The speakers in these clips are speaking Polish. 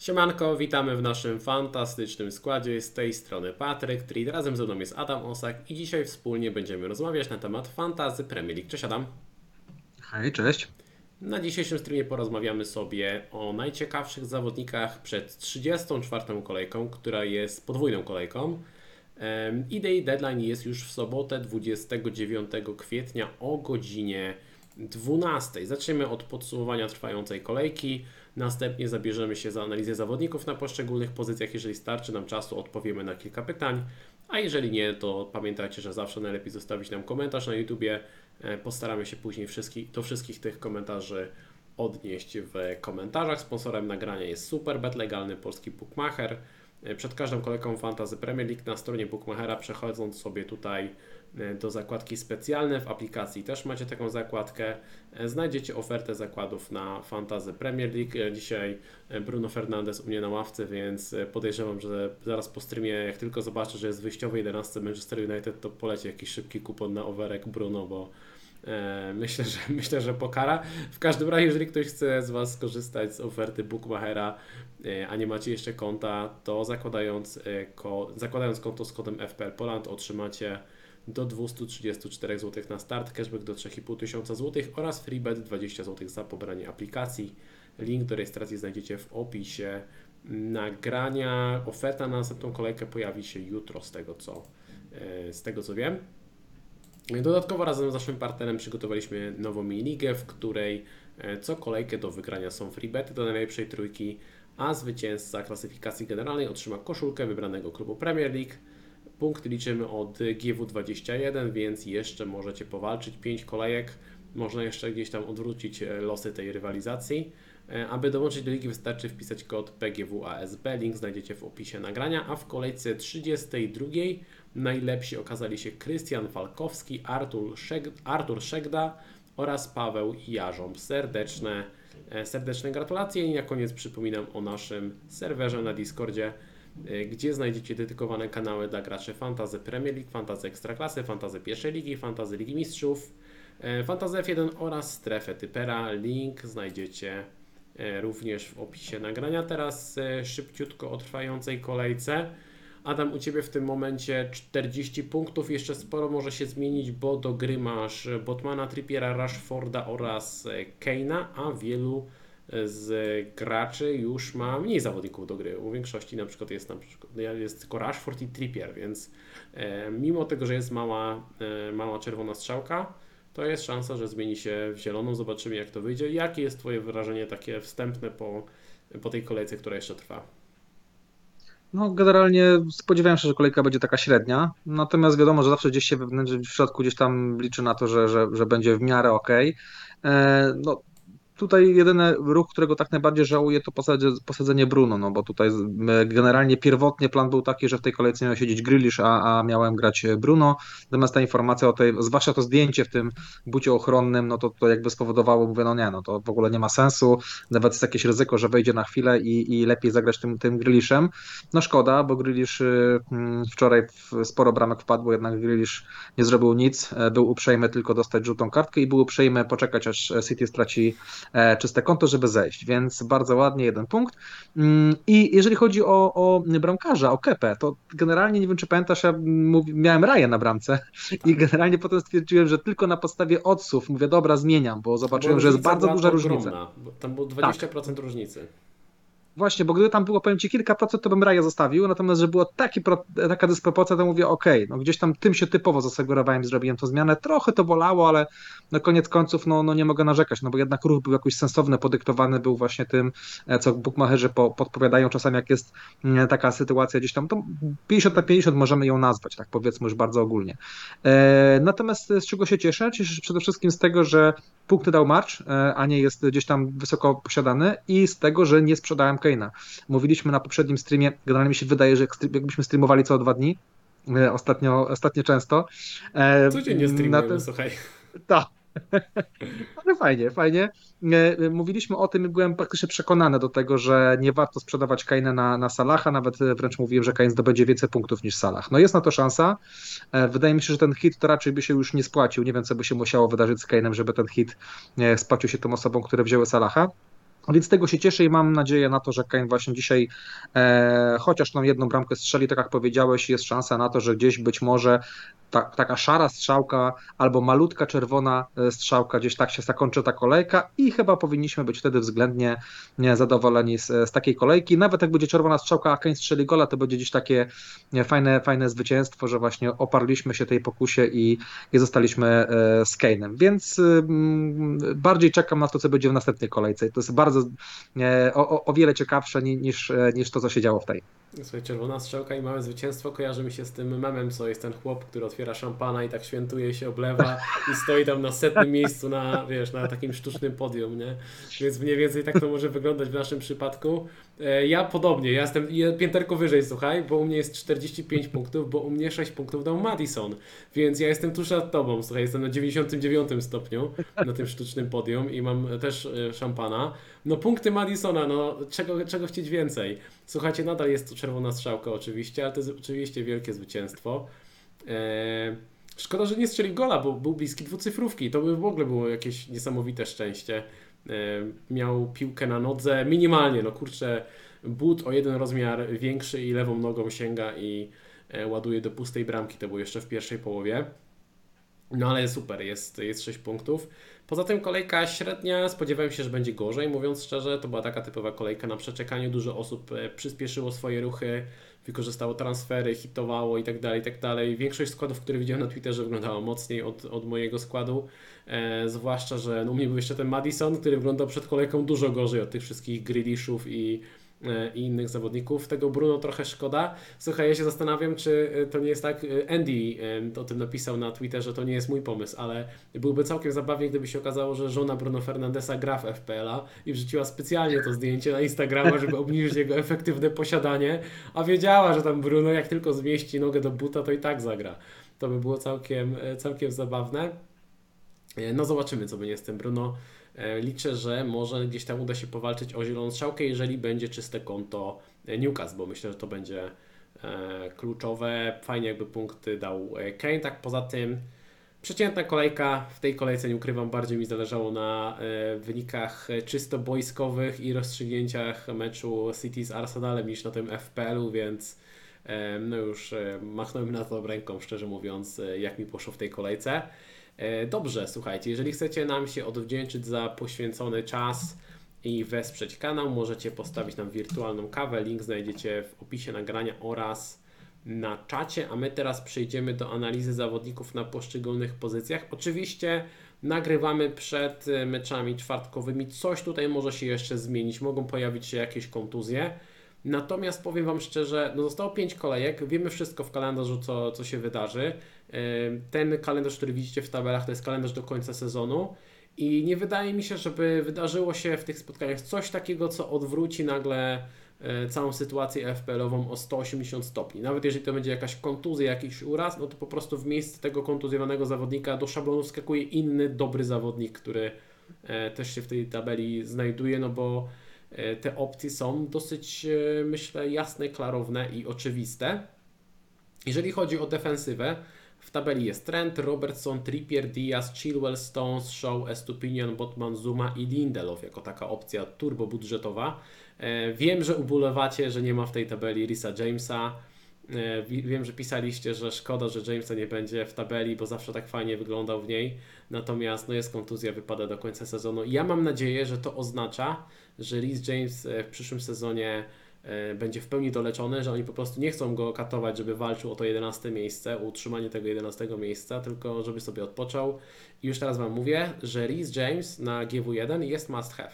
Siemanko, witamy w naszym fantastycznym składzie. Z tej strony Patryk Treat, razem ze mną jest Adam Osak i dzisiaj wspólnie będziemy rozmawiać na temat Fantasy Premier League. Cześć Adam. Hej, cześć. Na dzisiejszym streamie porozmawiamy sobie o najciekawszych zawodnikach przed 34. kolejką, która jest podwójną kolejką. I deadline jest już w sobotę 29 kwietnia o godzinie 12. Zaczniemy od podsumowania trwającej kolejki. Następnie zabierzemy się za analizę zawodników na poszczególnych pozycjach. Jeżeli starczy nam czasu, odpowiemy na kilka pytań. A jeżeli nie, to pamiętajcie, że zawsze najlepiej zostawić nam komentarz na YouTubie. Postaramy się później do wszystkich tych komentarzy odnieść w komentarzach. Sponsorem nagrania jest Superbet, legalny polski bookmacher. Przed każdą kolejką Fantasy Premier League na stronie bookmachera, przechodząc sobie tutaj do zakładki specjalne, w aplikacji też macie taką zakładkę, znajdziecie ofertę zakładów na Fantasy Premier League. Dzisiaj Bruno Fernandes u mnie na ławce, więc podejrzewam, że zaraz po streamie, jak tylko zobaczę, że jest w wyjściowej 11 Manchester United, to poleci jakiś szybki kupon na overek Bruno, bo myślę, że pokara. W każdym razie, jeżeli ktoś chce z Was skorzystać z oferty bookmachera, a nie macie jeszcze konta, to zakładając konto z kodem FPL Poland otrzymacie do 234 zł na start, cashback do 3500 zł oraz freebet 20 zł za pobranie aplikacji. Link do rejestracji znajdziecie w opisie nagrania. Oferta na następną kolejkę pojawi się jutro, z tego co wiem. Dodatkowo razem z naszym partnerem przygotowaliśmy nową mini-ligę, w której co kolejkę do wygrania są freebety do najlepszej trójki, a zwycięzca klasyfikacji generalnej otrzyma koszulkę wybranego klubu Premier League. Punkty liczymy od GW21, więc jeszcze możecie powalczyć 5 kolejek. Można jeszcze gdzieś tam odwrócić losy tej rywalizacji. Aby dołączyć do ligi, wystarczy wpisać kod PGWASB. Link znajdziecie w opisie nagrania, a w kolejce 32 najlepsi okazali się Krystian Falkowski, Artur Szegda oraz Paweł Jarząb. Serdeczne gratulacje i na koniec przypominam o naszym serwerze na Discordzie, gdzie znajdziecie dedykowane kanały dla graczy Fantasy Premier League, Fantasy Ekstraklasy, Fantasy Pierwszej Ligi, Fantasy Ligi Mistrzów, Fantasy F1 oraz Strefę Typera. Link znajdziecie również w opisie nagrania. Teraz szybciutko o trwającej kolejce. Adam, u Ciebie w tym momencie 40 punktów, jeszcze sporo może się zmienić, bo do gry masz Botmana, Trippiera, Rashforda oraz Kane'a, a wielu z graczy już ma mniej zawodników do gry. U większości na przykład jest tylko Rashford i Trippier, więc mimo tego, że jest mała czerwona strzałka, to jest szansa, że zmieni się w zieloną. Zobaczymy, jak to wyjdzie. Jakie jest Twoje wrażenie takie wstępne po tej kolejce, która jeszcze trwa? No, generalnie spodziewałem się, że kolejka będzie taka średnia, natomiast wiadomo, że zawsze gdzieś się wewnętrznie w środku gdzieś tam liczy na to, że będzie w miarę okej. No, tutaj jedyny ruch, którego tak najbardziej żałuję, to posadzenie Bruno, no bo tutaj generalnie pierwotnie plan był taki, że w tej kolejce miał siedzieć Grealish, a miałem grać Bruno. Natomiast ta informacja o tej, zwłaszcza to zdjęcie w tym bucie ochronnym, no to jakby spowodowało, mówię, no nie, no to w ogóle nie ma sensu. Nawet jest jakieś ryzyko, że wejdzie na chwilę i lepiej zagrać tym Grealishem. No szkoda, bo Grealish wczoraj sporo bramek wpadło, jednak Grealish nie zrobił nic. Był uprzejmy tylko dostać żółtą kartkę i był uprzejmy poczekać, aż City straci czyste konto, żeby zejść, więc bardzo ładnie, 1 punkt. I jeżeli chodzi o bramkarza, o Kepę, to generalnie nie wiem, czy pamiętasz, ja miałem Raję na bramce i generalnie potem stwierdziłem, że tylko na podstawie odsów mówię, dobra, zmieniam, bo zobaczyłem, że jest bardzo duża różnica. Ogromna, bo tam było Tak. 20% różnicy. Właśnie, bo gdyby tam było, powiem Ci, kilka procent, to bym Raja zostawił, natomiast, że była taka dysproporcja, to mówię, okej, no gdzieś tam tym się typowo zasugerowałem i zrobiłem tą zmianę. Trochę to bolało, ale na koniec końców, no nie mogę narzekać, no bo jednak ruch był jakoś sensowny, podyktowany był właśnie tym, co bookmacherzy podpowiadają czasami, jak jest taka sytuacja gdzieś tam, to 50 na 50 możemy ją nazwać, tak powiedzmy już bardzo ogólnie. Natomiast z czego się cieszę? Cieszę się przede wszystkim z tego, że punkty dał March, a nie jest gdzieś tam wysoko posiadany i z tego, że nie sprzedałem Kane'a. Mówiliśmy na poprzednim streamie, generalnie mi się wydaje, że jakbyśmy streamowali co 2 dni, ostatnio często. Codziennie streamujemy, słuchaj. Tak. Ale fajnie, fajnie. Mówiliśmy o tym i byłem praktycznie przekonany do tego, że nie warto sprzedawać Kane'a na Salaha, nawet wręcz mówiłem, że Kane zdobędzie więcej punktów niż Salah. No jest na to szansa. Wydaje mi się, że ten hit to raczej by się już nie spłacił. Nie wiem, co by się musiało wydarzyć z Kane'em, żeby ten hit spłacił się tym osobom, które wzięły Salaha. Więc z tego się cieszę i mam nadzieję na to, że Kane właśnie dzisiaj chociaż tą jedną bramkę strzeli, tak jak powiedziałeś, jest szansa na to, że gdzieś być może taka szara strzałka albo malutka czerwona strzałka, gdzieś tak się zakończy ta kolejka i chyba powinniśmy być wtedy względnie zadowoleni z takiej kolejki. Nawet jak będzie czerwona strzałka, a Kane strzeli gola, to będzie gdzieś takie fajne zwycięstwo, że właśnie oparliśmy się tej pokusie i zostaliśmy z Kane'em. Więc bardziej czekam na to, co będzie w następnej kolejce. To jest bardzo o wiele ciekawsze niż to, co się działo w tej. Słuchaj, czerwona strzałka i małe zwycięstwo kojarzy mi się z tym memem, co jest ten chłop, który otwiera szampana i tak świętuje się, oblewa i stoi tam na 100. miejscu na, wiesz, na takim sztucznym podium, nie? Więc mniej więcej tak to może wyglądać w naszym przypadku. Ja podobnie, ja jestem pięterko wyżej, słuchaj, bo u mnie jest 45 punktów, bo u mnie 6 punktów dał Madison, więc ja jestem tuż nad tobą, słuchaj, jestem na 99 stopniu na tym sztucznym podium i mam też szampana. No punkty Madisona, no czego chcieć więcej? Słuchajcie, nadal jest to czerwona strzałka oczywiście, ale to jest oczywiście wielkie zwycięstwo. Szkoda, że nie strzelił gola, bo był bliski dwucyfrówki. To by w ogóle było jakieś niesamowite szczęście. Miał piłkę na nodze minimalnie, no kurczę, but o jeden rozmiar większy i lewą nogą sięga i ładuje do pustej bramki. To było jeszcze w pierwszej połowie. No ale super, jest 6 punktów. Poza tym kolejka średnia, spodziewałem się, że będzie gorzej, mówiąc szczerze, to była taka typowa kolejka na przeczekaniu, dużo osób przyspieszyło swoje ruchy, wykorzystało transfery, hitowało i tak dalej, i tak dalej. Większość składów, które widziałem na Twitterze wyglądała mocniej od mojego składu, zwłaszcza, że u mnie był jeszcze ten Madison, który wyglądał przed kolejką dużo gorzej od tych wszystkich Grealishów i innych zawodników. Tego Bruno trochę szkoda. Słuchaj, ja się zastanawiam, czy to nie jest tak, Andy o tym napisał na Twitterze, to nie jest mój pomysł, ale byłby całkiem zabawnie, gdyby się okazało, że żona Bruno Fernandesa gra w FPL-a i wrzuciła specjalnie to zdjęcie na Instagrama, żeby obniżyć jego efektywne posiadanie, a wiedziała, że tam Bruno jak tylko zmieści nogę do buta, to i tak zagra. To by było całkiem zabawne. No zobaczymy, co będzie z tym Bruno. Liczę, że może gdzieś tam uda się powalczyć o zieloną strzałkę, jeżeli będzie czyste konto Newcastle, bo myślę, że to będzie kluczowe. Fajnie jakby punkty dał Kane. Tak poza tym przeciętna kolejka. W tej kolejce nie ukrywam, bardziej mi zależało na wynikach czysto boiskowych i rozstrzygnięciach meczu City z Arsenalem niż na tym FPL-u, więc no już machnąłem na to ręką, szczerze mówiąc, jak mi poszło w tej kolejce. Dobrze, słuchajcie, jeżeli chcecie nam się odwdzięczyć za poświęcony czas i wesprzeć kanał, możecie postawić nam wirtualną kawę. Link znajdziecie w opisie nagrania oraz na czacie, a my teraz przejdziemy do analizy zawodników na poszczególnych pozycjach. Oczywiście nagrywamy przed meczami czwartkowymi, coś tutaj może się jeszcze zmienić, mogą pojawić się jakieś kontuzje. Natomiast powiem Wam szczerze, no zostało 5 kolejek, wiemy wszystko w kalendarzu, co się wydarzy. Ten kalendarz, który widzicie w tabelach, to jest kalendarz do końca sezonu i nie wydaje mi się, żeby wydarzyło się w tych spotkaniach coś takiego, co odwróci nagle całą sytuację FPL-ową o 180 stopni. Nawet jeżeli to będzie jakaś kontuzja, jakiś uraz, no to po prostu w miejsce tego kontuzjowanego zawodnika do szablonu wskakuje inny, dobry zawodnik, który też się w tej tabeli znajduje, no bo te opcje są dosyć, myślę, jasne, klarowne i oczywiste. Jeżeli chodzi o defensywę, w tabeli jest Trent, Robertson, Trippier, Diaz, Chilwell, Stones, Shaw, Estupinian, Botman, Zuma i Lindelof jako taka opcja turbobudżetowa. Wiem, że ubolewacie, że nie ma w tej tabeli Reesa Jamesa. Wiem, że pisaliście, że szkoda, że Jamesa nie będzie w tabeli, bo zawsze tak fajnie wyglądał w niej. Natomiast no jest kontuzja, wypada do końca sezonu. Ja mam nadzieję, że to oznacza, że Reece James w przyszłym sezonie będzie w pełni doleczony, że oni po prostu nie chcą go katować, żeby walczył o to 11 miejsce, o utrzymanie tego 11 miejsca, tylko żeby sobie odpoczął. I już teraz Wam mówię, że Reece James na GW1 jest must have.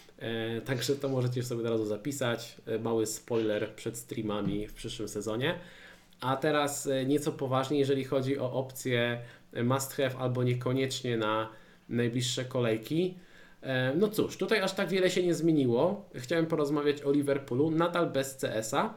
Także to możecie sobie od razu zapisać. Mały spoiler przed streamami w przyszłym sezonie. A teraz nieco poważniej, jeżeli chodzi o opcje must have albo niekoniecznie na najbliższe kolejki. No cóż, tutaj aż tak wiele się nie zmieniło. Chciałem porozmawiać o Liverpoolu, nadal bez CS-a.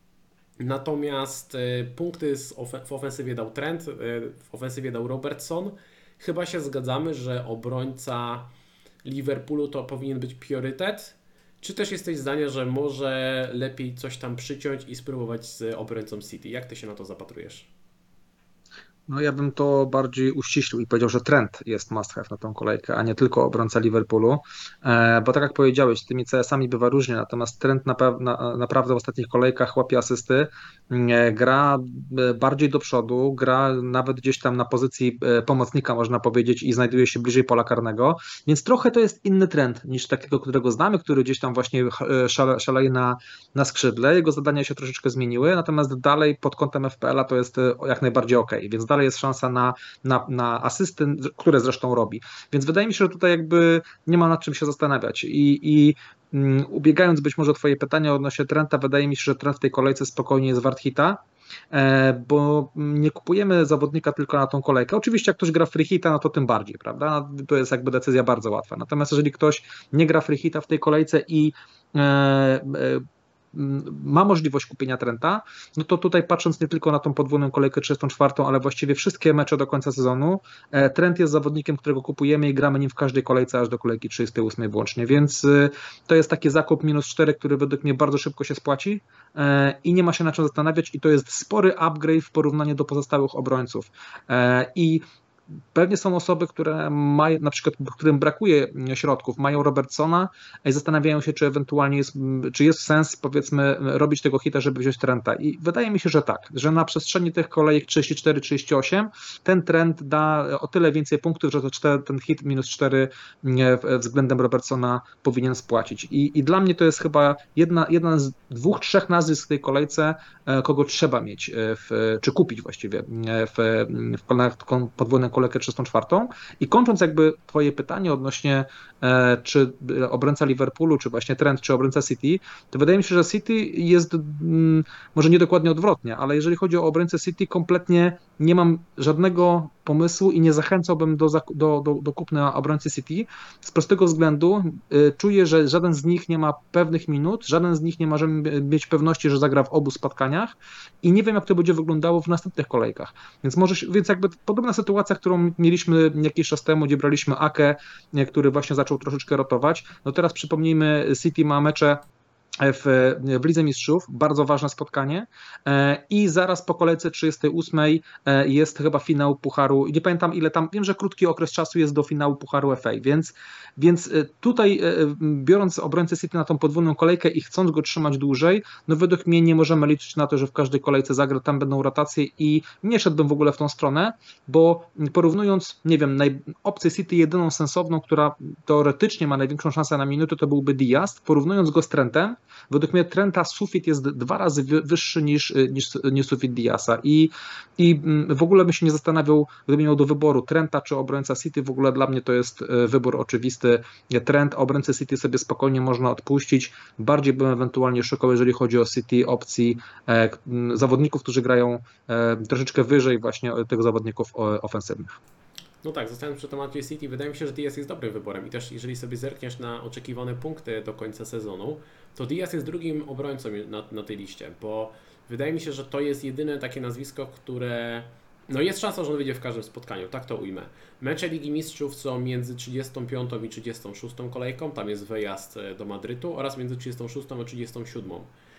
Natomiast punkty w ofensywie dał Trent, w ofensywie dał Robertson. Chyba się zgadzamy, że obrońca Liverpoolu to powinien być priorytet. Czy też jesteś zdania, że może lepiej coś tam przyciąć i spróbować z obrońcą City? Jak Ty się na to zapatrujesz? No ja bym to bardziej uściślił i powiedział, że trend jest must have na tą kolejkę, a nie tylko obrońca Liverpoolu, bo tak jak powiedziałeś, z tymi CS-ami bywa różnie, natomiast trend naprawdę w ostatnich kolejkach łapie asysty, gra bardziej do przodu, gra nawet gdzieś tam na pozycji pomocnika, można powiedzieć, i znajduje się bliżej pola karnego, więc trochę to jest inny trend niż takiego, którego znamy, który gdzieś tam właśnie szaleje na skrzydle, jego zadania się troszeczkę zmieniły, natomiast dalej pod kątem FPL-a to jest jak najbardziej ok, więc dalej jest szansa na asysty, które zresztą robi. Więc wydaje mi się, że tutaj jakby nie ma nad czym się zastanawiać. Ubiegając być może o Twoje pytania odnośnie Trenta, wydaje mi się, że Trent w tej kolejce spokojnie jest wart hita, bo nie kupujemy zawodnika tylko na tą kolejkę. Oczywiście jak ktoś gra free hita, no to tym bardziej, prawda? To jest jakby decyzja bardzo łatwa. Natomiast jeżeli ktoś nie gra free hita w tej kolejce i e, e, ma możliwość kupienia Trenta, no to tutaj patrząc nie tylko na tą podwójną kolejkę 34, ale właściwie wszystkie mecze do końca sezonu, Trent jest zawodnikiem, którego kupujemy i gramy nim w każdej kolejce aż do kolejki 38 włącznie, więc to jest taki zakup -4, który według mnie bardzo szybko się spłaci i nie ma się na czym zastanawiać i to jest spory upgrade w porównaniu do pozostałych obrońców. I pewnie są osoby, które mają, na przykład, którym brakuje środków, mają Robertsona i zastanawiają się, czy ewentualnie czy jest sens, powiedzmy, robić tego hita, żeby wziąć Trenta. I wydaje mi się, że tak, że na przestrzeni tych kolejek 34-38 ten trend da o tyle więcej punktów, że ten hit -4 względem Robertsona powinien spłacić. I dla mnie to jest chyba jedna z dwóch, trzech nazwisk w tej kolejce, kogo trzeba mieć, czy kupić właściwie w podwójną kolejkę 34. I kończąc jakby Twoje pytanie odnośnie czy obrońca Liverpoolu, czy właśnie Trent, czy obrońca City, to wydaje mi się, że City jest może nie dokładnie odwrotnie, ale jeżeli chodzi o obrońcę City, kompletnie nie mam żadnego pomysłu i nie zachęcałbym do kupna obrońcy City z prostego względu. Czuję, że żaden z nich nie ma pewnych minut, żaden z nich nie może mieć pewności, że zagra w obu spotkaniach i nie wiem, jak to będzie wyglądało w następnych kolejkach. Więc jakby podobna sytuacja, którą mieliśmy jakiś czas temu, gdzie braliśmy Akę, który właśnie zaczął troszeczkę rotować. No teraz przypomnijmy, City ma mecze w Lidze Mistrzów, bardzo ważne spotkanie i zaraz po kolejce 38 jest chyba finał Pucharu, nie pamiętam ile tam, wiem, że krótki okres czasu jest do finału Pucharu FA, więc tutaj biorąc obrońcę City na tą podwójną kolejkę i chcąc go trzymać dłużej, no według mnie nie możemy liczyć na to, że w każdej kolejce zagra, tam będą rotacje i nie szedłbym w ogóle w tą stronę, bo porównując, nie wiem, opcję City jedyną sensowną, która teoretycznie ma największą szansę na minuty, to byłby Diaz, porównując go z Trentem, według mnie Trenta sufit jest 2 razy wyższy niż sufit Diaza i w ogóle bym się nie zastanawiał, gdybym miał do wyboru Trenta czy obrońca City, w ogóle dla mnie to jest wybór oczywisty. Trent, obrońcę City sobie spokojnie można odpuścić, bardziej bym ewentualnie szukał, jeżeli chodzi o City, opcji zawodników, którzy grają troszeczkę wyżej właśnie tych zawodników ofensywnych. No tak, zostając przy temacie City, wydaje mi się, że Diaz jest dobrym wyborem i też jeżeli sobie zerkniesz na oczekiwane punkty do końca sezonu, to Diaz jest drugim obrońcą na tej liście, bo wydaje mi się, że to jest jedyne takie nazwisko, które no jest szansa, że on wyjdzie w każdym spotkaniu, tak to ujmę. Mecze Ligi Mistrzów są między 35 i 36 kolejką, tam jest wyjazd do Madrytu oraz między 36 a 37.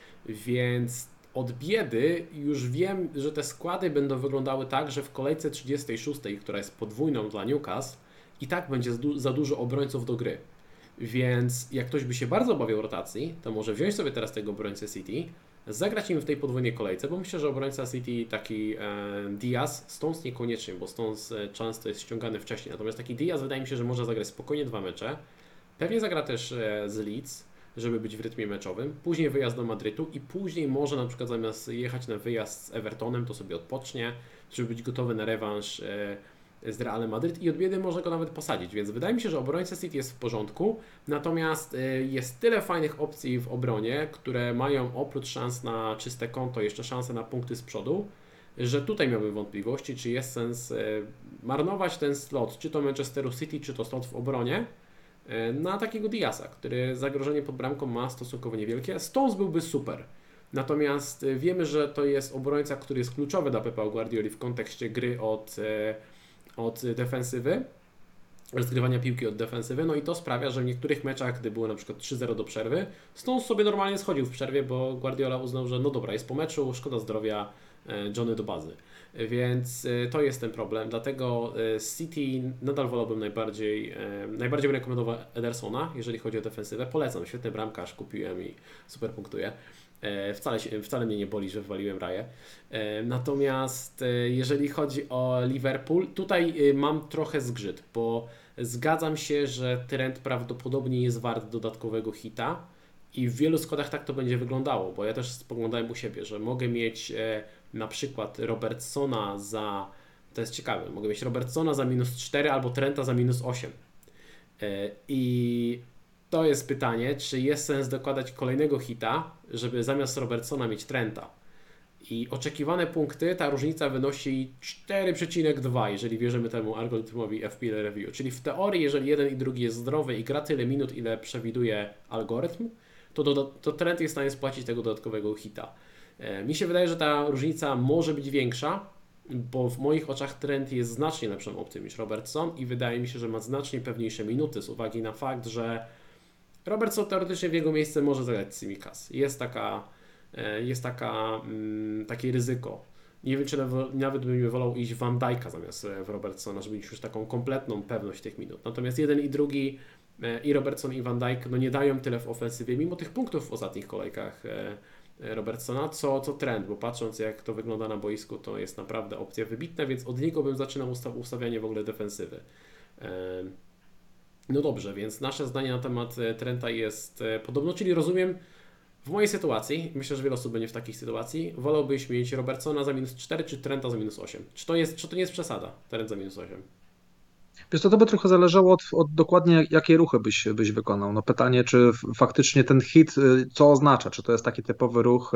Więc od biedy już wiem, że te składy będą wyglądały tak, że w kolejce 36, która jest podwójną dla Newcastle, i tak będzie za dużo obrońców do gry. Więc jak ktoś by się bardzo obawiał rotacji, to może wziąć sobie teraz tego obrońcę City, zagrać im w tej podwójnej kolejce, bo myślę, że obrońca City taki Diaz, Stones niekoniecznie, bo Stones często jest ściągany wcześniej, natomiast taki Diaz wydaje mi się, że może zagrać spokojnie 2 mecze. Pewnie zagra też z Leeds, żeby być w rytmie meczowym, później wyjazd do Madrytu i później może na przykład zamiast jechać na wyjazd z Evertonem, to sobie odpocznie, żeby być gotowy na rewanż z Realem Madryt i od biedy może go nawet posadzić, więc wydaje mi się, że obrońca City jest w porządku, natomiast jest tyle fajnych opcji w obronie, które mają oprócz szans na czyste konto jeszcze szanse na punkty z przodu, że tutaj miałbym wątpliwości, czy jest sens marnować ten slot, czy to Manchesteru City, czy to slot w obronie, na takiego Diaza, który zagrożenie pod bramką ma stosunkowo niewielkie. Stones byłby super. Natomiast wiemy, że to jest obrońca, który jest kluczowy dla Pepa Guardioli w kontekście gry od defensywy, rozgrywania piłki od defensywy, no i to sprawia, że w niektórych meczach, gdy było na przykład 3-0 do przerwy, Stones sobie normalnie schodził w przerwie, bo Guardiola uznał, że no dobra, jest po meczu, szkoda zdrowia, Johnny do bazy. Więc to jest ten problem, dlatego City nadal wolałbym najbardziej bym rekomendował Edersona, jeżeli chodzi o defensywę. Polecam, świetny bramkarz, kupiłem i super punktuje. Wcale mnie nie boli, że wywaliłem Raję. Natomiast jeżeli chodzi o Liverpool, tutaj mam trochę zgrzyt, bo zgadzam się, że Trent prawdopodobnie jest wart dodatkowego hita i w wielu składach tak to będzie wyglądało, bo ja też spoglądałem u siebie, że mogę mieć na przykład Robertsona to jest ciekawe, mogę mieć Robertsona za -4 albo Trenta za -8. I to jest pytanie, czy jest sens dokładać kolejnego hita, żeby zamiast Robertsona mieć Trenta. I oczekiwane punkty, ta różnica wynosi 4,2, jeżeli wierzymy temu algorytmowi FPL Review. Czyli w teorii, jeżeli jeden i drugi jest zdrowy i gra tyle minut, ile przewiduje algorytm, to Trent jest w stanie spłacić tego dodatkowego hita. Mi się wydaje, że ta różnica może być większa, bo w moich oczach Trent jest znacznie lepszą opcją niż Robertson i wydaje mi się, że ma znacznie pewniejsze minuty z uwagi na fakt, że Robertson teoretycznie w jego miejsce może zagrać Tsimikas. Jest takie ryzyko. Nie wiem, czy nawet bym wolał iść w Van Dijk'a zamiast w Robertsona, żeby mieć już taką kompletną pewność tych minut. Natomiast jeden i drugi, i Robertson i Van Dijk, no nie dają tyle w ofensywie, mimo tych punktów w ostatnich kolejkach Robertsona, co Trent, bo patrząc jak to wygląda na boisku, to jest naprawdę opcja wybitna, więc od niego bym zaczynał ustawianie w ogóle defensywy. No dobrze, więc nasze zdanie na temat Trenta jest podobno, czyli rozumiem, w mojej sytuacji, myślę, że wiele osób będzie w takiej sytuacji, wolałbyś mieć Robertsona za -4 czy Trenta za -8? Czy to nie jest przesada, Trent za -8? Wiesz, to by trochę zależało od dokładnie jakie ruchy byś wykonał. No pytanie, czy faktycznie ten hit, co oznacza? Czy to jest taki typowy ruch,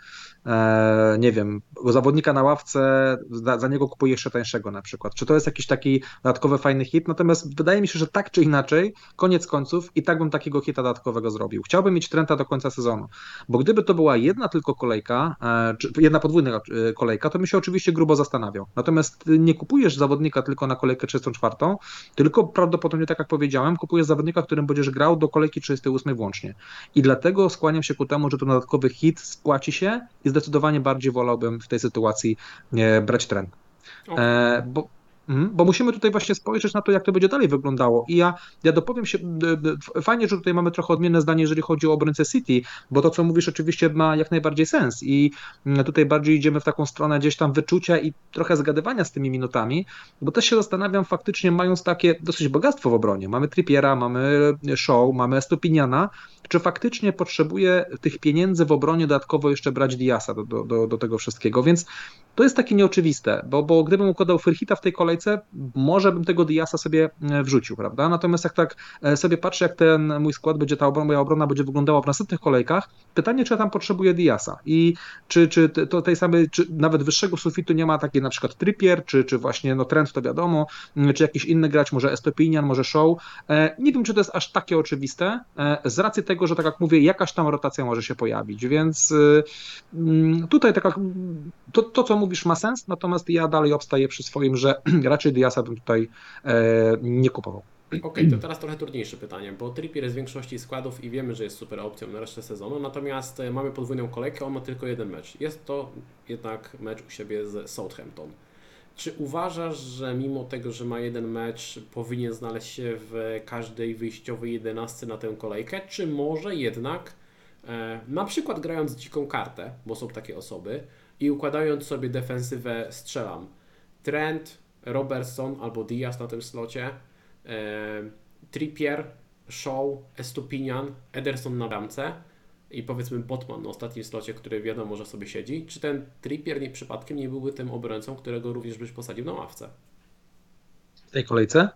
nie wiem, zawodnika na ławce, za niego kupuje jeszcze tańszego na przykład. Czy to jest jakiś taki dodatkowy fajny hit? Natomiast wydaje mi się, że tak czy inaczej, koniec końców i tak bym takiego hita dodatkowego zrobił. Chciałbym mieć Trenta do końca sezonu, bo gdyby to była jedna tylko kolejka, czy jedna podwójna kolejka, to bym się oczywiście grubo zastanawiał. Natomiast nie kupujesz zawodnika tylko na kolejkę 34, tylko prawdopodobnie, tak jak powiedziałem, kupujesz zawodnika, którym będziesz grał do kolejki 38 włącznie. I dlatego skłaniam się ku temu, że ten dodatkowy hit spłaci się i zdecydowanie bardziej wolałbym w tej sytuacji brać Trent. Okay. Bo musimy tutaj właśnie spojrzeć na to, jak to będzie dalej wyglądało. I ja dopowiem się, fajnie, że tutaj mamy trochę odmienne zdanie, jeżeli chodzi o obrońcę City, bo to, co mówisz, oczywiście ma jak najbardziej sens i tutaj bardziej idziemy w taką stronę gdzieś tam wyczucia i trochę zgadywania z tymi minutami, bo też się zastanawiam faktycznie, mając takie dosyć bogactwo w obronie, mamy Trippiera, mamy Shaw, mamy Estupiniana, czy faktycznie potrzebuje tych pieniędzy w obronie dodatkowo jeszcze brać Diasa do tego wszystkiego, więc to jest takie nieoczywiste, bo gdybym układał Firhita w tej kolejce, może bym tego Diasa sobie wrzucił, prawda? Natomiast jak tak sobie patrzę, jak ten mój skład będzie, moja obrona będzie wyglądała w następnych kolejkach, pytanie, czy ja tam potrzebuję Diasa i czy to tej samej, czy nawet wyższego sufitu nie ma takiej na przykład Trippier, czy właśnie no Trent, to wiadomo, czy jakiś inny gracz, może Estopinian, może Shaw. Nie wiem, czy to jest aż takie oczywiste, z racji tego, że tak jak mówię, jakaś tam rotacja może się pojawić, więc tutaj tak jak to, co mówisz, ma sens, natomiast ja dalej obstaję przy swoim, że raczej Diasa bym tutaj nie kupował. Okej, to teraz trochę trudniejsze pytanie, bo Trippier jest w większości składów i wiemy, że jest super opcją na resztę sezonu, natomiast mamy podwójną kolejkę, on ma tylko jeden mecz. Jest to jednak mecz u siebie z Southampton. Czy uważasz, że mimo tego, że ma jeden mecz, powinien znaleźć się w każdej wyjściowej 11 na tę kolejkę, czy może jednak na przykład grając dziką kartę, bo są takie osoby, i układając sobie defensywę, strzelam Trent, Robertson albo Diaz na tym slocie, Trippier, Shaw, Estupinian, Ederson na bramce i powiedzmy Botman na ostatnim slocie, który wiadomo, że sobie siedzi. Czy ten Trippier przypadkiem nie byłby tym obrońcą, którego również byś posadził na ławce? W tej kolejce?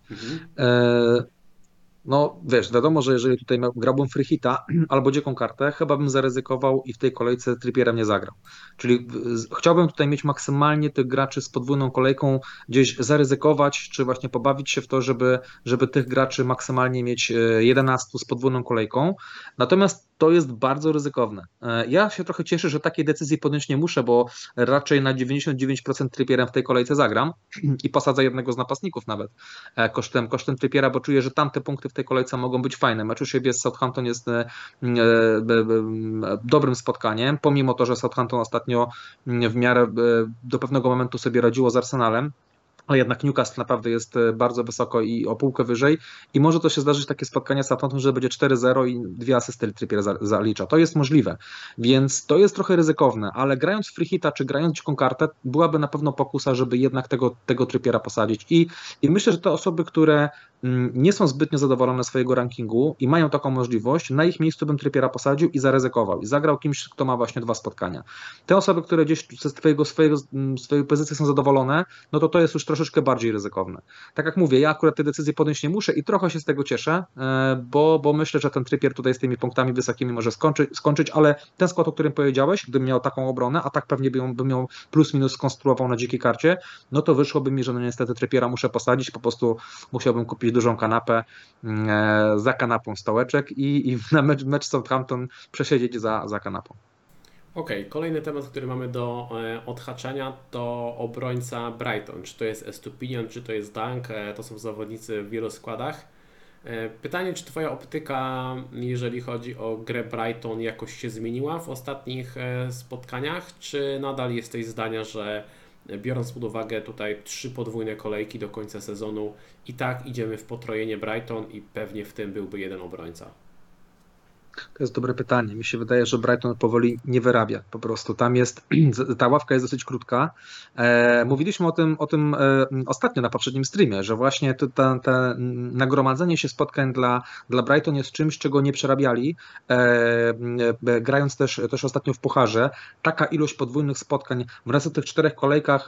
No wiesz, wiadomo, że jeżeli tutaj grałbym Firhita albo dziką kartę, chyba bym zaryzykował i w tej kolejce Trippierem nie zagrał. Czyli chciałbym tutaj mieć maksymalnie tych graczy z podwójną kolejką gdzieś zaryzykować, czy właśnie pobawić się w to, żeby tych graczy maksymalnie mieć 11 z podwójną kolejką. Natomiast to jest bardzo ryzykowne. Ja się trochę cieszę, że takiej decyzji podjąć nie muszę, bo raczej na 99% Trippierem w tej kolejce zagram i posadzę jednego z napastników nawet kosztem Trippiera, bo czuję, że tamte punkty w tej kolejce mogą być fajne. Mecz u siebie z Southampton jest dobrym spotkaniem, pomimo to, że Southampton ostatnio w miarę do pewnego momentu sobie radziło z Arsenalem. Ale jednak Newcastle naprawdę jest bardzo wysoko i o półkę wyżej i może to się zdarzyć takie spotkanie z Southampton, że będzie 4-0 i 2 asysty Trippier zalicza. To jest możliwe, więc to jest trochę ryzykowne, ale grając free hita czy grając dziką kartę byłaby na pewno pokusa, żeby jednak tego Trippiera posadzić i myślę, że te osoby, które nie są zbytnio zadowolone swojego rankingu i mają taką możliwość, na ich miejscu bym Trippiera posadził i zaryzykował i zagrał kimś, kto ma właśnie 2 spotkania. Te osoby, które gdzieś ze swojej pozycji są zadowolone, no to jest już troszeczkę bardziej ryzykowne. Tak jak mówię, ja akurat te decyzje podjąć nie muszę i trochę się z tego cieszę, bo myślę, że ten Trippier tutaj z tymi punktami wysokimi może skończyć, ale ten skład, o którym powiedziałeś, gdybym miał taką obronę, a tak pewnie bym miał plus minus skonstruował na dzikiej karcie, no to wyszłoby mi, że no niestety Trippiera muszę posadzić, po prostu musiałbym kupić dużą kanapę, za kanapą stołeczek i na mecz Southampton przesiedzieć za kanapą. Okej, kolejny temat, który mamy do odhaczenia, to obrońca Brighton. Czy to jest Estupiñán, czy to jest Dunk, to są zawodnicy w wielu składach. Pytanie, czy Twoja optyka, jeżeli chodzi o grę Brighton, jakoś się zmieniła w ostatnich spotkaniach, czy nadal jesteś zdania, że biorąc pod uwagę tutaj 3 podwójne kolejki do końca sezonu, i tak idziemy w potrojenie Brighton i pewnie w tym byłby jeden obrońca? To jest dobre pytanie. Mi się wydaje, że Brighton powoli nie wyrabia po prostu. Tam jest, ta ławka jest dosyć krótka. Mówiliśmy o tym ostatnio na poprzednim streamie, że właśnie to nagromadzenie się spotkań dla Brighton jest czymś, czego nie przerabiali. Grając też ostatnio w pucharze, taka ilość podwójnych spotkań wraz w tych 4 kolejkach,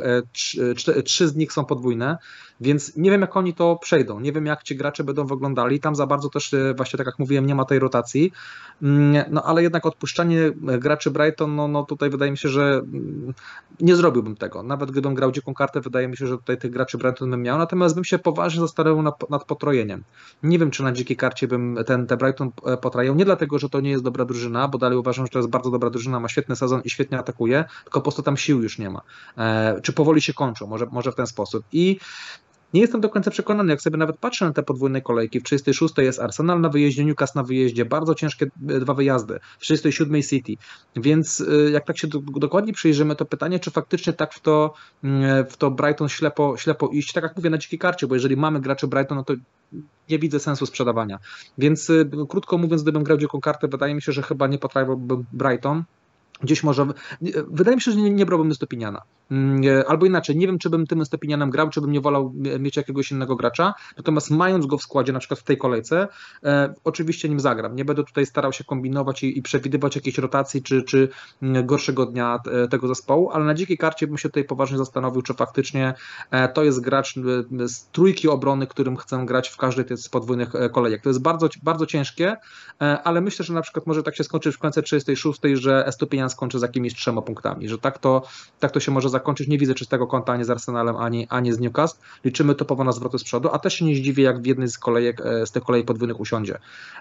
3 z nich są podwójne, więc nie wiem jak oni to przejdą. Nie wiem jak ci gracze będą wyglądali. Tam za bardzo też właśnie tak jak mówiłem nie ma tej rotacji. No ale jednak odpuszczanie graczy Brighton, no tutaj wydaje mi się, że nie zrobiłbym tego. Nawet gdybym grał dziką kartę, wydaje mi się, że tutaj tych graczy Brighton bym miał, natomiast bym się poważnie zastanawiał nad potrojeniem. Nie wiem, czy na dzikiej karcie bym te Brighton potrajał, nie dlatego, że to nie jest dobra drużyna, bo dalej uważam, że to jest bardzo dobra drużyna, ma świetny sezon i świetnie atakuje, tylko po prostu tam sił już nie ma. Czy powoli się kończą, może w ten sposób. I nie jestem do końca przekonany, jak sobie nawet patrzę na te podwójne kolejki. W 36 jest Arsenal na wyjeździe, Newcastle na wyjeździe, bardzo ciężkie 2 wyjazdy. W 37 City. Więc jak tak się dokładnie przyjrzymy, to pytanie, czy faktycznie tak w to Brighton ślepo iść, tak jak mówię na dzikiej karcie, bo jeżeli mamy graczy Brighton, no to nie widzę sensu sprzedawania. Więc krótko mówiąc, gdybym grał dziką kartę, wydaje mi się, że chyba nie potrafiłbym Brighton. Gdzieś może. Wydaje mi się, że nie brałbym Estupiniana. Albo inaczej, nie wiem, czy bym tym Estupinianem grał, czy bym nie wolał mieć jakiegoś innego gracza. Natomiast mając go w składzie, na przykład w tej kolejce, oczywiście nim zagram. Nie będę tutaj starał się kombinować i przewidywać jakiejś rotacji, czy gorszego dnia tego zespołu, ale na dzikiej karcie bym się tutaj poważnie zastanowił, czy faktycznie to jest gracz z trójki obrony, którym chcę grać w każdej z podwójnych kolejek. To jest bardzo, bardzo ciężkie, ale myślę, że na przykład może tak się skończyć w końcu 36, że Estupinian skończy z jakimiś 3 punktami, że tak to się może zakończyć. Nie widzę czystego kąta ani z Arsenalem, ani z Newcastle. Liczymy topowo na zwroty z przodu, a też się nie zdziwię, jak w jednej z tych kolejek podwójnych usiądzie.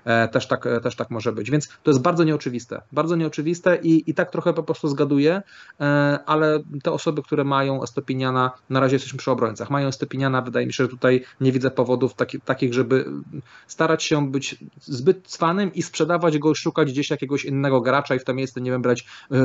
Też tak może być. Więc to jest bardzo nieoczywiste. Bardzo nieoczywiste i tak trochę po prostu zgaduję, ale te osoby, które mają Estupiniana, na razie jesteśmy przy obrońcach, mają Estupiniana, wydaje mi się, że tutaj nie widzę powodów takich, żeby starać się być zbyt cwanym i sprzedawać go, szukać gdzieś jakiegoś innego gracza i w to miejsce, nie wiem, brać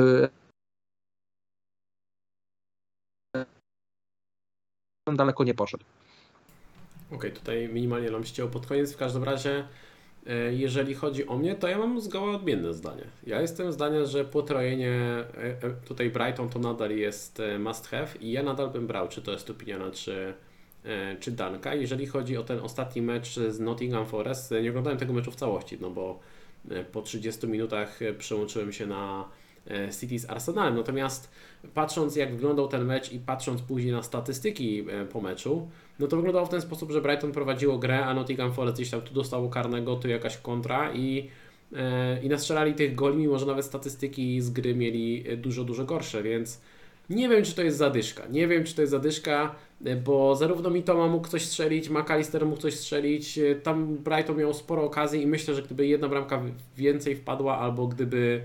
daleko nie poszedł. Okej, tutaj minimalnie nam ścięło pod koniec. W każdym razie, jeżeli chodzi o mnie, to ja mam zgoła odmienne zdanie. Ja jestem zdania, że potrojenie tutaj Brighton to nadal jest must have i ja nadal bym brał, czy to jest Estupiniana, czy Dunka. Jeżeli chodzi o ten ostatni mecz z Nottingham Forest, nie oglądałem tego meczu w całości, no bo po 30 minutach przełączyłem się na City z Arsenalem. Natomiast patrząc jak wyglądał ten mecz i patrząc później na statystyki po meczu, no to wyglądało w ten sposób, że Brighton prowadziło grę, a Nottingham Forest gdzieś tam tu dostało karnego, tu jakaś kontra i nastrzelali tych goli, mimo że nawet statystyki z gry mieli dużo, dużo gorsze, więc nie wiem, czy to jest zadyszka. Nie wiem, czy to jest zadyszka, bo zarówno Mitoma mógł coś strzelić, McAllister mógł coś strzelić, tam Brighton miał sporo okazji i myślę, że gdyby jedna bramka więcej wpadła, albo gdyby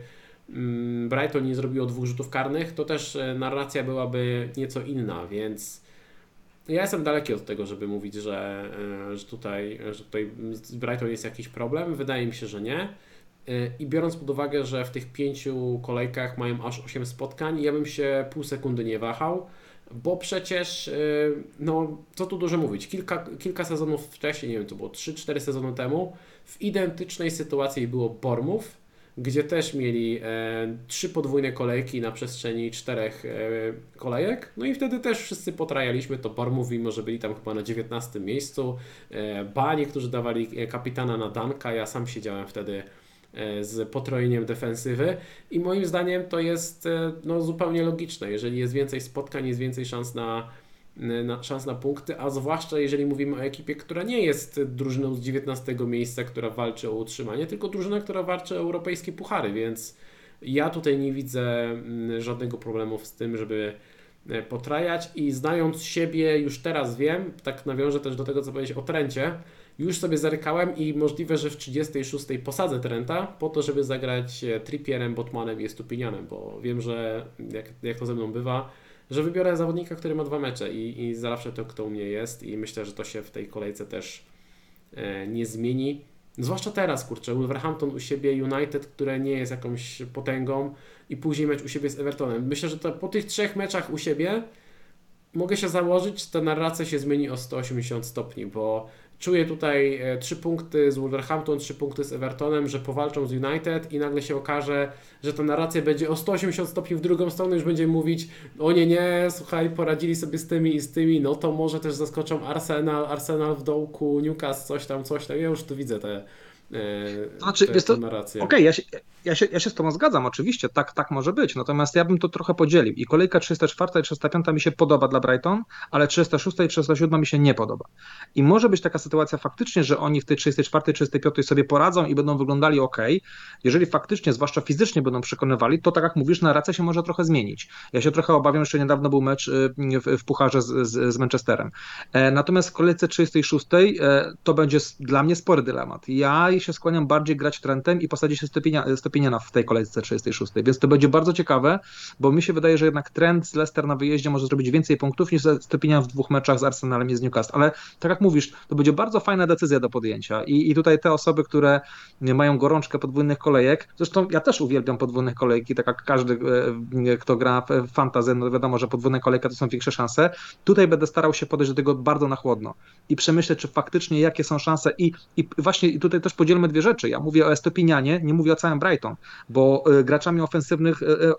Brighton nie zrobiło 2 rzutów karnych, to też narracja byłaby nieco inna, więc Ja jestem daleki od tego, żeby mówić, że tutaj z Brighton jest jakiś problem. Wydaje mi się, że nie. I biorąc pod uwagę, że w tych 5 kolejkach mają aż 8 spotkań, ja bym się pół sekundy nie wahał, bo przecież, no co tu dużo mówić, kilka sezonów wcześniej, nie wiem, to było 3-4 sezony temu, w identycznej sytuacji było Bournemouth, gdzie też mieli 3 podwójne kolejki na przestrzeni 4 kolejek, no i wtedy też wszyscy potrajaliśmy to Bournemouth, mimo że byli tam chyba na 19 miejscu, Bani, którzy dawali kapitana na Danka, ja sam siedziałem wtedy z potrojeniem defensywy i moim zdaniem to jest no, zupełnie logiczne. Jeżeli jest więcej spotkań, jest więcej szans na punkty, a zwłaszcza jeżeli mówimy o ekipie, która nie jest drużyną z 19 miejsca, która walczy o utrzymanie, tylko drużyna, która walczy o europejskie puchary, więc ja tutaj nie widzę żadnego problemu z tym, żeby potrajać i znając siebie już teraz wiem, tak nawiążę też do tego, co powiedziałeś o Trencie, już sobie zarykałem i możliwe, że w 36 posadzę Trenta po to, żeby zagrać Trippierem, Botmanem i Estupinianem, bo wiem, że jak to ze mną bywa, że wybiorę zawodnika, który ma 2 mecze i zawsze to kto u mnie jest i myślę, że to się w tej kolejce też nie zmieni. Zwłaszcza teraz, kurczę, Wolverhampton u siebie, United, które nie jest jakąś potęgą i później mecz u siebie z Evertonem. Myślę, że to po tych 3 meczach u siebie mogę się założyć, że ta narracja się zmieni o 180 stopni, bo czuję tutaj 3 punkty z Wolverhampton, 3 punkty z Evertonem, że powalczą z United i nagle się okaże, że ta narracja będzie o 180 stopni w drugą stronę, już będziemy mówić, o nie, słuchaj, poradzili sobie z tymi i z tymi, no to może też zaskoczą Arsenal w dołku, Newcastle, coś tam, ja już tu widzę Znaczy, tę narrację. okej, ja się z tobą zgadzam, oczywiście, tak może być, natomiast ja bym to trochę podzielił i kolejka 304 i 305 mi się podoba dla Brighton, ale 306 i 307 mi się nie podoba. I może być taka sytuacja faktycznie, że oni w tej 34, 35 sobie poradzą i będą wyglądali ok. Jeżeli faktycznie, zwłaszcza fizycznie będą przekonywali, to tak jak mówisz, narracja się może trochę zmienić. Ja się trochę obawiam, jeszcze niedawno był mecz w pucharze z Manchesterem. Natomiast w kolejce 36 to będzie dla mnie spory dylemat. Ja się skłaniam bardziej grać Trentem i posadzić się Stepiniana w tej kolejce 36, więc to będzie bardzo ciekawe, bo mi się wydaje, że jednak Trent z Leicester na wyjeździe może zrobić więcej punktów niż Stepinian w 2 meczach z Arsenalem i z Newcastle, ale tak jak mówisz, to będzie bardzo fajna decyzja do podjęcia i tutaj te osoby, które mają gorączkę podwójnych kolejek, zresztą ja też uwielbiam podwójne kolejki, tak jak każdy, kto gra w fantasy, no wiadomo, że podwójne kolejki to są większe szanse, tutaj będę starał się podejść do tego bardzo na chłodno i przemyśleć, czy faktycznie jakie są szanse i właśnie i tutaj też podzielmy 2 rzeczy. Ja mówię o Estepinianie, nie mówię o całym Brighton, bo graczami ofensywnych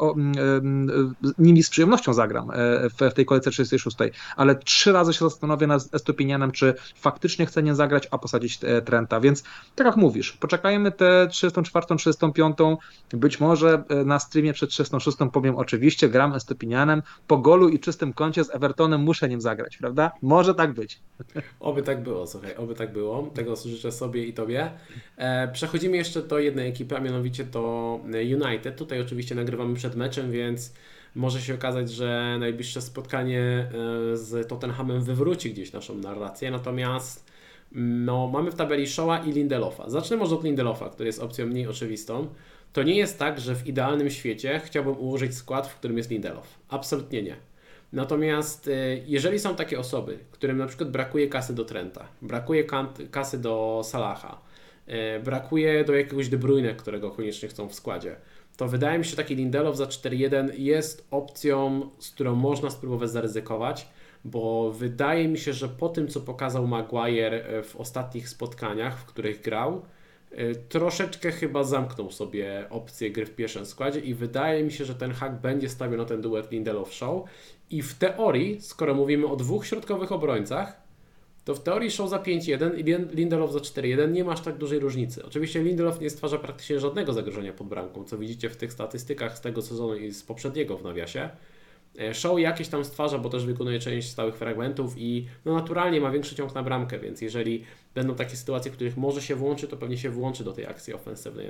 nimi z przyjemnością zagram w tej kolejce 36, ale 3 razy się zastanowię nad Estepinianem, czy faktycznie chcę nie zagrać, a posadzić Trenta, więc tak jak mówisz, poczekajmy tę 34, 35, być może na streamie przed 36 powiem oczywiście, gram Estepinianem, po golu i czystym koncie z Evertonem muszę nim zagrać, prawda? Może tak być. Oby tak było, słuchaj, oby tak było. Tego życzę sobie i Tobie. Przechodzimy jeszcze do jednej ekipy, a mianowicie do United. Tutaj oczywiście nagrywamy przed meczem, więc może się okazać, że najbliższe spotkanie z Tottenhamem wywróci gdzieś naszą narrację. Natomiast no, mamy w tabeli Shawa i Lindelofa. Zacznę może od Lindelofa, który jest opcją mniej oczywistą. To nie jest tak, że w idealnym świecie chciałbym ułożyć skład, w którym jest Lindelof. Absolutnie nie. Natomiast jeżeli są takie osoby, którym na przykład brakuje kasy do Trenta, brakuje kasy do Salaha, brakuje do jakiegoś De Bruyne, którego koniecznie chcą w składzie, to wydaje mi się, że taki Lindelof za 4-1 jest opcją, z którą można spróbować zaryzykować, bo wydaje mi się, że po tym, co pokazał Maguire w ostatnich spotkaniach, w których grał, troszeczkę chyba zamknął sobie opcję gry w pierwszym składzie i wydaje mi się, że ten Hag będzie stawiał na ten duet Lindelof-Shaw i w teorii, skoro mówimy o 2 środkowych obrońcach, to w teorii Shaw za 5-1 i Lindelof za 4-1 nie ma aż tak dużej różnicy. Oczywiście Lindelof nie stwarza praktycznie żadnego zagrożenia pod bramką, co widzicie w tych statystykach z tego sezonu i z poprzedniego w nawiasie. Shaw jakieś tam stwarza, bo też wykonuje część stałych fragmentów i no naturalnie ma większy ciąg na bramkę, więc jeżeli będą takie sytuacje, w których może się włączy, to pewnie się włączy do tej akcji ofensywnej.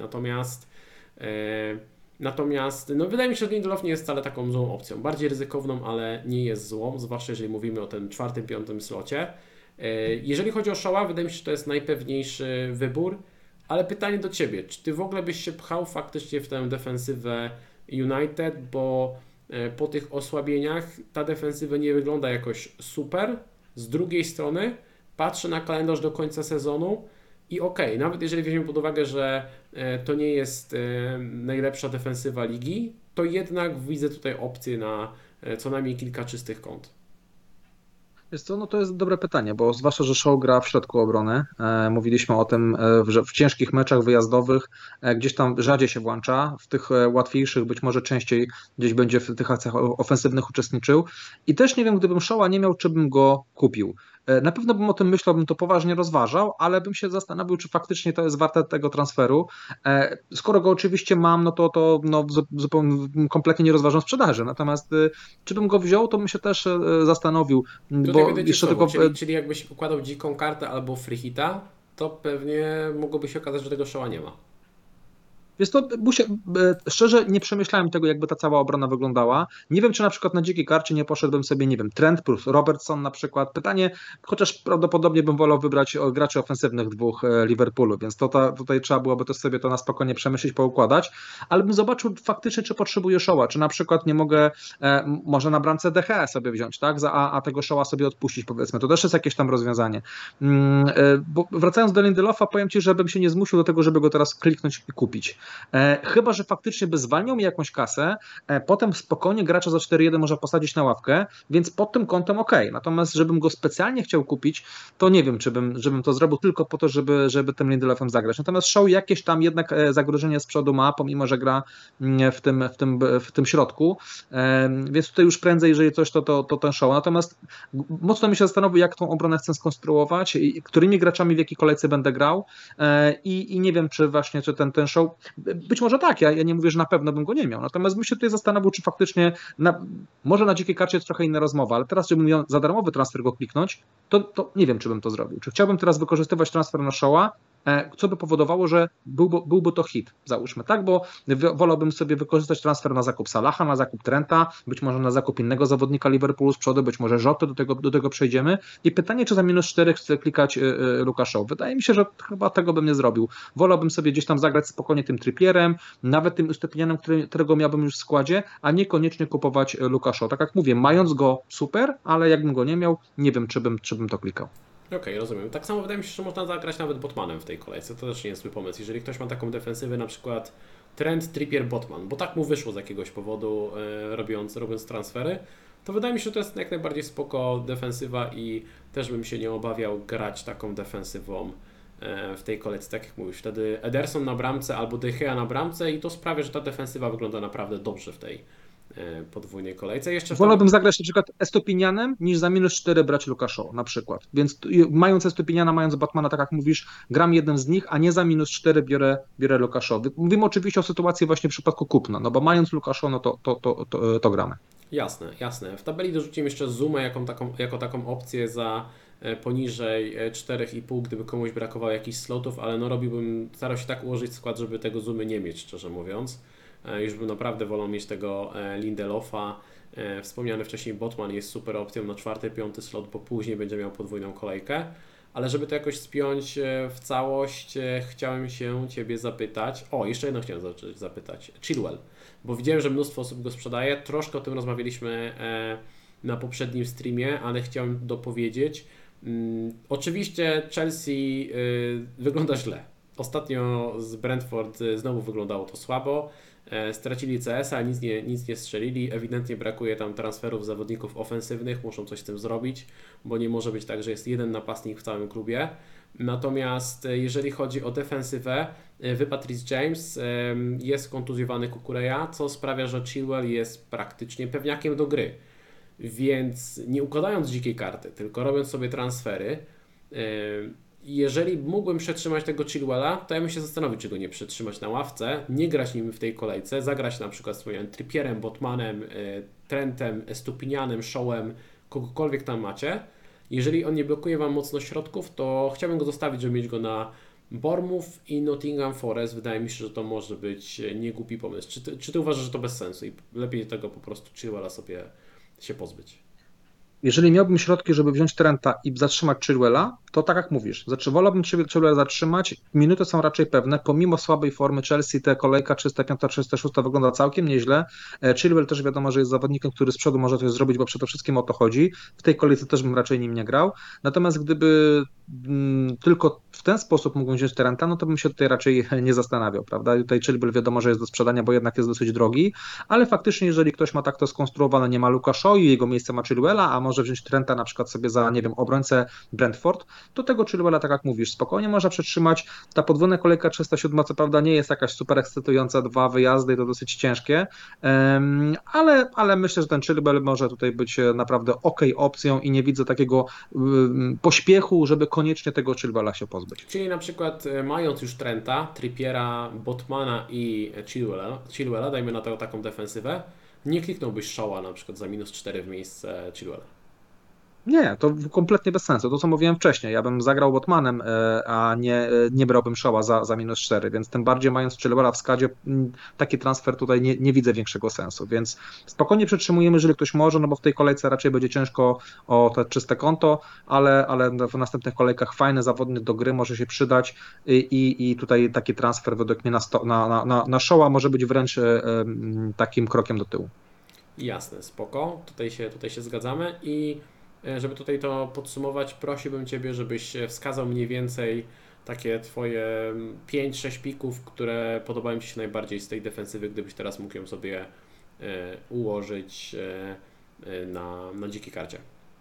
Natomiast no wydaje mi się, że Lindelof nie jest wcale taką złą opcją. Bardziej ryzykowną, ale nie jest złą, zwłaszcza jeżeli mówimy o tym 4., 5. slocie. Jeżeli chodzi o Shawa, wydaje mi się, że to jest najpewniejszy wybór, ale pytanie do Ciebie, czy Ty w ogóle byś się pchał faktycznie w tę defensywę United, bo po tych osłabieniach ta defensywa nie wygląda jakoś super, Z drugiej strony patrzę na kalendarz do końca sezonu i nawet jeżeli weźmiemy pod uwagę, że to nie jest najlepsza defensywa ligi, to jednak widzę tutaj opcję na co najmniej kilka czystych kąt. Jest to, no to jest dobre pytanie, bo zwłaszcza, że Shaw gra w środku obrony. Mówiliśmy o tym, że w ciężkich meczach wyjazdowych gdzieś tam rzadziej się włącza, w tych łatwiejszych być może częściej gdzieś będzie w tych akcjach ofensywnych uczestniczył. I też nie wiem, gdybym Shawa nie miał, czy bym go kupił. Na pewno bym o tym myślał, bym to poważnie rozważał, ale bym się zastanowił, czy faktycznie to jest warte tego transferu. Skoro go oczywiście mam, to no, zupełnie kompletnie nie rozważam sprzedaży. Natomiast czy bym go wziął, to bym się też zastanowił, Tutaj bo będę jeszcze słowo, tylko. czyli jakbyś układał dziką kartę albo free hita, to pewnie mogłoby się okazać, że tego Shawa nie ma. Wiesz to, szczerze nie przemyślałem tego, jakby ta cała obrona wyglądała. Nie wiem, czy na przykład na dzikiej karcie nie poszedłbym sobie, nie wiem, Trent plus Robertson na przykład. Pytanie, chociaż prawdopodobnie bym wolał wybrać graczy ofensywnych dwóch Liverpoolu, więc tutaj trzeba byłoby to sobie to na spokojnie przemyśleć, poukładać, ale bym zobaczył faktycznie, czy potrzebuję Shawa, czy na przykład nie mogę może na bramce De Gea sobie wziąć, tak, a tego Shawa sobie odpuścić, powiedzmy. To też jest jakieś tam rozwiązanie. Bo wracając do Lindelofa, powiem Ci, żebym się nie zmusił do tego, żeby go teraz kliknąć i kupić. Chyba że faktycznie by zwalniał mi jakąś kasę, potem spokojnie gracza za 4-1 można posadzić na ławkę, więc pod tym kątem Natomiast żebym go specjalnie chciał kupić, to nie wiem, żebym to zrobił tylko po to, żeby tym Lindelofem zagrać. Natomiast Shaw jakieś tam jednak zagrożenie z przodu ma, pomimo że gra w tym środku, więc tutaj już prędzej, jeżeli coś, to ten Shaw. Natomiast mocno mi się zastanowił, jak tą obronę chcę skonstruować, którymi graczami w jakiej kolejce będę grał i nie wiem, czy ten Shaw. Być może tak, ja nie mówię, że na pewno bym go nie miał, natomiast bym się tutaj zastanowił, czy faktycznie, może na dzikiej karcie jest trochę inna rozmowa, ale teraz, żebym miał za darmowy transfer go kliknąć, to nie wiem, czy bym to zrobił. Czy chciałbym teraz wykorzystywać transfer na Shawa, co by powodowało, że byłby to hit, załóżmy, tak, bo wolałbym sobie wykorzystać transfer na zakup Salaha, na zakup Trenta, być może na zakup innego zawodnika Liverpoolu z przodu, być może Jota, do tego przejdziemy i pytanie, czy za -4 chcę klikać Luka Shaw. Wydaje mi się, że chyba tego bym nie zrobił. Wolałbym sobie gdzieś tam zagrać spokojnie tym Trippierem, nawet tym Estupiñanem, którego miałbym już w składzie, a niekoniecznie kupować Luka Shaw. Tak jak mówię, mając go super, ale jakbym go nie miał, nie wiem, czy bym to klikał. Okej, rozumiem. Tak samo wydaje mi się, że można zagrać nawet Botmanem w tej kolejce. To też nie jest zły pomysł. Jeżeli ktoś ma taką defensywę, na przykład Trent, Trippier, Botman, bo tak mu wyszło z jakiegoś powodu, robiąc transfery, to wydaje mi się, że to jest jak najbardziej spoko defensywa i też bym się nie obawiał grać taką defensywą w tej kolejce, tak jak mówisz. Wtedy Ederson na bramce albo De Gea na bramce i to sprawia, że ta defensywa wygląda naprawdę dobrze w tej podwójnej kolejce. Wolałbym zagrać na przykład Estupiñanem niż za -4 brać Luka Shaw na przykład. Więc mając Estupiñana, mając Batmana, tak jak mówisz, gram jednym z nich, a nie za -4 biorę Luka Shaw. Mówimy oczywiście o sytuacji właśnie w przypadku kupna, no bo mając Luka Shaw, no to gramy. Jasne, jasne. W tabeli dorzuciłem jeszcze Zoomę jako taką opcję za poniżej 4,5, gdyby komuś brakowało jakichś slotów, ale no starał się tak ułożyć skład, żeby tego Zoomy nie mieć, szczerze mówiąc. Już bym naprawdę wolał mieć tego Lindelofa. Wspomniany wcześniej Botman jest super opcją na 4-5 slot, bo później będzie miał podwójną kolejkę. Ale żeby to jakoś spiąć w całość, chciałem się Ciebie zapytać. Jeszcze jedno chciałem zapytać. Chilwell, bo widziałem, że mnóstwo osób go sprzedaje. Troszkę o tym rozmawialiśmy na poprzednim streamie, ale chciałem dopowiedzieć. Oczywiście Chelsea wygląda źle. Ostatnio z Brentford znowu wyglądało to słabo. Stracili CS-a, nic nie strzelili. Ewidentnie brakuje tam transferów zawodników ofensywnych. Muszą coś z tym zrobić, bo nie może być tak, że jest jeden napastnik w całym klubie. Natomiast jeżeli chodzi o defensywę, wypadł Reece James, jest kontuzjowany Kukureya, co sprawia, że Chilwell jest praktycznie pewniakiem do gry. Więc nie układając dzikiej karty, tylko robiąc sobie transfery, jeżeli mógłbym przetrzymać tego Chilwella, to ja bym się zastanowił, czy go nie przetrzymać na ławce, nie grać nim w tej kolejce, zagrać na przykład swoim Trippierem, Botmanem, Trentem, Estupiñanem, Shawem, kogokolwiek tam macie. Jeżeli on nie blokuje Wam mocno środków, to chciałbym go zostawić, żeby mieć go na Bournemouth i Nottingham Forest. Wydaje mi się, że to może być niegłupi pomysł. Czy ty uważasz, że to bez sensu i lepiej tego po prostu Chilwella sobie się pozbyć? Jeżeli miałbym środki, żeby wziąć Trenta i zatrzymać Chilwella, to tak jak mówisz, wolałbym Chilwella zatrzymać. Minuty są raczej pewne. Pomimo słabej formy Chelsea, ta kolejka 305-306 wygląda całkiem nieźle. Chilwell też wiadomo, że jest zawodnikiem, który z przodu może coś zrobić, bo przede wszystkim o to chodzi. W tej kolejce też bym raczej nim nie grał. Natomiast gdyby tylko w ten sposób mógłbym wziąć Trenta, no to bym się tutaj raczej nie zastanawiał, prawda? Tutaj Chilwell wiadomo, że jest do sprzedania, bo jednak jest dosyć drogi, ale faktycznie, jeżeli ktoś ma tak to skonstruowane, nie ma Luka Shaw i jego miejsce ma Chilwella, a może wziąć Trenta na przykład sobie za, nie wiem, obrońcę Brentford, to tego Chilwella, tak jak mówisz, spokojnie można przetrzymać. Ta podwójna kolejka 307 co prawda nie jest jakaś super ekscytująca, 2 wyjazdy i to dosyć ciężkie, ale myślę, że ten Chilwell może tutaj być naprawdę ok opcją i nie widzę takiego pośpiechu, żeby koniecznie tego Chilwella się pozbyć. Czyli na przykład mając już Trenta, Trippiera, Botmana i Chilwella, dajmy na to taką defensywę, nie kliknąłbyś Shawa na przykład za -4 w miejsce Chilwella. Nie, to kompletnie bez sensu. To, co mówiłem wcześniej, ja bym zagrał Botmanem, a nie brałbym Shaw'a za -4, więc tym bardziej mając Chilwella w składzie, taki transfer tutaj nie widzę większego sensu, więc spokojnie przetrzymujemy, jeżeli ktoś może, no bo w tej kolejce raczej będzie ciężko o te czyste konto, ale w następnych kolejkach fajny zawodnik do gry może się przydać i tutaj taki transfer według mnie na Shaw'a może być wręcz takim krokiem do tyłu. Jasne, spoko, tutaj się zgadzamy i żeby tutaj to podsumować, prosiłbym Ciebie, żebyś wskazał mniej więcej takie Twoje 5-6 pików, które podobają Ci się najbardziej z tej defensywy, gdybyś teraz mógł ją sobie ułożyć na dzikiej karcie.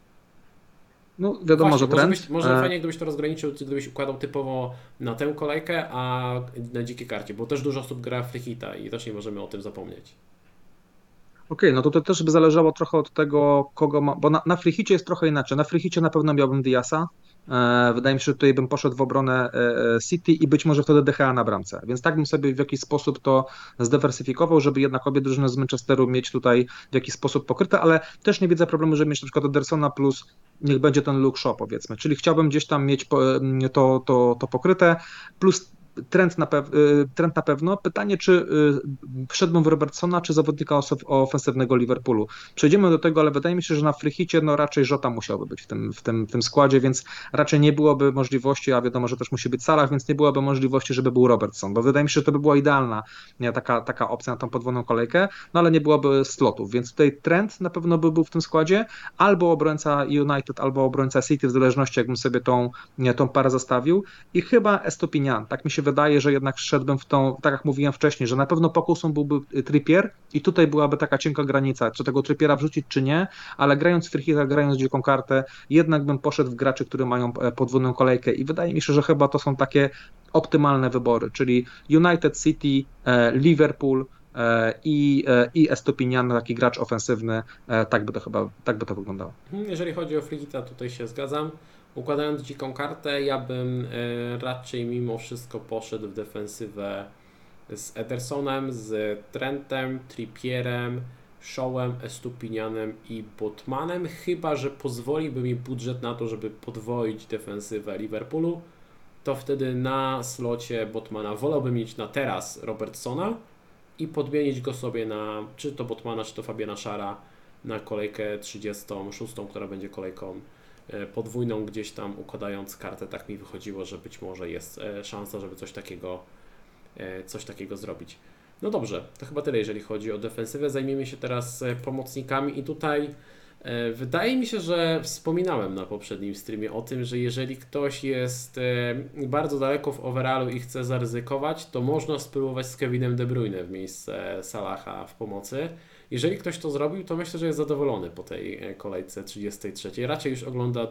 No wiadomo, Właśnie, że trend. może fajnie gdybyś to rozgraniczył, gdybyś układał typowo na tę kolejkę, a na dzikiej karcie, bo też dużo osób gra free hita i też nie możemy o tym zapomnieć. Okej, no to też by zależało trochę od tego, kogo ma, bo na Frichicie jest trochę inaczej. Na Frichicie na pewno miałbym Diasa. Wydaje mi się, że tutaj bym poszedł w obronę City i być może wtedy De Gea na bramce. Więc tak bym sobie w jakiś sposób to zdywersyfikował, żeby jednak obie drużyny z Manchesteru mieć tutaj w jakiś sposób pokryte, ale też nie widzę problemu, żeby mieć na przykład Edersona plus niech będzie ten Luke Shaw powiedzmy. Czyli chciałbym gdzieś tam mieć to pokryte, plus trend na pewno. Pytanie, czy wszedłbym w Robertsona, czy zawodnika ofensywnego Liverpoolu. Przejdziemy do tego, ale wydaje mi się, że na Frichicie no raczej Jota musiałby być w tym składzie, więc raczej nie byłoby możliwości, a wiadomo, że też musi być Salah, więc nie byłoby możliwości, żeby był Robertson, bo wydaje mi się, że to by była idealna nie, taka opcja na tą podwójną kolejkę, no ale nie byłoby slotów, więc tutaj trend na pewno by był w tym składzie, albo obrońca United, albo obrońca City, w zależności jakbym sobie tą parę zostawił i chyba Estopinian, tak mi się wydaje, że jednak szedłbym w tą, tak jak mówiłem wcześniej, że na pewno pokusą byłby Trippier i tutaj byłaby taka cienka granica, czy tego Trippiera wrzucić, czy nie, ale grając w Frichita, grając dziką kartę, jednak bym poszedł w graczy, którzy mają podwójną kolejkę i wydaje mi się, że chyba to są takie optymalne wybory, czyli United City, Liverpool, i Estopinian, taki gracz ofensywny, tak by to wyglądało. Jeżeli chodzi o Frigita, tutaj się zgadzam. Układając dziką kartę, ja bym raczej mimo wszystko poszedł w defensywę z Edersonem, z Trentem, Trippierem, Shawem, Estupinianem i Botmanem, chyba że pozwoliłby mi budżet na to, żeby podwoić defensywę Liverpoolu, to wtedy na slocie Botmana wolałbym mieć na teraz Robertsona i podmienić go sobie na czy to Botmana, czy to Fabiana Schara na kolejkę 36, która będzie kolejką podwójną, gdzieś tam układając kartę, tak mi wychodziło, że być może jest szansa, żeby coś takiego zrobić. No dobrze, to chyba tyle, jeżeli chodzi o defensywę. Zajmiemy się teraz pomocnikami i tutaj wydaje mi się, że wspominałem na poprzednim streamie o tym, że jeżeli ktoś jest bardzo daleko w overallu i chce zaryzykować, to można spróbować z Kevinem De Bruyne w miejsce Salaha w pomocy. Jeżeli ktoś to zrobił, to myślę, że jest zadowolony po tej kolejce 33. Raczej już ogląda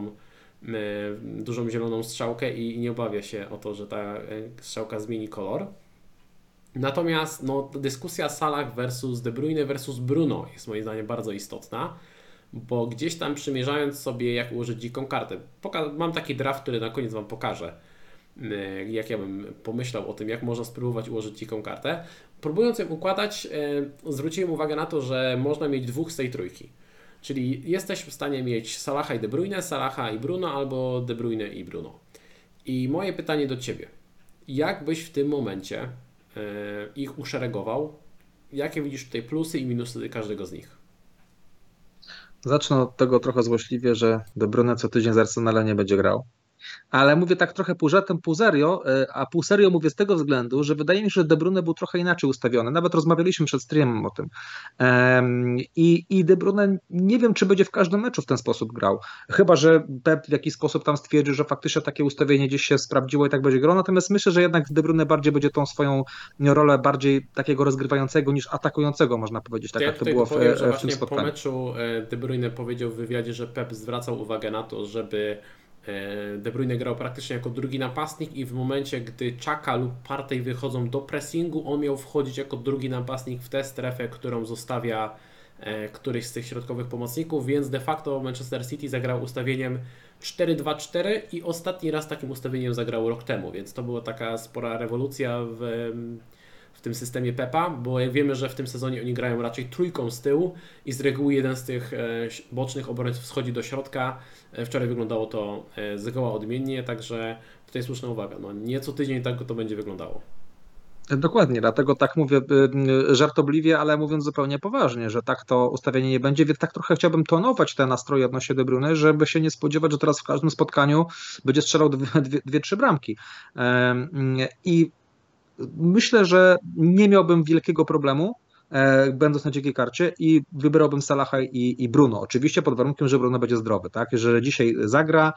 dużą zieloną strzałkę i nie obawia się o to, że ta strzałka zmieni kolor. Natomiast no, dyskusja Salah versus De Bruyne versus Bruno jest moim zdaniem bardzo istotna, bo gdzieś tam przymierzając sobie, jak ułożyć dziką kartę, mam taki draft, który na koniec Wam pokażę, jak ja bym pomyślał o tym, jak można spróbować ułożyć dziką kartę. Próbując ją układać, zwróciłem uwagę na to, że można mieć dwóch z tej trójki. Czyli jesteś w stanie mieć Salaha i De Bruyne, Salaha i Bruno, albo De Bruyne i Bruno. I moje pytanie do Ciebie. Jak byś w tym momencie ich uszeregował? Jakie widzisz tutaj plusy i minusy każdego z nich? Zacznę od tego trochę złośliwie, że De Bruyne co tydzień z Arsenala nie będzie grał. Ale mówię tak trochę pół żartem, pół serio, a pół serio mówię z tego względu, że wydaje mi się, że De Bruyne był trochę inaczej ustawiony. Nawet rozmawialiśmy przed streamem o tym. I De Bruyne nie wiem, czy będzie w każdym meczu w ten sposób grał. Chyba że Pep w jakiś sposób tam stwierdzi, że faktycznie takie ustawienie gdzieś się sprawdziło i tak będzie grał. Natomiast myślę, że jednak De Bruyne bardziej będzie tą swoją rolę bardziej takiego rozgrywającego niż atakującego, można powiedzieć, To tak ja jak to tutaj było dopowiem, że w tym właśnie po spotkaniu. meczu De Bruyne powiedział w wywiadzie, że Pep zwracał uwagę na to, żeby De Bruyne grał praktycznie jako drugi napastnik i w momencie, gdy Xhaka lub Partey wychodzą do pressingu, on miał wchodzić jako drugi napastnik w tę strefę, którą zostawia któryś z tych środkowych pomocników, więc de facto Manchester City zagrał ustawieniem 4-2-4 i ostatni raz takim ustawieniem zagrał rok temu, więc to była taka spora rewolucja w tym systemie Pepa, bo jak wiemy, że w tym sezonie oni grają raczej trójką z tyłu i z reguły jeden z tych bocznych obrońców schodzi do środka. Wczoraj wyglądało to zgoła odmiennie, także tutaj słuszna uwaga. No, nie co tydzień tak to będzie wyglądało. Dokładnie, dlatego tak mówię żartobliwie, ale mówiąc zupełnie poważnie, że tak to ustawienie nie będzie, więc tak trochę chciałbym tonować te nastroje odnośnie De Bruyne, żeby się nie spodziewać, że teraz w każdym spotkaniu będzie strzelał dwie, trzy bramki. I myślę, że nie miałbym wielkiego problemu, będąc na dzikiej karcie i wybrałbym Salaha i Bruno. Oczywiście pod warunkiem, że Bruno będzie zdrowy, tak? Że dzisiaj zagra,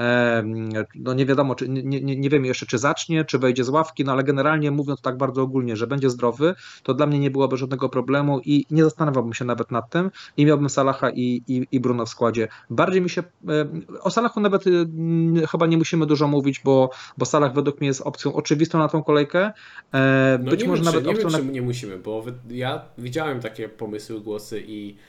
no nie wiadomo, czy, nie wiemy jeszcze, czy zacznie, czy wejdzie z ławki, no ale generalnie mówiąc tak bardzo ogólnie, że będzie zdrowy, to dla mnie nie byłoby żadnego problemu i nie zastanawiałbym się nawet nad tym i miałbym Salaha i Bruno w składzie. Bardziej mi się, o Salahu nawet chyba nie musimy dużo mówić, bo Salah według mnie jest opcją oczywistą na tą kolejkę, No być może nawet nie wiem, opcją na... czy nie musimy, bo ja widziałem takie pomysły, głosy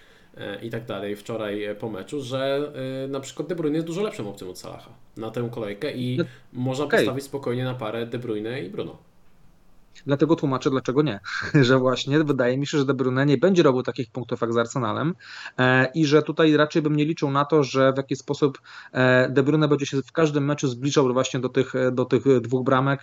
i tak dalej wczoraj po meczu, że na przykład De Bruyne jest dużo lepszą opcją od Salaha na tę kolejkę i No, można okej, postawić spokojnie na parę De Bruyne i Bruno. dlatego tłumaczę, dlaczego nie. Że właśnie wydaje mi się, że De Bruyne nie będzie robił takich punktów jak z Arsenalem i że tutaj raczej bym nie liczył na to, że w jakiś sposób De Bruyne będzie się w każdym meczu zbliżał właśnie do tych dwóch bramek,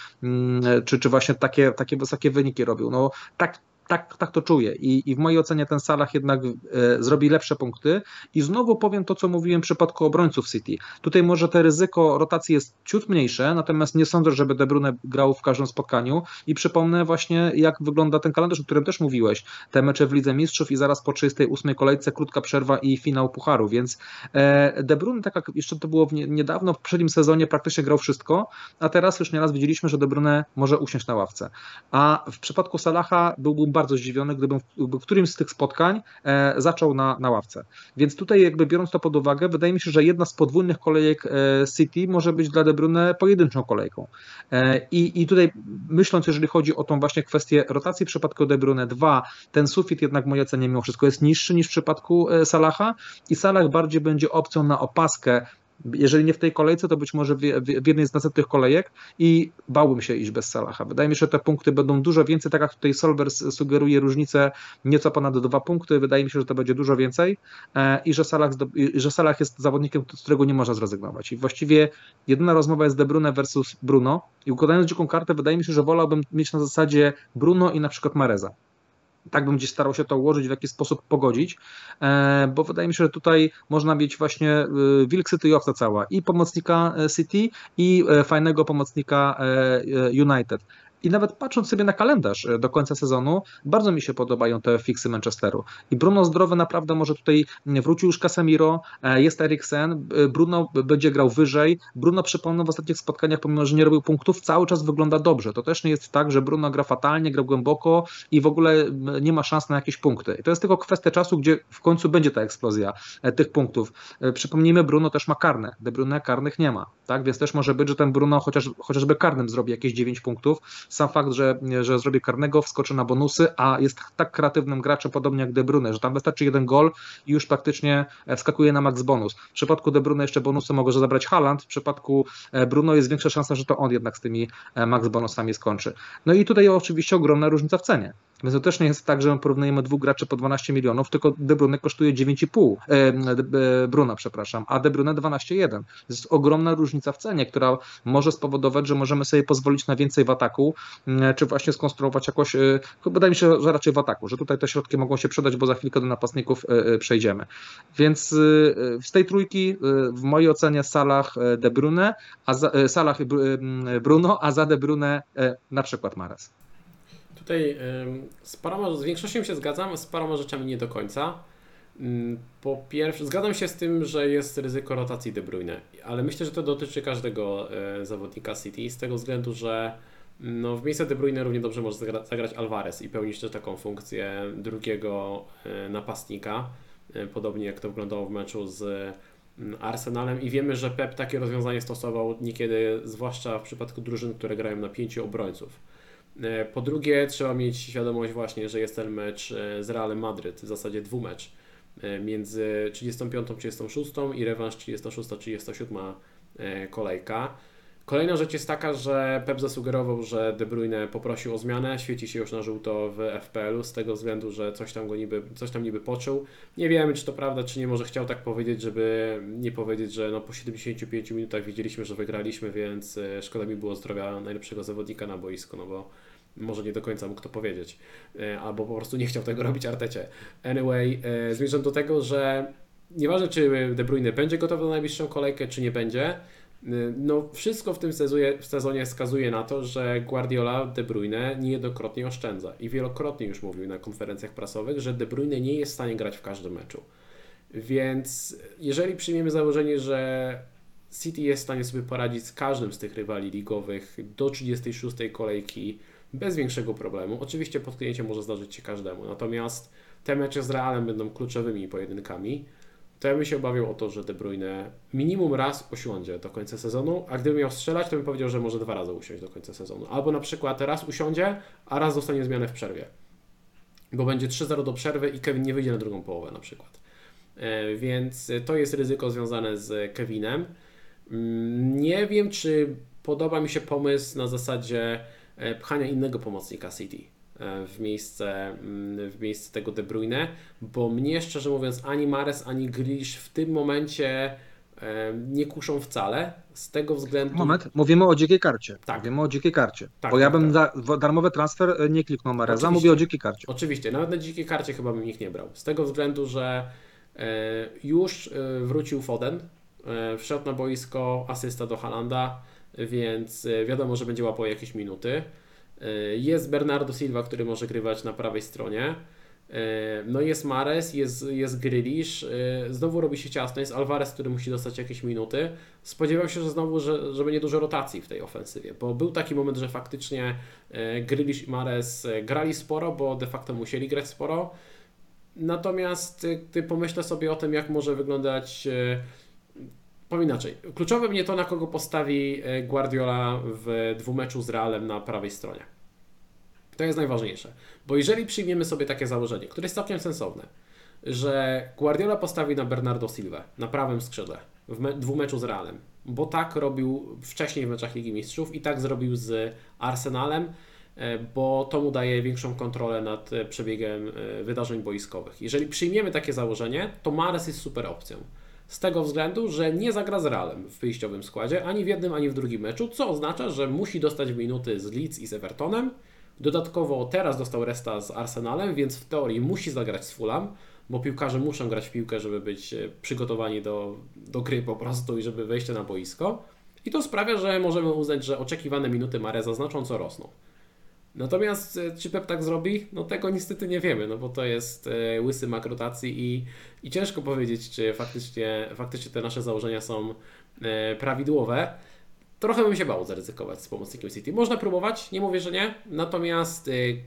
czy właśnie takie wysokie wyniki robił. No tak. Tak to czuję i w mojej ocenie ten Salah jednak zrobi lepsze punkty i znowu powiem to, co mówiłem w przypadku obrońców City. Tutaj może to ryzyko rotacji jest ciut mniejsze, natomiast nie sądzę, żeby De Bruyne grał w każdym spotkaniu i przypomnę właśnie, jak wygląda ten kalendarz, o którym też mówiłeś. Te mecze w Lidze Mistrzów i zaraz po 38 kolejce krótka przerwa i finał Pucharu, więc De Bruyne, tak jak jeszcze to było niedawno, w poprzednim sezonie praktycznie grał wszystko, a teraz już nieraz widzieliśmy, że De Bruyne może usiąść na ławce. A w przypadku Salaha byłbym bardzo zdziwiony, gdybym w którymś z tych spotkań zaczął na ławce. Więc tutaj jakby biorąc to pod uwagę, wydaje mi się, że jedna z podwójnych kolejek City może być dla De Bruyne pojedynczą kolejką. I tutaj myśląc, jeżeli chodzi o tą właśnie kwestię rotacji w przypadku De Bruyne 2, ten sufit jednak w mojej ocenie mimo wszystko jest niższy niż w przypadku Salaha i Salah bardziej będzie opcją na opaskę, jeżeli nie w tej kolejce, to być może w jednej z następnych kolejek i bałbym się iść bez Salaha. Wydaje mi się, że te punkty będą dużo więcej, tak jak tutaj Solberg sugeruje różnicę nieco ponad 2 punkty, wydaje mi się, że to będzie dużo więcej i że Salah jest zawodnikiem, z którego nie można zrezygnować. I właściwie jedyna rozmowa jest De Bruyne versus Bruno i układając dziką kartę, wydaje mi się, że wolałbym mieć na zasadzie Bruno i na przykład Mareza. Tak bym gdzieś starał się to ułożyć, w jakiś sposób pogodzić, bo wydaje mi się, że tutaj można mieć właśnie wilk City i owca cała i pomocnika City i fajnego pomocnika United. I nawet patrząc sobie na kalendarz do końca sezonu, bardzo mi się podobają te fiksy Manchesteru. I Bruno zdrowy naprawdę może tutaj wrócił już Casemiro, jest Eriksen, Bruno będzie grał wyżej. Bruno, przypomnę, w ostatnich spotkaniach, pomimo że nie robił punktów, cały czas wygląda dobrze. To też nie jest tak, że Bruno gra fatalnie, gra głęboko i w ogóle nie ma szans na jakieś punkty. I to jest tylko kwestia czasu, gdzie w końcu będzie ta eksplozja tych punktów. Przypomnijmy, Bruno też ma karne. De Bruyne karnych nie ma, tak? Więc też może być, że ten Bruno chociażby karnym zrobi jakieś 9 punktów. Sam fakt, że zrobi karnego, wskoczy na bonusy, a jest tak kreatywnym graczem, podobnie jak De Bruyne, że tam wystarczy jeden gol i już praktycznie wskakuje na max bonus. W przypadku De Bruyne jeszcze bonusy może zabrać Haaland, w przypadku Bruno jest większa szansa, że to on jednak z tymi max bonusami skończy. No i tutaj oczywiście ogromna różnica w cenie. Więc to też nie jest tak, że porównujemy dwóch graczy po 12 milionów, tylko De Bruyne kosztuje 9,5, Bruna, przepraszam, a De Bruyne 12,1. To jest ogromna różnica w cenie, która może spowodować, że możemy sobie pozwolić na więcej w ataku czy właśnie skonstruować jakoś, wydaje mi się, że raczej w ataku, że tutaj te środki mogą się przydać, bo za chwilkę do napastników przejdziemy. Więc z tej trójki w mojej ocenie Salah, De Bruyne, Salah i Bruno, a za De Bruyne na przykład Mahrez. Tutaj z większością się zgadzam, z paroma rzeczami nie do końca. Po pierwsze, zgadzam się z tym, że jest ryzyko rotacji De Bruyne, ale myślę, że to dotyczy każdego zawodnika City z tego względu, że no, w miejsce De Bruyne równie dobrze może zagrać Alvarez i pełnić też taką funkcję drugiego napastnika, podobnie jak to wyglądało w meczu z Arsenalem i wiemy, że Pep takie rozwiązanie stosował niekiedy, zwłaszcza w przypadku drużyn, które grają na 5 obrońców. Po drugie, trzeba mieć świadomość właśnie, że jest ten mecz z Realem Madryt, w zasadzie dwumecz między 35-36 i rewanż 36-37 kolejka. Kolejna rzecz jest taka, że Pep zasugerował, że De Bruyne poprosił o zmianę, świeci się już na żółto w FPL-u z tego względu, że coś tam niby poczuł. Nie wiemy, czy to prawda, czy nie, może chciał tak powiedzieć, żeby nie powiedzieć, że no po 75 minutach widzieliśmy, że wygraliśmy, więc szkoda mi było zdrowia najlepszego zawodnika na boisku, no bo może nie do końca mógł to powiedzieć, albo po prostu nie chciał tego robić Artecie. Anyway, zmierzam do tego, że nieważne, czy De Bruyne będzie gotowy na najbliższą kolejkę, czy nie będzie, no wszystko w tym sezonie wskazuje na to, że Guardiola De Bruyne niejednokrotnie oszczędza i wielokrotnie już mówił na konferencjach prasowych, że De Bruyne nie jest w stanie grać w każdym meczu. Więc jeżeli przyjmiemy założenie, że City jest w stanie sobie poradzić z każdym z tych rywali ligowych do 36 kolejki bez większego problemu, oczywiście potknięcie może zdarzyć się każdemu, natomiast te mecze z Realem będą kluczowymi pojedynkami, to ja bym się obawiał o to, że De Bruyne minimum raz usiądzie do końca sezonu, a gdybym miał strzelać, to bym powiedział, że może 2 razy usiąść do końca sezonu. Albo na przykład raz usiądzie, a raz dostanie zmianę w przerwie. Bo będzie 3-0 do przerwy i Kevin nie wyjdzie na drugą połowę na przykład. Więc to jest ryzyko związane z Kevinem. Nie wiem, czy podoba mi się pomysł na zasadzie pchania innego pomocnika City w miejsce tego De Bruyne, bo mnie szczerze mówiąc ani Mahrez, ani Grealish w tym momencie nie kuszą wcale, z tego względu... Moment, mówimy o dzikiej karcie. Tak. Mówimy o dzikiej karcie. Tak, bo ja tak, bym tak. darmowy transfer nie kliknął Mahreza, Oczywiście. mówię o dzikiej karcie. Oczywiście, nawet na dzikiej karcie chyba bym ich nie brał. Z tego względu, że już wrócił Foden, wszedł na boisko, asysta do Haalanda, więc wiadomo, że będzie łapał jakieś minuty. Jest Bernardo Silva, który może grywać na prawej stronie. No jest Mahrez, jest Grealish, znowu robi się ciasno, jest Alvarez, który musi dostać jakieś minuty. Spodziewam się, że znowu, że będzie dużo rotacji w tej ofensywie, bo był taki moment, że faktycznie Grealish i Mahrez grali sporo, bo de facto musieli grać sporo. Natomiast gdy pomyślę sobie o tym, jak może wyglądać, powiem inaczej, kluczowe mnie to, na kogo postawi Guardiola w dwumeczu z Realem na prawej stronie. To jest najważniejsze, bo jeżeli przyjmiemy sobie takie założenie, które jest całkiem sensowne, że Guardiola postawi na Bernardo Silva na prawym skrzydle w dwumeczu z Realem, bo tak robił wcześniej w meczach Ligi Mistrzów i tak zrobił z Arsenalem, bo to mu daje większą kontrolę nad przebiegiem wydarzeń boiskowych. Jeżeli przyjmiemy takie założenie, to Mahrez jest super opcją. Z tego względu, że nie zagra z Realem w wyjściowym składzie, ani w jednym, ani w drugim meczu, co oznacza, że musi dostać minuty z Leeds i z Evertonem. Dodatkowo teraz dostał resta z Arsenalem, więc w teorii musi zagrać z Fulham, bo piłkarze muszą grać w piłkę, żeby być przygotowani do gry po prostu i żeby wejść na boisko. I to sprawia, że możemy uznać, że oczekiwane minuty Mahreza znacząco rosną. Natomiast czy Pep tak zrobi? No tego niestety nie wiemy, no bo to jest łysy mak rotacji i ciężko powiedzieć, czy faktycznie te nasze założenia są prawidłowe. Trochę bym się bał zaryzykować z pomocnikiem City. Można próbować, nie mówię, że nie, natomiast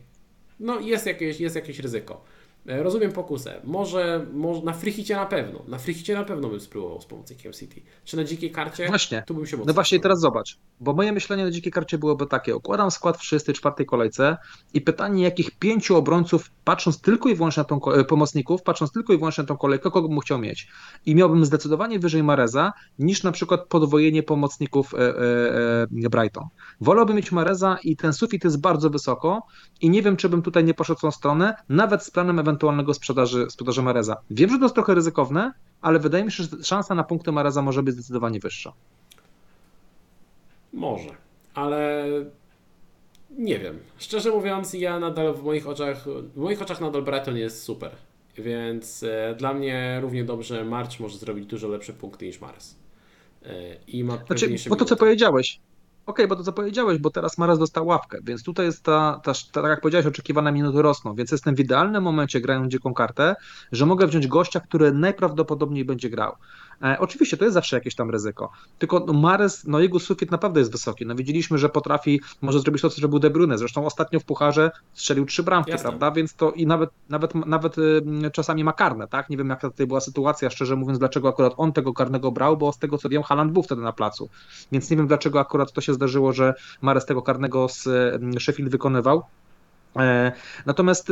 no jest jakieś ryzyko. Rozumiem pokusę. Może na frichicie na pewno. Na frichicie na pewno bym spróbował z pomocnikiem City. Czy na dzikiej karcie? Właśnie. Tu bym się mocno No właśnie teraz zobacz, bo moje myślenie na dzikiej karcie byłoby takie, układam skład w 34 kolejce i pytanie, jakich 5 obrońców, patrząc tylko i wyłącznie na tą pomocników, patrząc tylko i wyłącznie na tą kolejkę, kogo bym chciał mieć. I miałbym zdecydowanie wyżej Mahreza niż na przykład podwojenie pomocników Brighton. Wolałbym mieć Mahreza i ten sufit jest bardzo wysoko i nie wiem, czy bym tutaj nie poszedł w tą stronę, nawet z planem ewentualnego sprzedaży Mahreza. Wiem, że to jest trochę ryzykowne, ale wydaje mi się, że szansa na punkty Mahreza może być zdecydowanie wyższa. Może, ale Nie wiem. Szczerze mówiąc, ja nadal w moich oczach nadal Brighton jest super. Więc dla mnie równie dobrze March może zrobić dużo lepsze punkty niż Mares. I ma Znaczy, pewniejsze bo to co minuty. powiedziałeś, okej, bo to co powiedziałeś, bo teraz Maras dostał ławkę, więc tutaj jest tak jak powiedziałeś, oczekiwane minuty rosną, więc jestem w idealnym momencie, grając dziką kartę, że mogę wziąć gościa, który najprawdopodobniej będzie grał. Oczywiście to jest zawsze jakieś tam ryzyko, tylko no, Mares, no jego sufit naprawdę jest wysoki. No widzieliśmy, że potrafi, może zrobić to, co zrobił De Bruyne, zresztą ostatnio w Pucharze strzelił 3 bramki, Jasne. prawda, więc to i nawet czasami ma karne, tak? Nie wiem, jaka tutaj była sytuacja, szczerze mówiąc, dlaczego akurat on tego karnego brał, bo z tego co wiem, Haaland był wtedy na placu. Więc nie wiem, dlaczego akurat to się zdarzyło, że Mares tego karnego z Sheffield wykonywał. Natomiast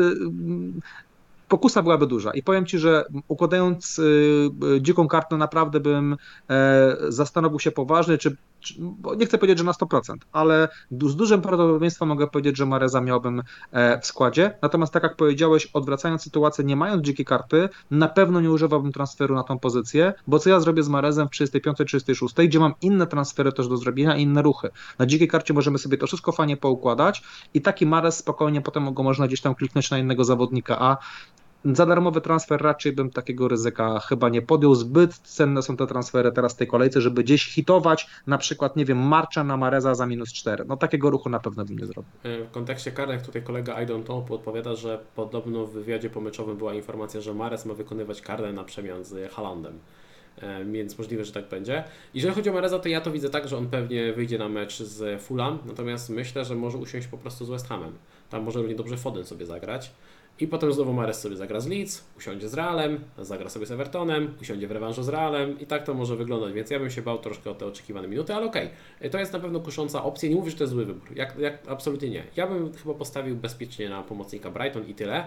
pokusa byłaby duża i powiem Ci, że układając dziką kartę naprawdę bym zastanowił się poważnie, bo nie chcę powiedzieć, że na 100%, ale z dużym prawdopodobieństwem mogę powiedzieć, że Mareza miałbym w składzie. Natomiast tak jak powiedziałeś, odwracając sytuację, nie mając dzikiej karty, na pewno nie używałbym transferu na tą pozycję, bo co ja zrobię z Marezem w 35, 36, gdzie mam inne transfery też do zrobienia i inne ruchy. Na dzikiej karcie możemy sobie to wszystko fajnie poukładać i taki Marez spokojnie potem go można gdzieś tam kliknąć na innego zawodnika, a za darmowy transfer raczej bym takiego ryzyka chyba nie podjął. Zbyt cenne są te transfery teraz w tej kolejce, żeby gdzieś hitować, na przykład, nie wiem, Marcza na Mareza za -4. No takiego ruchu na pewno bym nie zrobił. W kontekście karnych tutaj kolega I don't know odpowiada, że podobno w wywiadzie pomeczowym była informacja, że Mares ma wykonywać karne na przemian z Haalandem. Więc możliwe, że tak będzie. Jeżeli chodzi o Mareza, to ja to widzę tak, że on pewnie wyjdzie na mecz z Fulham, natomiast myślę, że może usiąść po prostu z West Hamem. Tam może równie dobrze Foden sobie zagrać. I potem znowu Mares sobie zagra z Leeds, usiądzie z Realem, zagra sobie z Evertonem, usiądzie w rewanżu z Realem i tak to może wyglądać, więc ja bym się bał troszkę o te oczekiwane minuty, ale okej, to jest na pewno kusząca opcja, nie mówię, że to jest zły wybór, absolutnie nie. Ja bym chyba postawił bezpiecznie na pomocnika Brighton i tyle.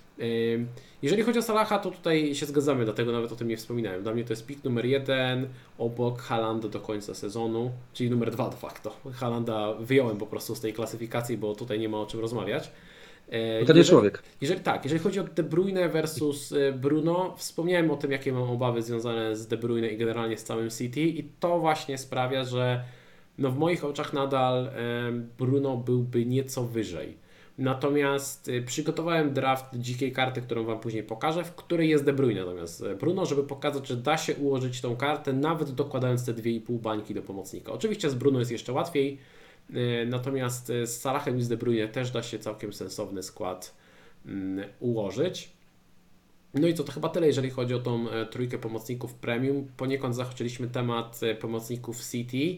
Jeżeli chodzi o Salaha, to tutaj się zgadzamy, dlatego nawet o tym nie wspominałem. Dla mnie to jest pick numer 1 obok Haalanda do końca sezonu, czyli numer 2 de facto. Haalanda wyjąłem po prostu z tej klasyfikacji, bo tutaj nie ma o czym rozmawiać. To nie człowiek. Jeżeli chodzi o De Bruyne versus Bruno, wspomniałem o tym, jakie mam obawy związane z De Bruyne i generalnie z całym City i to właśnie sprawia, że no w moich oczach nadal Bruno byłby nieco wyżej. Natomiast przygotowałem draft dzikiej karty, którą Wam później pokażę, w której jest De Bruyne natomiast Bruno, żeby pokazać, że da się ułożyć tą kartę, nawet dokładając te 2,5 bańki do pomocnika. Oczywiście z Bruno jest jeszcze łatwiej, natomiast z Salahem i z De Bruyne też da się całkiem sensowny skład ułożyć. No i co, to chyba tyle, jeżeli chodzi o tą trójkę pomocników premium. Poniekąd zahaczyliśmy temat pomocników City.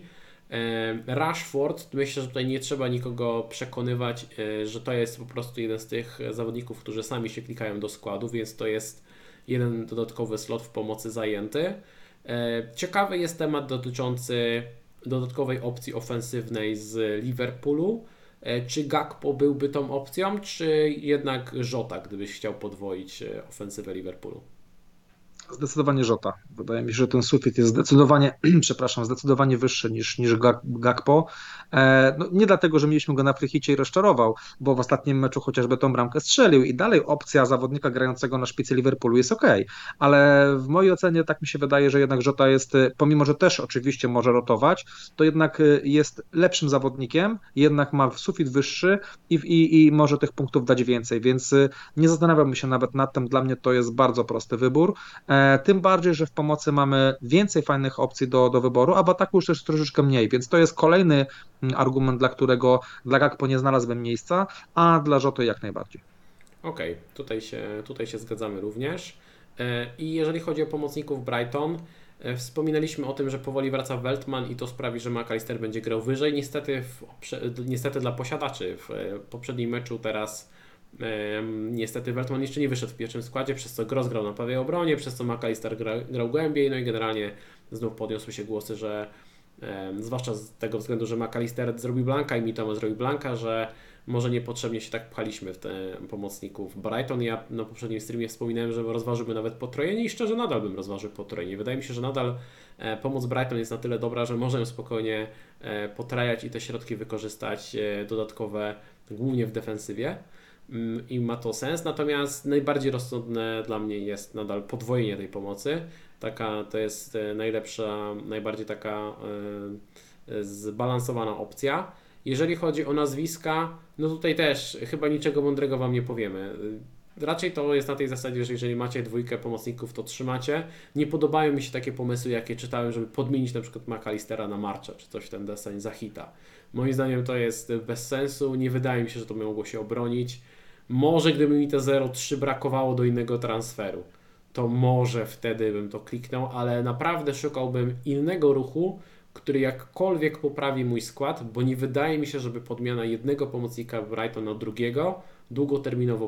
Rashford, myślę, że tutaj nie trzeba nikogo przekonywać, że to jest po prostu jeden z tych zawodników, którzy sami się klikają do składu, więc to jest jeden dodatkowy slot w pomocy zajęty. Ciekawy jest temat dotyczący dodatkowej opcji ofensywnej z Liverpoolu. Czy Gakpo byłby tą opcją, czy jednak Jota, gdybyś chciał podwoić ofensywę Liverpoolu? Zdecydowanie Jota. Wydaje mi się, że ten sufit jest zdecydowanie, przepraszam, zdecydowanie wyższy niż Gakpo. No, nie dlatego, że mieliśmy go na frychicie i rozczarował, bo w ostatnim meczu chociażby tą bramkę strzelił i dalej opcja zawodnika grającego na szpicy Liverpoolu jest ok, ale w mojej ocenie tak mi się wydaje, że jednak Jota jest, pomimo że też oczywiście może rotować, to jednak jest lepszym zawodnikiem, jednak ma sufit wyższy i może tych punktów dać więcej, więc nie zastanawiałbym się nawet nad tym, dla mnie to jest bardzo prosty wybór. Tym bardziej, że w pomocy mamy więcej fajnych opcji do wyboru, a w ataku już też troszeczkę mniej, więc to jest kolejny argument, dla którego dla Gakpo nie znalazłbym miejsca, a dla Joty jak najbardziej. Okej, tutaj się zgadzamy również. I jeżeli chodzi o pomocników Brighton, wspominaliśmy o tym, że powoli wraca Veltman i to sprawi, że McAllister będzie grał wyżej. Niestety dla posiadaczy w poprzednim meczu teraz niestety Veltman jeszcze nie wyszedł w pierwszym składzie, przez co Gross grał na prawej obronie, przez co McAllister grał głębiej, no i generalnie znów podniosły się głosy, że zwłaszcza z tego względu, że McAllister zrobił blanka i Mitoma zrobił blanka, że może niepotrzebnie się tak pchaliśmy w te pomocników Brighton. Ja na poprzednim streamie wspominałem, że rozważyłbym nawet potrojenie i szczerze nadal bym rozważył potrojenie. Wydaje mi się, że nadal pomoc Brighton jest na tyle dobra, że można ją spokojnie potrajać i te środki wykorzystać dodatkowe, głównie w defensywie. I ma to sens, natomiast najbardziej rozsądne dla mnie jest nadal podwojenie tej pomocy. To jest najlepsza, najbardziej taka zbalansowana opcja. Jeżeli chodzi o nazwiska, no tutaj też chyba niczego mądrego Wam nie powiemy. Raczej to jest na tej zasadzie, że jeżeli macie dwójkę pomocników, to trzymacie. Nie podobają mi się takie pomysły, jakie czytałem, żeby podmienić na przykład McAllistera na Marcha, czy coś w ten deseń za hita. Moim zdaniem to jest bez sensu, nie wydaje mi się, że to mogło się obronić. Może gdyby mi te 0,3 brakowało do innego transferu, to może wtedy bym to kliknął, ale naprawdę szukałbym innego ruchu, który jakkolwiek poprawi mój skład, bo nie wydaje mi się, żeby podmiana jednego pomocnika Brighton na drugiego długoterminowo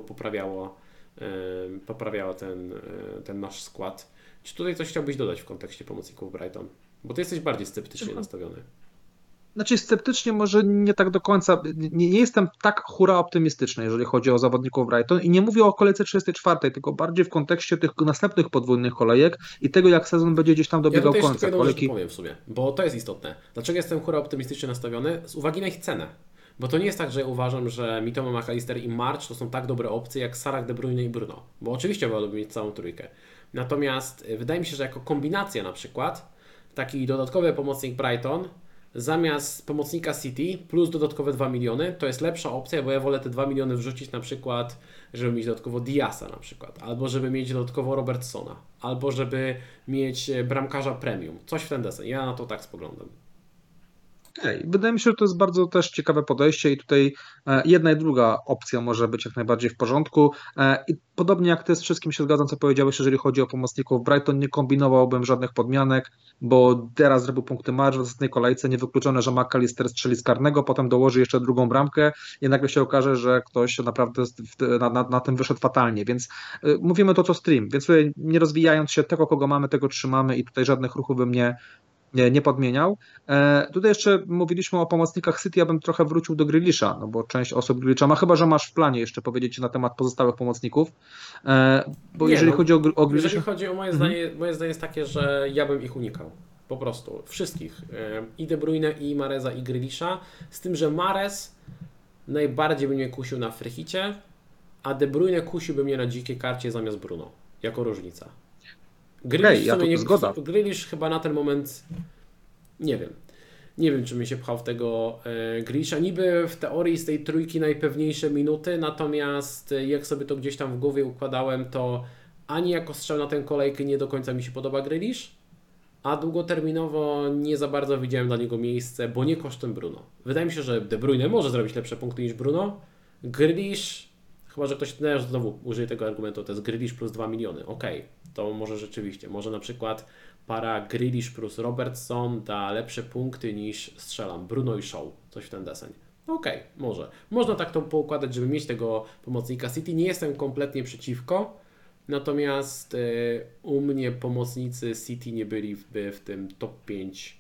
poprawiała ten nasz skład. Czy tutaj coś chciałbyś dodać w kontekście pomocników Brighton? Bo ty jesteś bardziej sceptycznie nastawiony. Znaczy sceptycznie może nie tak do końca, nie jestem tak hura optymistyczny, jeżeli chodzi o zawodników Brighton i nie mówię o kolejce 34, tylko bardziej w kontekście tych następnych podwójnych kolejek i tego, jak sezon będzie gdzieś tam dobiegał ja końca. Ja tutaj powiem w sumie, bo to jest istotne. Dlaczego jestem hura optymistycznie nastawiony? Z uwagi na ich cenę. Bo to nie jest tak, że ja uważam, że Mitoma, McAllister i March to są tak dobre opcje jak Salah, De Bruyne i Bruno. Bo oczywiście wolałbym mieć całą trójkę. Natomiast wydaje mi się, że jako kombinacja na przykład taki dodatkowy pomocnik Brighton zamiast pomocnika City plus dodatkowe 2 miliony, to jest lepsza opcja, bo ja wolę te 2 miliony wrzucić na przykład, żeby mieć dodatkowo Diasa na przykład, albo żeby mieć dodatkowo Robertsona, albo żeby mieć bramkarza premium. Coś w ten deseń. Ja na to tak spoglądam. Wydaje mi się, że to jest bardzo też ciekawe podejście i tutaj jedna i druga opcja może być jak najbardziej w porządku. I podobnie jak ty z wszystkim się zgadzam, co powiedziałeś, jeżeli chodzi o pomocników Brighton, nie kombinowałbym żadnych podmianek, bo teraz zrobił punkty marsz w następnej kolejce, niewykluczone, że McAllister strzeli z karnego, potem dołoży jeszcze drugą bramkę i nagle się okaże, że ktoś naprawdę na tym wyszedł fatalnie, więc mówimy to co stream, więc tutaj nie rozwijając się, tego kogo mamy, tego trzymamy i tutaj żadnych ruchów bym nie podmieniał. Tutaj jeszcze mówiliśmy o pomocnikach City, ja bym trochę wrócił do Grealisha, no bo część osób Grealisha ma, chyba że masz w planie jeszcze powiedzieć na temat pozostałych pomocników, bo nie, jeżeli chodzi o Grealisha... Jeżeli chodzi o moje zdanie jest takie, że ja bym ich unikał. Po prostu. Wszystkich. I De Bruyne, i Mareza, i Grealisha. Z tym, że Mahrez najbardziej by mnie kusił na freehicie, a De Bruyne kusiłby mnie na dzikiej karcie zamiast Bruno. Jako różnica. Grealish chyba na ten moment nie wiem. Nie wiem, czy mi się pchał w tego Grealisha. Niby w teorii z tej trójki najpewniejsze minuty, natomiast jak sobie to gdzieś tam w głowie układałem, to ani jako strzał na tę kolejkę nie do końca mi się podoba Grealish, a długoterminowo nie za bardzo widziałem dla niego miejsce, bo nie kosztem Bruno. Wydaje mi się, że De Bruyne może zrobić lepsze punkty niż Bruno. Grealish, chyba że ktoś też znowu użyje tego argumentu, to jest Grealish plus 2 miliony. Okej, to może rzeczywiście, może na przykład para Grealish plus Robertson da lepsze punkty niż strzelam Bruno i Shaw, coś w ten deseń. Okej, może. Można tak to poukładać, żeby mieć tego pomocnika City. Nie jestem kompletnie przeciwko, natomiast u mnie pomocnicy City nie byliby w tym top 5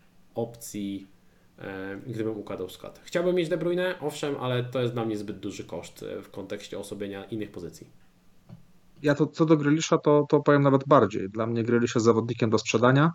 opcji, gdybym układał skład. Chciałbym mieć De Bruyne, owszem, ale to jest dla mnie zbyt duży koszt w kontekście osłabienia innych pozycji. Ja to co do Grealisha, to powiem nawet bardziej. Dla mnie Grealish jest zawodnikiem do sprzedania.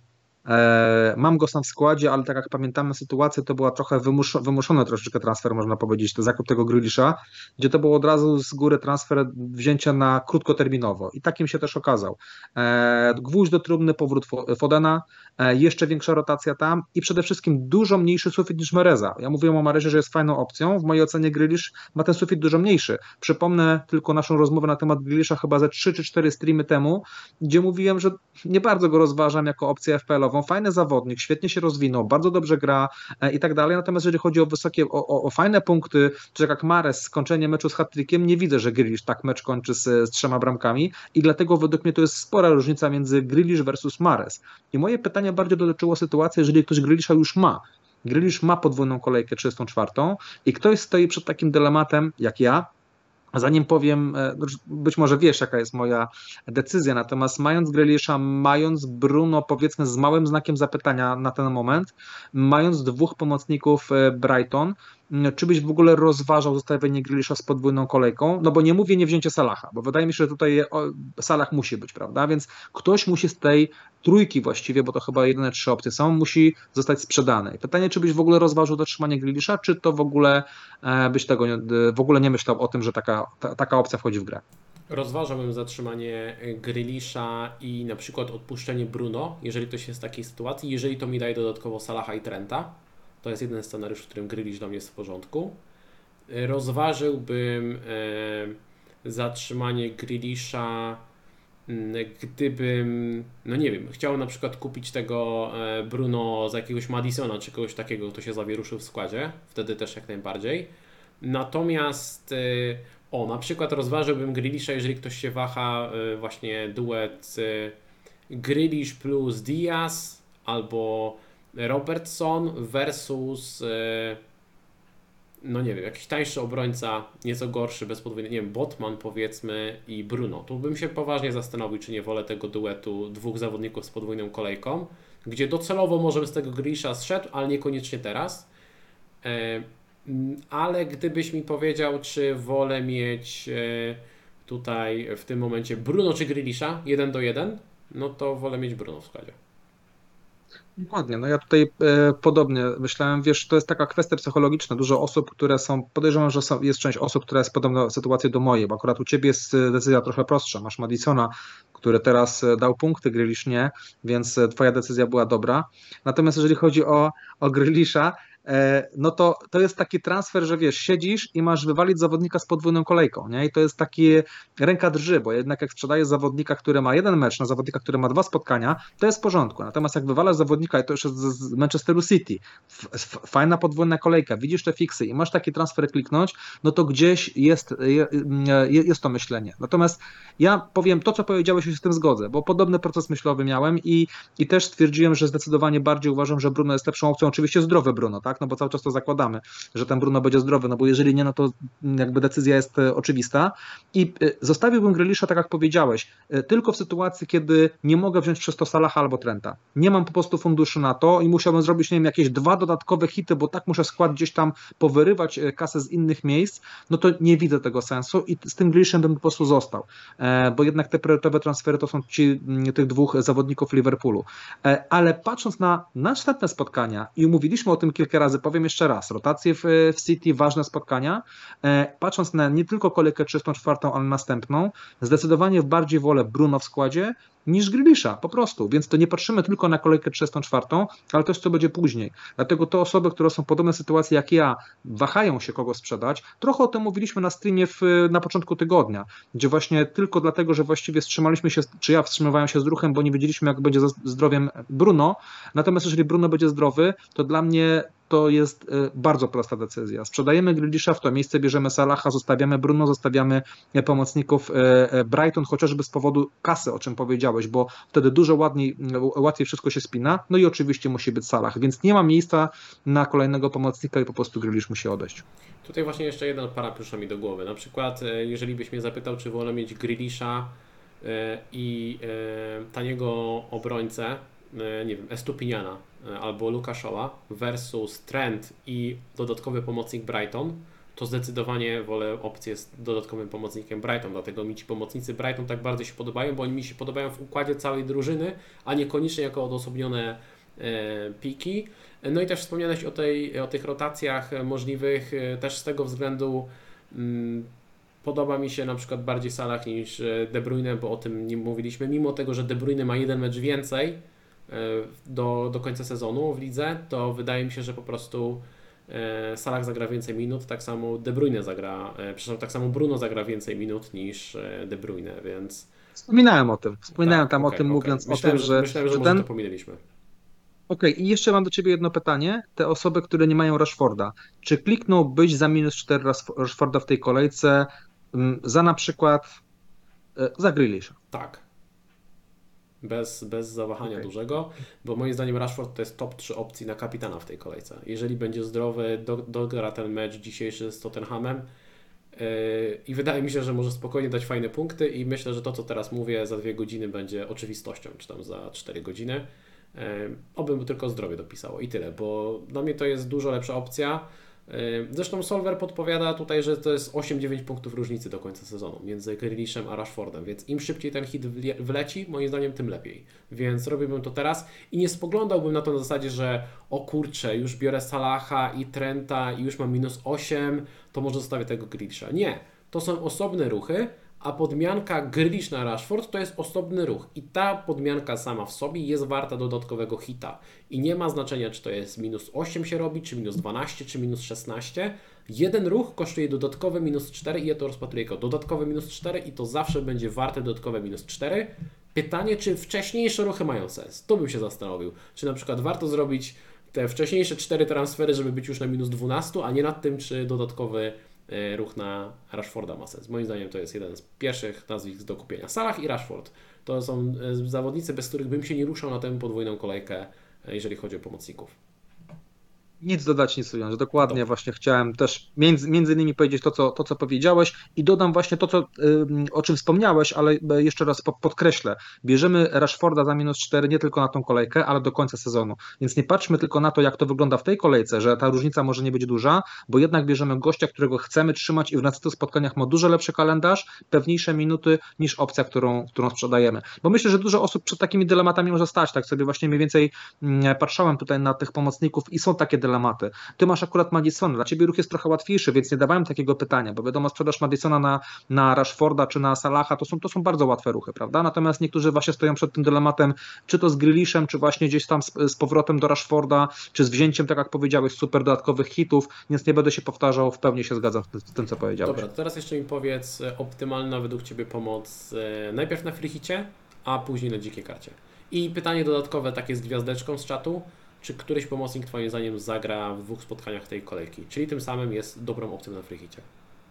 Mam go sam w składzie, ale tak jak pamiętamy sytuację, to była trochę wymuszony troszeczkę transfer, można powiedzieć, to zakup tego Grealisha, gdzie to było od razu z góry transfer wzięcia na krótkoterminowo i takim się też okazał. Gwóźdź do trumny, powrót Fodena, jeszcze większa rotacja tam i przede wszystkim dużo mniejszy sufit niż Mareza. Ja mówiłem o Marezie, że jest fajną opcją, w mojej ocenie Grealish ma ten sufit dużo mniejszy. Przypomnę tylko naszą rozmowę na temat Grealisha chyba ze 3 czy 4 streamy temu, gdzie mówiłem, że nie bardzo go rozważam jako opcję FPL-ową. Fajny zawodnik, świetnie się rozwinął, bardzo dobrze gra i tak dalej. Natomiast jeżeli chodzi o wysokie, o fajne punkty, czy jak Mahrez skończenie meczu z hat-trickiem, nie widzę, że Grealish tak mecz kończy z 3 bramkami i dlatego według mnie to jest spora różnica między Grealish versus Mahrez. I moje pytanie bardziej dotyczyło sytuacji, jeżeli ktoś Grealisha już ma. Grealish ma podwójną kolejkę 34 i ktoś stoi przed takim dylematem jak ja. Zanim powiem, być może wiesz, jaka jest moja decyzja, natomiast mając Grealisha, mając Bruno powiedzmy z małym znakiem zapytania na ten moment, mając dwóch pomocników Brighton, czy byś w ogóle rozważał zostawienie Grealisha z podwójną kolejką? No bo nie mówię nie wzięcie Salaha, bo wydaje mi się, że tutaj Salah musi być, prawda? Więc ktoś musi z tej trójki właściwie, bo to chyba jedyne 3 opcje są, musi zostać sprzedany. Pytanie, czy byś w ogóle rozważył dotrzymanie Grealisha, czy to w ogóle byś tego w ogóle nie myślał o tym, że taka opcja wchodzi w grę? Rozważałbym zatrzymanie Grealisha i na przykład odpuszczenie Bruno, jeżeli ktoś jest w takiej sytuacji, jeżeli to mi daje dodatkowo Salaha i Trenta. To jest jeden scenariusz, w którym Grealish dla mnie jest w porządku. Rozważyłbym zatrzymanie Grealisha, gdybym, no nie wiem, chciał na przykład kupić tego Bruno za jakiegoś Madisona czy kogoś takiego, kto się zawieruszył w składzie, wtedy też jak najbardziej. Natomiast na przykład rozważyłbym Grealisha, jeżeli ktoś się waha, właśnie duet Grealish plus Diaz albo Robertson versus no nie wiem, jakiś tańszy obrońca, nieco gorszy, bez podwójnej, nie wiem, Botman powiedzmy i Bruno. Tu bym się poważnie zastanowił, czy nie wolę tego duetu dwóch zawodników z podwójną kolejką, gdzie docelowo może bym z tego Grealisha zszedł, ale niekoniecznie teraz. Ale gdybyś mi powiedział, czy wolę mieć tutaj w tym momencie Bruno czy Grealisha 1-1, no to wolę mieć Bruno w składzie. Dokładnie, no ja tutaj podobnie myślałem, wiesz, to jest taka kwestia psychologiczna, dużo osób, które są, podejrzewam, że jest część osób, która jest podobna w sytuacji do mojej, bo akurat u ciebie jest decyzja trochę prostsza, masz Madisona, który teraz dał punkty, Grealish nie, więc twoja decyzja była dobra, natomiast jeżeli chodzi o Grealisha, no to jest taki transfer, że wiesz, siedzisz i masz wywalić zawodnika z podwójną kolejką, nie? I to jest taki ręka drży, bo jednak jak sprzedajesz zawodnika, który ma jeden mecz na zawodnika, który ma dwa spotkania, to jest w porządku. Natomiast jak wywalasz zawodnika, i to już jest z Manchesteru City, fajna podwójna kolejka, widzisz te fiksy i masz taki transfer kliknąć, no to gdzieś jest to myślenie. Natomiast ja powiem, to co powiedziałeś, się z tym zgodzę, bo podobny proces myślowy miałem i też stwierdziłem, że zdecydowanie bardziej uważam, że Bruno jest lepszą opcją, oczywiście zdrowy Bruno, tak? No bo cały czas to zakładamy, że ten Bruno będzie zdrowy, no bo jeżeli nie, no to jakby decyzja jest oczywista i zostawiłbym Grealisha, tak jak powiedziałeś, tylko w sytuacji, kiedy nie mogę wziąć przez to Salaha albo Trenta. Nie mam po prostu funduszy na to i musiałbym zrobić, nie wiem, jakieś dwa dodatkowe hity, bo tak muszę skład gdzieś tam powyrywać kasę z innych miejsc, no to nie widzę tego sensu i z tym Grealishem bym po prostu został, bo jednak te priorytetowe transfery to są tych dwóch zawodników Liverpoolu. Ale patrząc na następne spotkania i mówiliśmy o tym kilka razy, powiem jeszcze raz, rotacje w City, ważne spotkania, patrząc na nie tylko kolejkę 34, ale następną, zdecydowanie bardziej wolę Bruno w składzie niż Grealisha, po prostu, więc to nie patrzymy tylko na kolejkę 34, ale też co będzie później. Dlatego te osoby, które są w podobnej sytuacji jak ja, wahają się kogo sprzedać. Trochę o tym mówiliśmy na streamie na początku tygodnia, gdzie właśnie tylko dlatego, że właściwie wstrzymaliśmy się, czy ja wstrzymywałem się z ruchem, bo nie wiedzieliśmy jak będzie ze zdrowiem Bruno, natomiast jeżeli Bruno będzie zdrowy, to dla mnie to jest bardzo prosta decyzja. Sprzedajemy Grealisha, w to miejsce bierzemy Salaha, zostawiamy Bruno, zostawiamy pomocników Brighton, chociażby z powodu kasy, o czym powiedziałeś, bo wtedy dużo łatwiej wszystko się spina. No i oczywiście musi być Salah, więc nie ma miejsca na kolejnego pomocnika i po prostu Grealish musi odejść. Tutaj właśnie jeszcze jeden parę przyszło mi do głowy. Na przykład, jeżeli byś mnie zapytał, czy wolę mieć Grealisha i taniego obrońcę, nie wiem, Estupiniana albo Luka Shaw'a versus Trent i dodatkowy pomocnik Brighton, to zdecydowanie wolę opcję z dodatkowym pomocnikiem Brighton, dlatego mi ci pomocnicy Brighton tak bardzo się podobają, bo oni mi się podobają w układzie całej drużyny, a niekoniecznie jako odosobnione piki. No i też wspomniałeś o tych rotacjach możliwych, też z tego względu podoba mi się na przykład bardziej Salah niż De Bruyne, bo o tym nie mówiliśmy, mimo tego, że De Bruyne ma jeden mecz więcej do końca sezonu w lidze, to wydaje mi się, że po prostu Salah zagra więcej minut, tak samo De Bruyne tak samo Bruno zagra więcej minut niż De Bruyne, więc... Wspominałem o tym, Tak, mówiąc myślałem, o tym, że myślałem, że może to pominęliśmy. Okej, i jeszcze mam do Ciebie jedno pytanie. Te osoby, które nie mają Rashforda, czy kliknąłbyś za -4 Rashforda w tej kolejce za na przykład za Grealisha? Tak. Bez zawahania Okej. dużego, bo moim zdaniem Rashford to jest top 3 opcji na kapitana w tej kolejce. Jeżeli będzie zdrowy, dogra ten mecz dzisiejszy z Tottenhamem i wydaje mi się, że może spokojnie dać fajne punkty i myślę, że to co teraz mówię za 2 godziny będzie oczywistością, czy tam za 4 godziny. Oby mu tylko zdrowie dopisało i tyle, bo dla mnie to jest dużo lepsza opcja. Zresztą Solver podpowiada tutaj, że to jest 8-9 punktów różnicy do końca sezonu między Grealishem a Rashfordem, więc im szybciej ten hit wleci, moim zdaniem tym lepiej. Więc robiłbym to teraz i nie spoglądałbym na to na zasadzie, że o kurczę, już biorę Salaha i Trenta i już mam -8, to może zostawię tego Grealisha. Nie, to są osobne ruchy, a podmianka Grealish na Rashford to jest osobny ruch i ta podmianka sama w sobie jest warta dodatkowego hita i nie ma znaczenia, czy to jest minus 8 się robi, czy minus 12, czy minus 16. Jeden ruch kosztuje dodatkowe minus 4 i ja to rozpatruję jako dodatkowe minus 4 i to zawsze będzie warte dodatkowe minus 4. Pytanie, czy wcześniejsze ruchy mają sens? To bym się zastanowił. Czy na przykład warto zrobić te wcześniejsze 4 transfery, żeby być już na minus 12, a nie nad tym, czy dodatkowy ruch na Rashforda ma sens. Moim zdaniem to jest jeden z pierwszych nazwisk do kupienia. Salah i Rashford to są zawodnicy, bez których bym się nie ruszał na tę podwójną kolejkę, jeżeli chodzi o pomocników. Nic dodać, nic ująć. Dokładnie Dobrze. właśnie chciałem też między innymi powiedzieć to, co powiedziałeś i dodam właśnie o czym wspomniałeś, ale jeszcze raz podkreślę. Bierzemy Rashforda za minus 4 nie tylko na tą kolejkę, ale do końca sezonu. Więc nie patrzmy tylko na to, jak to wygląda w tej kolejce, że ta różnica może nie być duża, bo jednak bierzemy gościa, którego chcemy trzymać i w następnych spotkaniach ma dużo lepszy kalendarz, pewniejsze minuty niż opcja, którą sprzedajemy. Bo myślę, że dużo osób przed takimi dylematami może stać. Tak sobie właśnie mniej więcej patrzałem tutaj na tych pomocników i są takie dylematy. Ty masz akurat Madisona, dla ciebie ruch jest trochę łatwiejszy, więc nie dawałem takiego pytania, bo wiadomo, sprzedaż Madisona na Rashforda czy na Salaha to są bardzo łatwe ruchy, prawda? Natomiast niektórzy właśnie stoją przed tym dylematem, czy to z Grealishem, czy właśnie gdzieś tam z powrotem do Rashforda, czy z wzięciem, tak jak powiedziałeś, super dodatkowych hitów, więc nie będę się powtarzał, w pełni się zgadzam z tym, co powiedziałeś. Dobra, to teraz jeszcze mi powiedz optymalna według Ciebie pomoc najpierw na freehicie, a później na dzikiej karcie. I pytanie dodatkowe takie z gwiazdeczką z czatu. Czy któryś pomocnik Twoim zdaniem zagra w 2 spotkaniach tej kolejki? Czyli tym samym jest dobrą opcją na freehicie.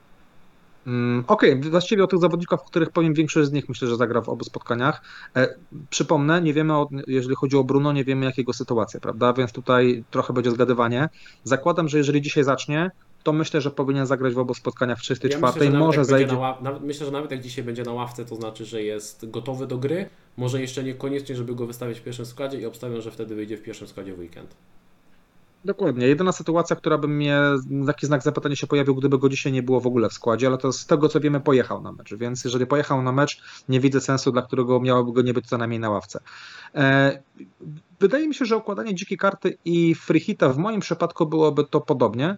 Okej, właściwie o tych zawodnikach, o których powiem, większość z nich myślę, że zagra w obu spotkaniach. Przypomnę, nie wiemy, jeżeli chodzi o Bruno, nie wiemy jakiego sytuacja, prawda? Więc tutaj trochę będzie zgadywanie. Zakładam, że jeżeli dzisiaj zacznie, to myślę, że powinien zagrać w obu spotkaniach w Ja myślę, 34. że nawet Może jak będzie zejdzie. myślę, że nawet jak dzisiaj będzie na ławce, to znaczy, że jest gotowy do gry. Może jeszcze niekoniecznie, żeby go wystawiać w pierwszym składzie i obstawiam, że wtedy wyjdzie w pierwszym składzie w weekend. Dokładnie. Jedyna sytuacja, która by mnie, taki znak zapytania się pojawił, gdyby go dzisiaj nie było w ogóle w składzie, ale to z tego co wiemy pojechał na mecz, więc jeżeli pojechał na mecz, nie widzę sensu, dla którego miałoby go nie być co najmniej na ławce. E, Wydaje mi się, że układanie dzikiej karty i free hita w moim przypadku byłoby to podobnie.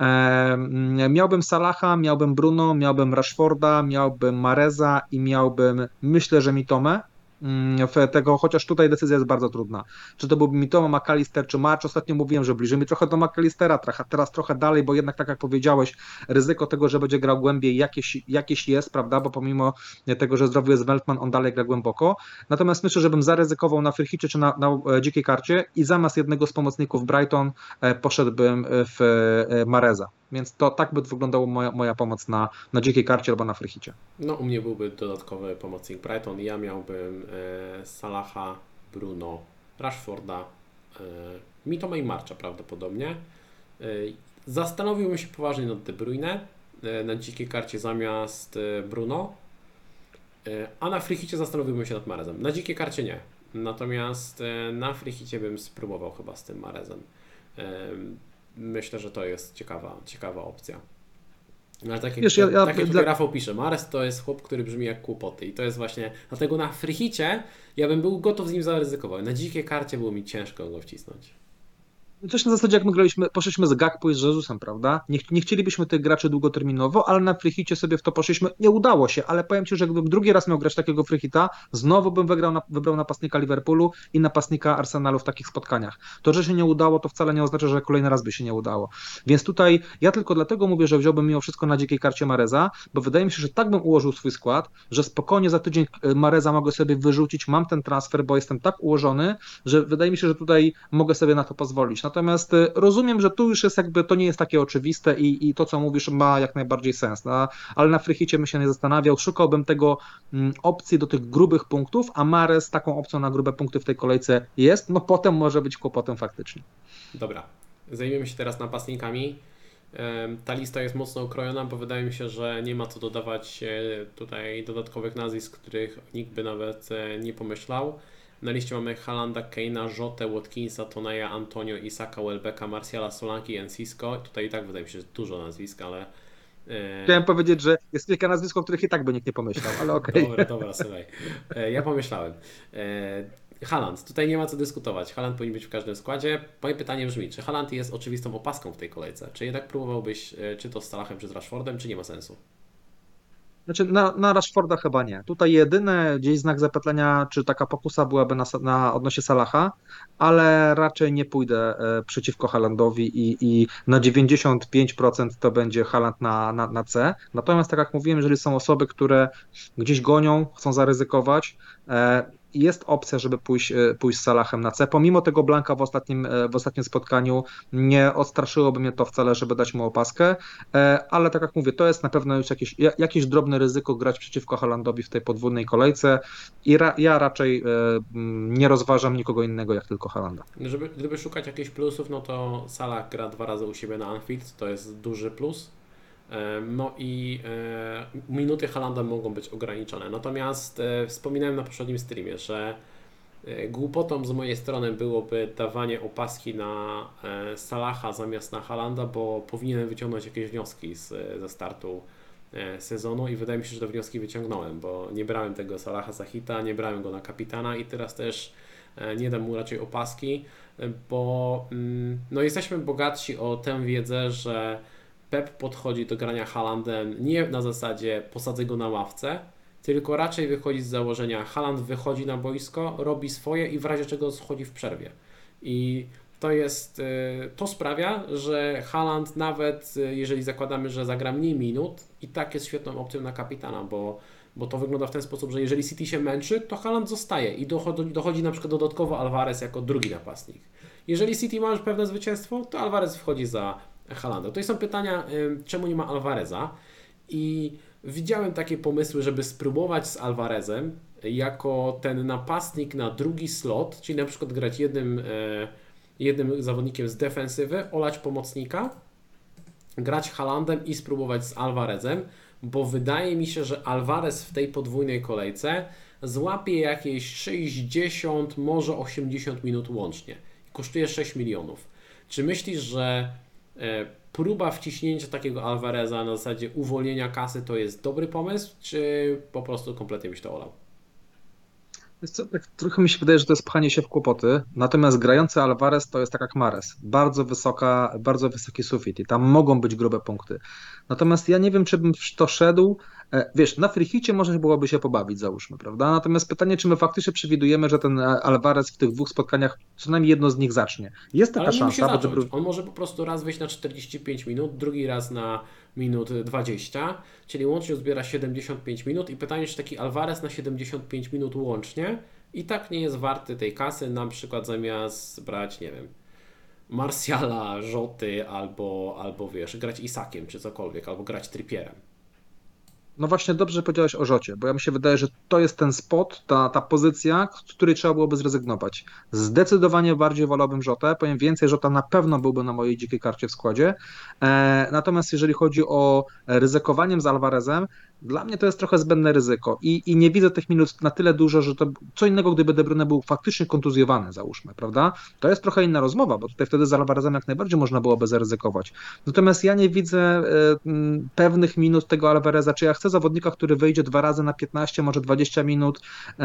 Miałbym Salaha, miałbym Bruno, miałbym Rashforda, miałbym Mareza i miałbym, myślę, że Mitomę. Chociaż tutaj decyzja jest bardzo trudna. Czy to byłby Mitoma, McAllister czy March? Ostatnio mówiłem, że bliżej mi trochę do McAllistera, teraz trochę dalej, bo jednak tak jak powiedziałeś, ryzyko tego, że będzie grał głębiej jakieś jest, prawda, bo pomimo tego, że zdrowy jest Veltman, on dalej gra głęboko. Natomiast myślę, że bym zaryzykował na Frichicie czy na dzikiej karcie i zamiast jednego z pomocników Brighton poszedłbym w Mareza. Więc to tak by wyglądała moja pomoc na dzikiej karcie albo na Frichicie. No, u mnie byłby dodatkowy pomocnik Brighton. Ja miałbym Salaha, Bruno, Rashforda, Mitoma i Marcha prawdopodobnie. Zastanowiłbym się poważnie nad De Bruyne na dzikiej karcie zamiast Bruno, a na freehicie zastanowiłbym się nad Marezem. Na dzikiej karcie nie. Natomiast na freehicie bym spróbował chyba z tym Marezem. Myślę, że to jest ciekawa opcja. Ale tak jak, Wiesz, tak jak tutaj Rafał pisze, Mares to jest chłop, który brzmi jak kłopoty i to jest właśnie, dlatego na freehicie ja bym był gotów z nim zaryzykować. Na dzikiej karcie było mi ciężko go wcisnąć. Coś na zasadzie, jak my poszliśmy z Gakpo i z Jezusem, prawda? Nie chcielibyśmy tych graczy długoterminowo, ale na freehicie sobie w to poszliśmy. Nie udało się, ale powiem Ci, że gdybym drugi raz miał grać takiego freehita, znowu bym wybrał napastnika Liverpoolu i napastnika Arsenalu w takich spotkaniach. To, że się nie udało, to wcale nie oznacza, że kolejny raz by się nie udało. Więc tutaj ja tylko dlatego mówię, że wziąłbym mimo wszystko na dzikiej karcie Mareza, bo wydaje mi się, że tak bym ułożył swój skład, że spokojnie za tydzień Mareza mogę sobie wyrzucić, mam ten transfer, bo jestem tak ułożony, że wydaje mi się, że tutaj mogę sobie na to pozwolić. Natomiast rozumiem, że tu już jest jakby, to nie jest takie oczywiste i to, co mówisz, ma jak najbardziej sens. No, ale na freehicie bym się nie zastanawiał, szukałbym tego opcji do tych grubych punktów, a Mahrez taką opcją na grube punkty w tej kolejce jest, no potem może być kłopotem faktycznie. Dobra, zajmiemy się teraz napastnikami. Ta lista jest mocno okrojona, bo wydaje mi się, że nie ma co dodawać tutaj dodatkowych nazwisk, których nikt by nawet nie pomyślał. Na liście mamy Haalanda, Kane'a, Jotę, Watkinsa, Toneja, Antonio, Isaka, Welbecka, Martiala, Solanki, Enciso. Tutaj i tak wydaje mi się, że dużo nazwisk, ale... Chciałem powiedzieć, że jest kilka nazwisk, o których i tak by nikt nie pomyślał, ale okej. Dobra, słuchaj. Ja pomyślałem. Haaland, tutaj nie ma co dyskutować. Haaland powinien być w każdym składzie. Moje pytanie brzmi, czy Haaland jest oczywistą opaską w tej kolejce? Czy jednak próbowałbyś, czy to z Salahem, czy z Rashfordem, czy nie ma sensu? Znaczy na Rashforda chyba nie. Tutaj jedyne gdzieś znak zapytania, czy taka pokusa byłaby na odnośnie Salaha, ale raczej nie pójdę przeciwko Haalandowi i na 95% to będzie Haaland na C. Natomiast tak jak mówiłem, jeżeli są osoby, które gdzieś gonią, chcą zaryzykować, jest opcja, żeby pójść z Salahem na C. Pomimo tego Blanka w ostatnim spotkaniu nie odstraszyłoby mnie to wcale, żeby dać mu opaskę. Ale tak jak mówię, to jest na pewno już jakieś drobne ryzyko grać przeciwko Haalandowi w tej podwójnej kolejce i ja raczej nie rozważam nikogo innego jak tylko Haalanda. Gdyby szukać jakichś plusów, no to Salah gra 2 razy u siebie na Anfield, to jest duży plus. No i minuty Haalanda mogą być ograniczone. Natomiast wspominałem na poprzednim streamie, że głupotą z mojej strony byłoby dawanie opaski na Salaha zamiast na Haalanda, bo powinienem wyciągnąć jakieś wnioski ze startu sezonu i wydaje mi się, że te wnioski wyciągnąłem, bo nie brałem tego Salaha za hita, nie brałem go na kapitana i teraz też nie dam mu raczej opaski, bo no jesteśmy bogatsi o tę wiedzę, że Pep podchodzi do grania Haalandem nie na zasadzie posadzę go na ławce, tylko raczej wychodzi z założenia Haaland wychodzi na boisko, robi swoje i w razie czego schodzi w przerwie. I to sprawia, że Haaland nawet jeżeli zakładamy, że zagra mniej minut, i tak jest świetną opcją na kapitana, bo to wygląda w ten sposób, że jeżeli City się męczy, to Haaland zostaje i dochodzi na przykład dodatkowo Alvarez jako drugi napastnik. Jeżeli City ma już pewne zwycięstwo, to Alvarez wchodzi za Haalanda. To są pytania, czemu nie ma Alvareza i widziałem takie pomysły, żeby spróbować z Alvarezem jako ten napastnik na drugi slot, czyli na przykład grać jednym zawodnikiem z defensywy, olać pomocnika, grać Haalandem i spróbować z Alvarezem, bo wydaje mi się, że Alvarez w tej podwójnej kolejce złapie jakieś 60, może 80 minut łącznie. Kosztuje 6 milionów. Czy myślisz, że próba wciśnięcia takiego Alvareza na zasadzie uwolnienia kasy to jest dobry pomysł, czy po prostu kompletnie byś to olał? Wiesz co, tak trochę mi się wydaje, że to jest pchanie się w kłopoty, natomiast grający Alvarez to jest tak jak Mares, bardzo wysoki sufit i tam mogą być grube punkty. Natomiast ja nie wiem, czy bym w to szedł, wiesz, na free hicie można byłoby się pobawić, załóżmy, prawda? Natomiast pytanie, czy my faktycznie przewidujemy, że ten Alvarez w tych dwóch spotkaniach, co najmniej jedno z nich zacznie. Jest Ale taka on nie musi szansa, bo zacząć. On może po prostu raz wejść na 45 minut, drugi raz na minut 20, czyli łącznie zbiera 75 minut i pytanie, czy taki Alvarez na 75 minut łącznie i tak nie jest warty tej kasy, na przykład zamiast brać, nie wiem, Martiala, Rzoty albo wiesz, grać Isakiem czy cokolwiek, albo grać Trippierem. No właśnie dobrze że powiedziałeś o Rzocie, bo ja mi się wydaje, że to jest ten spot, ta pozycja, z której trzeba byłoby zrezygnować. Zdecydowanie bardziej wolałbym Rzotę, powiem więcej, Rzota na pewno byłby na mojej dzikiej karcie w składzie. Natomiast jeżeli chodzi o ryzykowaniem z Alvarezem, dla mnie to jest trochę zbędne ryzyko i nie widzę tych minut na tyle dużo, że to co innego, gdyby De Bruyne był faktycznie kontuzjowany, załóżmy, prawda? To jest trochę inna rozmowa, bo tutaj wtedy z Alvarezem jak najbardziej można byłoby zaryzykować. Natomiast ja nie widzę pewnych minut tego Alvareza, czy ja chcę zawodnika, który wyjdzie 2 razy na 15, może 20 minut.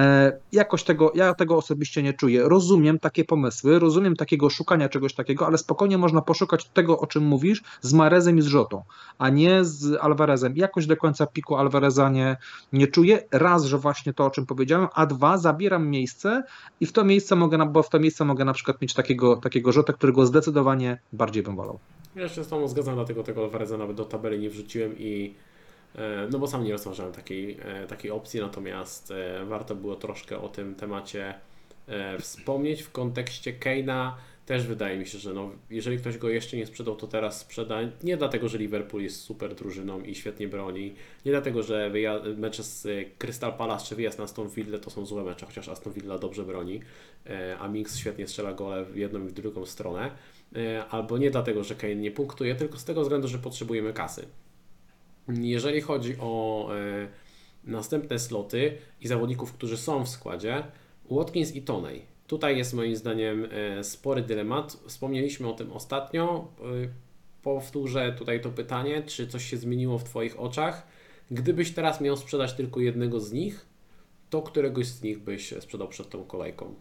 Ja tego osobiście nie czuję. Rozumiem takie pomysły, rozumiem takiego szukania czegoś takiego, ale spokojnie można poszukać tego, o czym mówisz, z Marezem i z Rzotą, a nie z Alvarezem. Jakoś do końca piku Alvareza nie czuję. Raz, że właśnie to, o czym powiedziałem, a dwa, zabieram miejsce i bo w to miejsce mogę na przykład mieć takiego Rzotę, którego zdecydowanie bardziej bym wolał. Ja się z Tobą zgadzam, dlatego tego Alvareza nawet do tabeli nie wrzuciłem no bo sam nie rozważałem takiej opcji, natomiast warto było troszkę o tym temacie wspomnieć. W kontekście Kane'a też wydaje mi się, że no, jeżeli ktoś go jeszcze nie sprzedał, to teraz sprzeda. Nie dlatego, że Liverpool jest super drużyną i świetnie broni, nie dlatego, że mecze z Crystal Palace czy wyjazd na Aston Villa to są złe mecze, chociaż Aston Villa dobrze broni, a Mings świetnie strzela gole w jedną i w drugą stronę, albo nie dlatego, że Kane nie punktuje, tylko z tego względu, że potrzebujemy kasy. Jeżeli chodzi o następne sloty i zawodników, którzy są w składzie, Watkins i Toney. Tutaj jest moim zdaniem spory dylemat. Wspomnieliśmy o tym ostatnio. Powtórzę tutaj to pytanie, czy coś się zmieniło w Twoich oczach? Gdybyś teraz miał sprzedać tylko jednego z nich, to któregoś z nich byś sprzedał przed tą kolejką?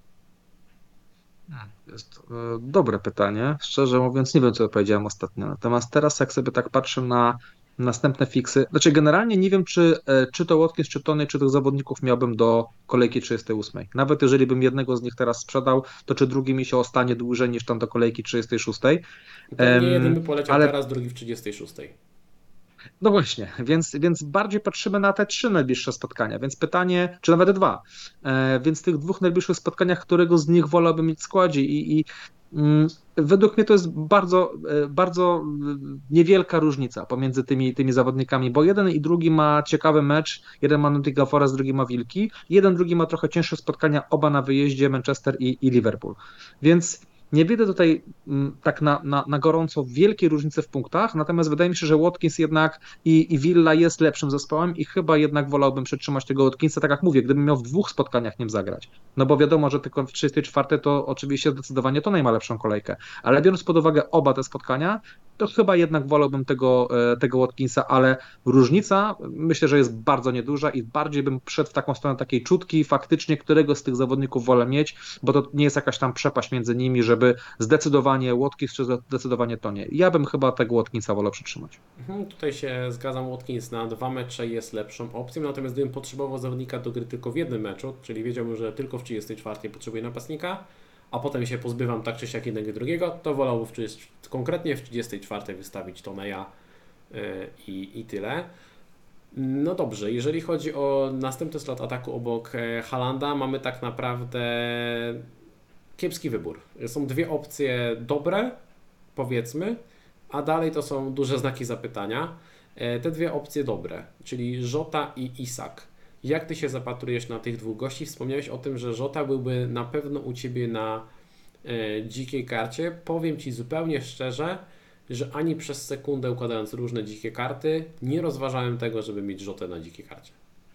Jest dobre pytanie. Szczerze mówiąc, nie wiem, co powiedziałem ostatnio. Natomiast teraz, jak sobie tak patrzę na Następne fiksy. Znaczy generalnie nie wiem, czy to Watkins, czy Tony, czy tych zawodników miałbym do kolejki 38. Nawet jeżeli bym jednego z nich teraz sprzedał, to czy drugi mi się ostanie dłużej niż tam do kolejki 36. Pewnie jeden by poleciał Ale teraz, drugi w 36. no właśnie, więc bardziej patrzymy na te trzy najbliższe spotkania, więc pytanie, czy nawet dwa, więc w tych dwóch najbliższych spotkaniach, którego z nich wolałbym mieć w składzie według mnie to jest bardzo niewielka różnica pomiędzy tymi zawodnikami, bo jeden i drugi ma ciekawy mecz, jeden ma Nottingham Forest, drugi ma Wilki, jeden drugi ma trochę cięższe spotkania, oba na wyjeździe, Manchester i Liverpool, więc nie widzę tutaj tak na gorąco wielkiej różnicy w punktach, natomiast wydaje mi się, że Watkins jednak i Villa jest lepszym zespołem i chyba jednak wolałbym przetrzymać tego Watkinsa, tak jak mówię, gdybym miał w dwóch spotkaniach nim zagrać. No bo wiadomo, że tylko w 34 to oczywiście zdecydowanie to ma lepszą kolejkę, ale biorąc pod uwagę oba te spotkania, to chyba jednak wolałbym tego Watkinsa, ale różnica myślę, że jest bardzo nieduża i bardziej bym szedł w taką stronę takiej czutki, faktycznie którego z tych zawodników wolę mieć, bo to nie jest jakaś tam przepaść między nimi, żeby zdecydowanie Watkins czy zdecydowanie to nie. Ja bym chyba tego Watkinsa wolał przytrzymać. Tutaj się zgadzam, Watkins na 2 mecze jest lepszą opcją, natomiast gdybym potrzebował zawodnika do gry tylko w jednym meczu, czyli wiedziałbym, że tylko w 34 potrzebuję napastnika, a potem się pozbywam tak czy siak jednego i drugiego, to wolałbym konkretnie w 34 wystawić Toneja i tyle. No dobrze, jeżeli chodzi o następny slot ataku obok Haalanda, mamy tak naprawdę kiepski wybór. Są dwie opcje dobre, powiedzmy, a dalej to są duże znaki zapytania. Te dwie opcje dobre, czyli Jota i Isak. Jak Ty się zapatrujesz na tych dwóch gości? Wspomniałeś o tym, że Jota byłby na pewno u Ciebie na dzikiej karcie. Powiem Ci zupełnie szczerze, że ani przez sekundę układając różne dzikie karty, nie rozważałem tego, żeby mieć Jotę na dzikiej karcie.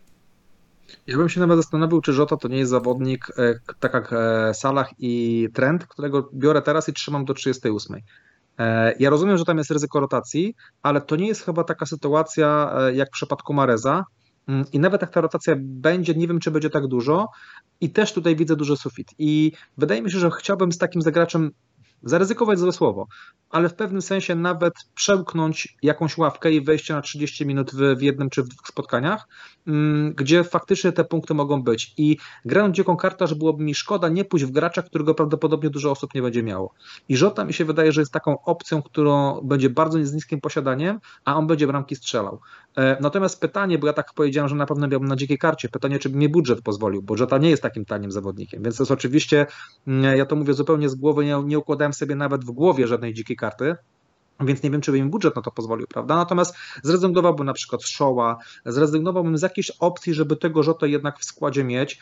Ja bym się nawet zastanowił, czy Jota to nie jest zawodnik tak jak Salah i Trent, którego biorę teraz i trzymam do 38. Ja rozumiem, że tam jest ryzyko rotacji, ale to nie jest chyba taka sytuacja jak w przypadku Mareza. I nawet jak ta rotacja będzie, nie wiem, czy będzie tak dużo. I też tutaj widzę duży sufit. I wydaje mi się, że chciałbym z takim zagraczem zaryzykować złe słowo, ale w pewnym sensie nawet przełknąć jakąś ławkę i wejście na 30 minut w jednym czy w dwóch spotkaniach, gdzie faktycznie te punkty mogą być. I grając dziką kartę, że byłoby mi szkoda nie pójść w gracza, którego prawdopodobnie dużo osób nie będzie miało. I Jota mi się wydaje, że jest taką opcją, którą będzie bardzo z niskim posiadaniem, a on będzie bramki strzelał. Natomiast pytanie, bo ja tak powiedziałem, że na pewno miałbym na dzikiej karcie, pytanie, czy by mi budżet pozwolił, bo Jota nie jest takim tanim zawodnikiem, więc to jest oczywiście, ja to mówię zupełnie z głowy, nie układałem sobie nawet w głowie żadnej dzikiej karty, więc nie wiem, czy by mi budżet na to pozwolił, prawda? Natomiast zrezygnowałbym na przykład z Shaw'a, zrezygnowałbym z jakiejś opcji, żeby tego Jotę jednak w składzie mieć,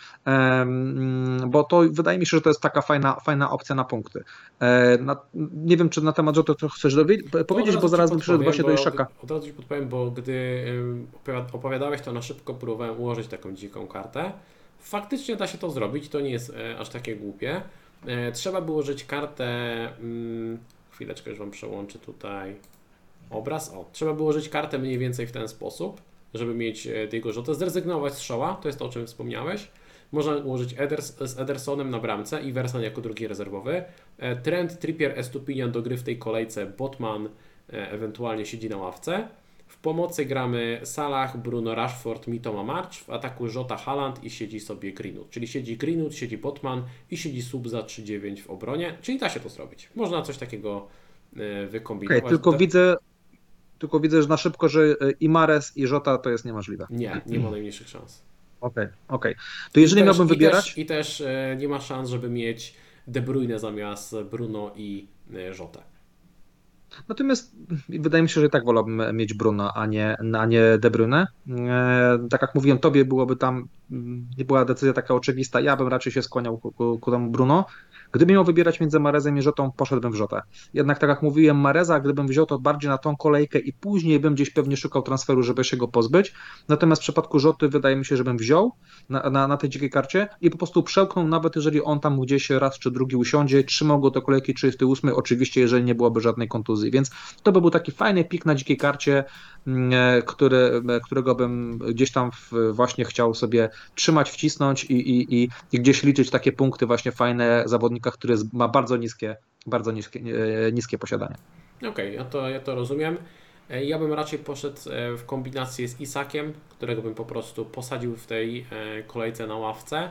bo to wydaje mi się, że to jest taka fajna opcja na punkty. Nie wiem, czy na temat Joty to chcesz powiedzieć, bo zaraz bym przyszedł właśnie do Ishaka. Od razu Ci podpowiem, bo gdy opowiadałeś, to na szybko próbowałem ułożyć taką dziką kartę. Faktycznie da się to zrobić, to nie jest aż takie głupie. Trzeba było użyć kartę... Chwileczkę, już Wam przełączę tutaj obraz. Trzeba było użyć kartę mniej więcej w ten sposób, żeby mieć tego Jotę. Zrezygnować z Shaw'a, to jest to, o czym wspomniałeś. Można ułożyć z Edersonem na bramce i Versan jako drugi rezerwowy. Trent, Trippier, Estupinian do gry w tej kolejce, Botman ewentualnie siedzi na ławce. W pomocy gramy Salah, Bruno, Rashford, Mitoma, March. W ataku Jota, Haaland i siedzi sobie Greenwood. Czyli siedzi Greenwood, siedzi Botman i siedzi Subza 3-9 w obronie. Czyli da się to zrobić. Można coś takiego wykombinować. Okay, tylko widzę, że na szybko, że i Mahrez i Jota to jest niemożliwe. Nie ma najmniejszych szans. Okej. To jeżeli miałbym wybierać... I też nie ma szans, żeby mieć De Bruyne zamiast Bruno i Jotę. Natomiast wydaje mi się, że i tak wolałbym mieć Bruno, a nie De Bruyne. Tak jak mówiłem, tobie byłoby tam, nie była decyzja taka oczywista, ja bym raczej się skłaniał ku temu Bruno. Gdybym miał wybierać między Mahrezem i Jotą, poszedłbym w Jotę. Jednak tak jak mówiłem, Mahreza, gdybym wziął to bardziej na tą kolejkę i później bym gdzieś pewnie szukał transferu, żeby się go pozbyć. Natomiast w przypadku Joty wydaje mi się, że bym wziął na tej dzikiej karcie i po prostu przełknął, nawet jeżeli on tam gdzieś raz czy drugi usiądzie, trzymał go do kolejki 38, oczywiście jeżeli nie byłoby żadnej kontuzji. Więc to by był taki fajny pik na dzikiej karcie, którego bym gdzieś tam właśnie chciał sobie trzymać, wcisnąć i gdzieś liczyć takie punkty właśnie fajne zawodnika, który ma bardzo niskie posiadanie. Okej, ja to rozumiem. Ja bym raczej poszedł w kombinację z Isakiem, którego bym po prostu posadził w tej kolejce na ławce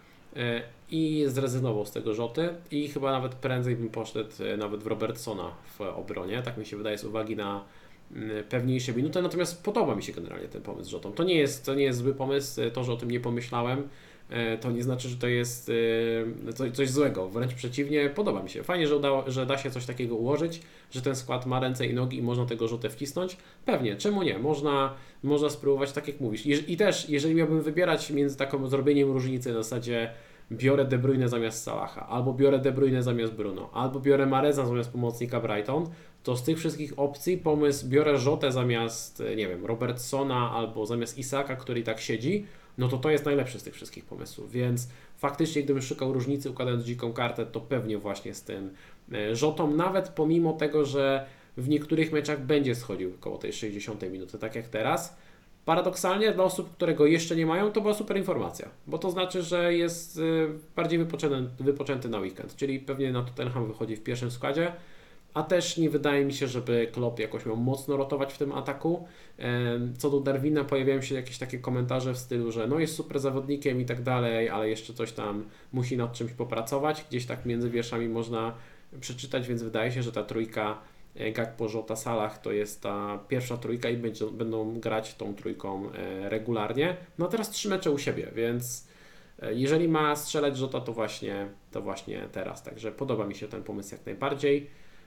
i zrezygnował z tego Rzoty i chyba nawet prędzej bym poszedł nawet w Robertsona w obronie, tak mi się wydaje z uwagi na pewniejsze minuty, natomiast podoba mi się generalnie ten pomysł z Rzotą. To nie jest zły pomysł, to, że o tym nie pomyślałem, to nie znaczy, że to jest coś złego, wręcz przeciwnie, podoba mi się. Fajnie, że da się coś takiego ułożyć, że ten skład ma ręce i nogi i można tego Rzotę wcisnąć. Pewnie, czemu nie? Można spróbować, tak jak mówisz. I też, jeżeli miałbym wybierać między taką zrobieniem różnicy na zasadzie biorę De Bruyne zamiast Salaha, albo biorę De Bruyne zamiast Bruno, albo biorę Mareza zamiast pomocnika Brighton, to z tych wszystkich opcji pomysł biorę Rzotę zamiast, nie wiem, Robertsona albo zamiast Isaka, który i tak siedzi, no to jest najlepszy z tych wszystkich pomysłów, więc faktycznie gdybym szukał różnicy układając dziką kartę, to pewnie właśnie z tym Rzotą, nawet pomimo tego, że w niektórych meczach będzie schodził koło tej 60 minuty, tak jak teraz. Paradoksalnie dla osób, które go jeszcze nie mają, to była super informacja, bo to znaczy, że jest bardziej wypoczęty na weekend, czyli pewnie na Tottenham wychodzi w pierwszym składzie, a też nie wydaje mi się, żeby Klopp jakoś miał mocno rotować w tym ataku. Co do Darwina pojawiają się jakieś takie komentarze w stylu, że no jest super zawodnikiem i tak dalej, ale jeszcze coś tam musi nad czymś popracować. Gdzieś tak między wierszami można przeczytać, więc wydaje się, że ta trójka Gakpo, Jota, Salah to jest ta pierwsza trójka i będą grać tą trójką regularnie. No a teraz 3 mecze u siebie, więc jeżeli ma strzelać Jota, to właśnie teraz. Także podoba mi się ten pomysł jak najbardziej.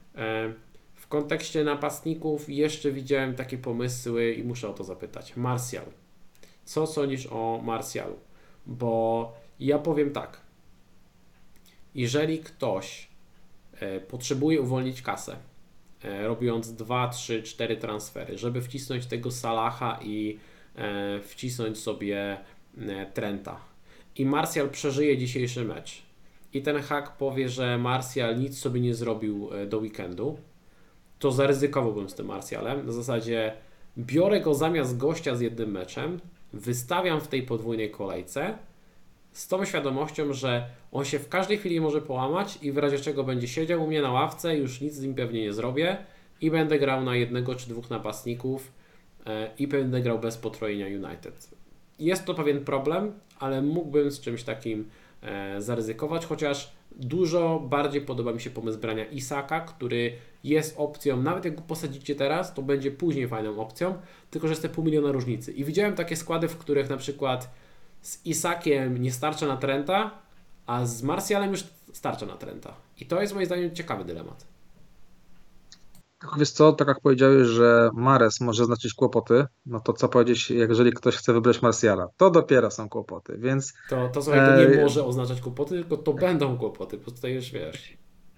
W kontekście napastników jeszcze widziałem takie pomysły i muszę o to zapytać. Martial. Co sądzisz o Martialu? Bo ja powiem tak. Jeżeli ktoś potrzebuje uwolnić kasę, robiąc 2, 3, 4 transfery, żeby wcisnąć tego Salaha i wcisnąć sobie Trenta. I Martial przeżyje dzisiejszy mecz. I ten hack powie, że Martial nic sobie nie zrobił do weekendu, to zaryzykowałbym z tym Martialem. Na zasadzie biorę go zamiast gościa z jednym meczem, wystawiam w tej podwójnej kolejce z tą świadomością, że on się w każdej chwili może połamać i w razie czego będzie siedział u mnie na ławce, już nic z nim pewnie nie zrobię i będę grał na jednego czy dwóch napastników i będę grał bez potrojenia United. Jest to pewien problem, ale mógłbym z czymś takim zaryzykować, chociaż dużo bardziej podoba mi się pomysł brania Isaka, który jest opcją, nawet jak go posadzicie teraz, to będzie później fajną opcją, tylko że jest te pół miliona różnicy. I widziałem takie składy, w których na przykład z Isakiem nie starcza na Trenta, a z Martialem już starcza na Trenta. I to jest moim zdaniem ciekawy dylemat. Tylko wiesz co, tak jak powiedziałeś, że Mares może znaczyć kłopoty, no to co powiedzieć, jeżeli ktoś chce wybrać Martiala, to dopiero są kłopoty, więc To słuchaj, to nie może oznaczać kłopoty, tylko to będą kłopoty, bo tutaj już wiesz.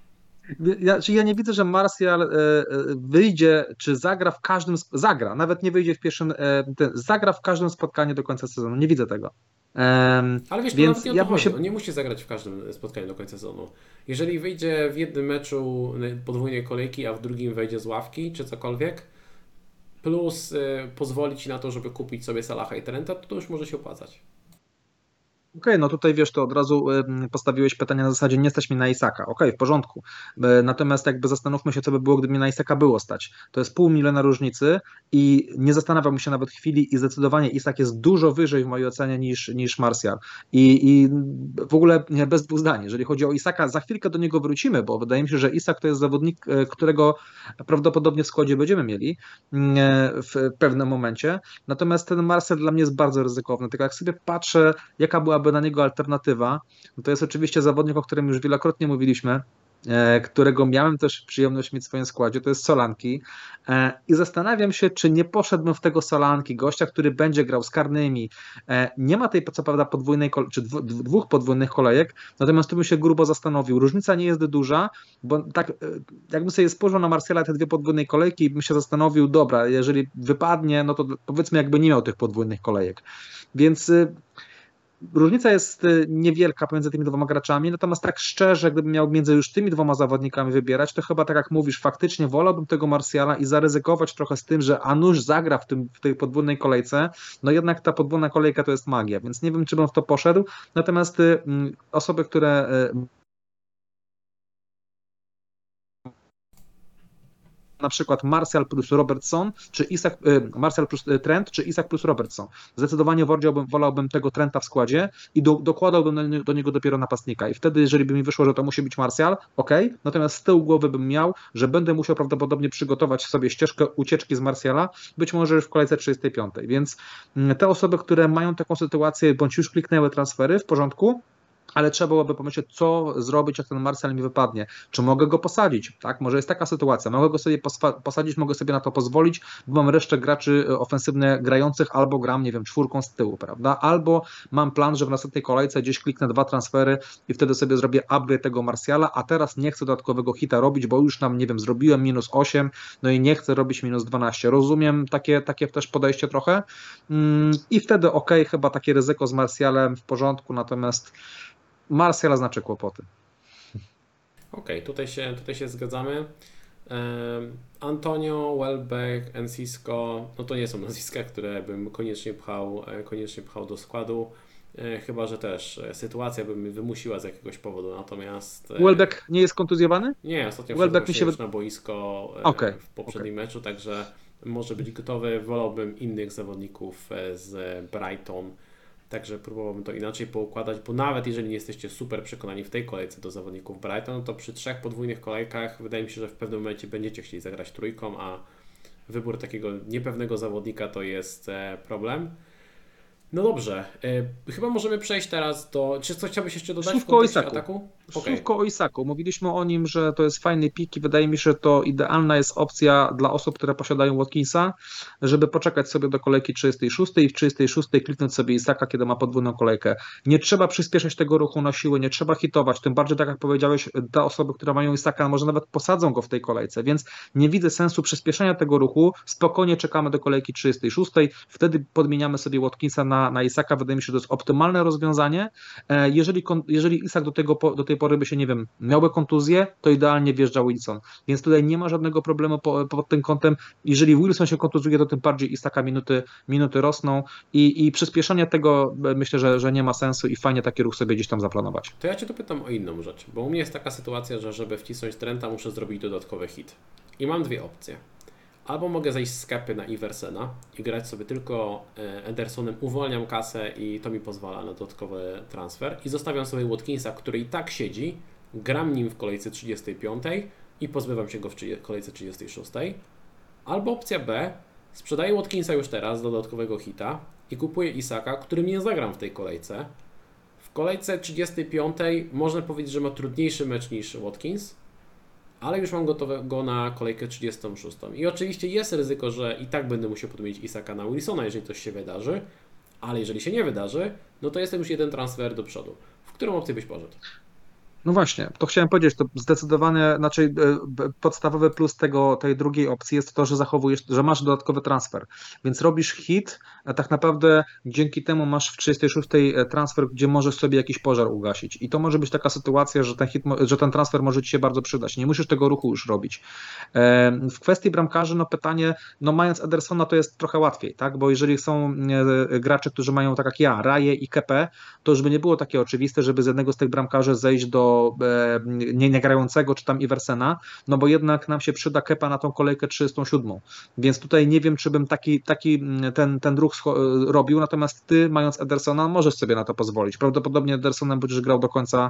ja nie widzę, że Martial wyjdzie, czy zagra w każdym, zagra, nawet nie wyjdzie w pierwszym, zagra w każdym spotkaniu do końca sezonu, nie widzę tego. Ale wiesz, to nawet Więc nie o ja to bym chodzi. się On nie musi zagrać w każdym spotkaniu do końca sezonu. Jeżeli wyjdzie w jednym meczu podwójnej kolejki, a w drugim wejdzie z ławki, czy cokolwiek, plus pozwoli Ci na to, żeby kupić sobie Salaha i Trenta, to już może się opłacać. Okej, no tutaj wiesz, to od razu postawiłeś pytanie na zasadzie nie stać mi na Isaka. Okej, w porządku. Natomiast jakby zastanówmy się, co by było, gdyby mi na Isaka było stać. To jest pół miliona różnicy i nie zastanawiam się nawet chwili i zdecydowanie Isak jest dużo wyżej w mojej ocenie niż Martial. I w ogóle bez dwóch zdań. Jeżeli chodzi o Isaka, za chwilkę do niego wrócimy, bo wydaje mi się, że Isak to jest zawodnik, którego prawdopodobnie w składzie będziemy mieli w pewnym momencie. Natomiast ten Martial dla mnie jest bardzo ryzykowny. Tylko jak sobie patrzę, jaka byłaby na niego alternatywa, no to jest oczywiście zawodnik, o którym już wielokrotnie mówiliśmy, którego miałem też przyjemność mieć w swoim składzie, to jest Solanki i zastanawiam się, czy nie poszedłbym w tego Solanki, gościa, który będzie grał z karnymi. Nie ma tej, co prawda, podwójnej, czy dwóch podwójnych kolejek, natomiast tu bym się grubo zastanowił. Różnica nie jest duża, bo tak jakbym sobie spojrzał na Martiala te dwie podwójne kolejki i bym się zastanowił, dobra, jeżeli wypadnie, no to powiedzmy jakby nie miał tych podwójnych kolejek. Więc różnica jest niewielka pomiędzy tymi dwoma graczami, natomiast tak szczerze, gdybym miał między już tymi dwoma zawodnikami wybierać, to chyba tak jak mówisz, faktycznie wolałbym tego Martiala i zaryzykować trochę z tym, że Anusz zagra w tej podwójnej kolejce, no jednak ta podwójna kolejka to jest magia, więc nie wiem, czy bym w to poszedł, natomiast osoby, które na przykład Martial plus Robertson, czy Isak, Martial plus Trent, czy Isak plus Robertson. Zdecydowanie wolałbym tego Trenta w składzie i dokładałbym do niego dopiero napastnika. I wtedy, jeżeli by mi wyszło, że to musi być Martial, ok, natomiast z tyłu głowy bym miał, że będę musiał prawdopodobnie przygotować sobie ścieżkę ucieczki z Martiala, być może już w kolejce 35. Więc te osoby, które mają taką sytuację, bądź już kliknęły transfery, w porządku, ale trzeba byłoby pomyśleć, co zrobić, jak ten Martial mi wypadnie. Czy mogę go posadzić? Tak? Może jest taka sytuacja. Mogę go sobie posadzić, mogę sobie na to pozwolić, bo mam resztę graczy ofensywnie grających, albo gram, nie wiem, czwórką z tyłu, prawda? Albo mam plan, że w następnej kolejce gdzieś kliknę 2 transfery i wtedy sobie zrobię upgrade tego Martiala, a teraz nie chcę dodatkowego hita robić, bo już nam, nie wiem, zrobiłem -8, no i nie chcę robić -12. Rozumiem takie też podejście trochę i wtedy chyba takie ryzyko z Martialem w porządku, natomiast Martial znaczy kłopoty. Okej, tutaj się zgadzamy. Antonio, Welbeck, Enciso, no to nie są nazwiska, które bym koniecznie pchał do składu, chyba że też sytuacja by mnie wymusiła z jakiegoś powodu, natomiast... Welbeck nie jest kontuzjowany? Nie, ostatnio Welbeck wszedł już na boisko w poprzednim meczu, także może być gotowy. Wolałbym innych zawodników z Brighton. Także próbowałbym to inaczej poukładać, bo nawet jeżeli nie jesteście super przekonani w tej kolejce do zawodników Brighton, to przy 3 podwójnych kolejkach wydaje mi się, że w pewnym momencie będziecie chcieli zagrać trójką, a wybór takiego niepewnego zawodnika to jest problem. No dobrze, chyba możemy przejść teraz do... Czy coś chciałbyś jeszcze dodać Słówko w kontekście ataku? Słówko o Isaku. Mówiliśmy o nim, że to jest fajny pik i wydaje mi się, że to idealna jest opcja dla osób, które posiadają Watkinsa, żeby poczekać sobie do kolejki 36 i w 36 kliknąć sobie Isaka, kiedy ma podwójną kolejkę. Nie trzeba przyspieszać tego ruchu na siłę, nie trzeba hitować, tym bardziej tak jak powiedziałeś, te osoby, które mają Isaka, może nawet posadzą go w tej kolejce, więc nie widzę sensu przyspieszenia tego ruchu, spokojnie czekamy do kolejki 36, wtedy podmieniamy sobie Watkinsa na Isaka, wydaje mi się, że to jest optymalne rozwiązanie. Jeżeli Isak do tej pory by się, nie wiem, miałby kontuzję, to idealnie wjeżdża Wilson, więc tutaj nie ma żadnego problemu pod tym kątem. Jeżeli Wilson się kontuzuje, to tym bardziej Isaka minuty rosną i przyspieszenie tego myślę, że nie ma sensu i fajnie taki ruch sobie gdzieś tam zaplanować. To ja Cię dopytam o inną rzecz, bo u mnie jest taka sytuacja, że żeby wcisnąć Trenta, muszę zrobić dodatkowy hit. I mam dwie opcje. Albo mogę zejść z Kepy na Iversena i grać sobie tylko Edersonem, uwalniam kasę i to mi pozwala na dodatkowy transfer i zostawiam sobie Watkinsa, który i tak siedzi, gram nim w kolejce 35 i pozbywam się go w kolejce 36. Albo opcja B, sprzedaję Watkinsa już teraz do dodatkowego hita i kupuję Isaka, którym nie zagram w tej kolejce. W kolejce 35 można powiedzieć, że ma trudniejszy mecz niż Watkins, ale już mam gotowego na kolejkę 36. I oczywiście jest ryzyko, że i tak będę musiał podmienić Isaka na Wilsona, jeżeli coś się wydarzy, ale jeżeli się nie wydarzy, no to jestem już jeden transfer do przodu. W którą opcję byś poszedł? No właśnie, to chciałem powiedzieć, to zdecydowanie, znaczy podstawowy plus tej drugiej opcji jest to, że zachowujesz, że masz dodatkowy transfer, więc robisz hit, a tak naprawdę dzięki temu masz w 36 transfer, gdzie możesz sobie jakiś pożar ugasić i to może być taka sytuacja, że ten transfer może Ci się bardzo przydać, nie musisz tego ruchu już robić. W kwestii bramkarzy, no pytanie, no mając Edersona to jest trochę łatwiej, tak, bo jeżeli są gracze, którzy mają tak jak ja, Raję i Kepę, to już by nie było takie oczywiste, żeby z jednego z tych bramkarzy zejść do niegrającego czy tam Iversena, no bo jednak nam się przyda Kepa na tą kolejkę 37, więc tutaj nie wiem, czy bym ten ruch robił, natomiast ty, mając Edersona, możesz sobie na to pozwolić. Prawdopodobnie Edersonem będziesz grał do końca,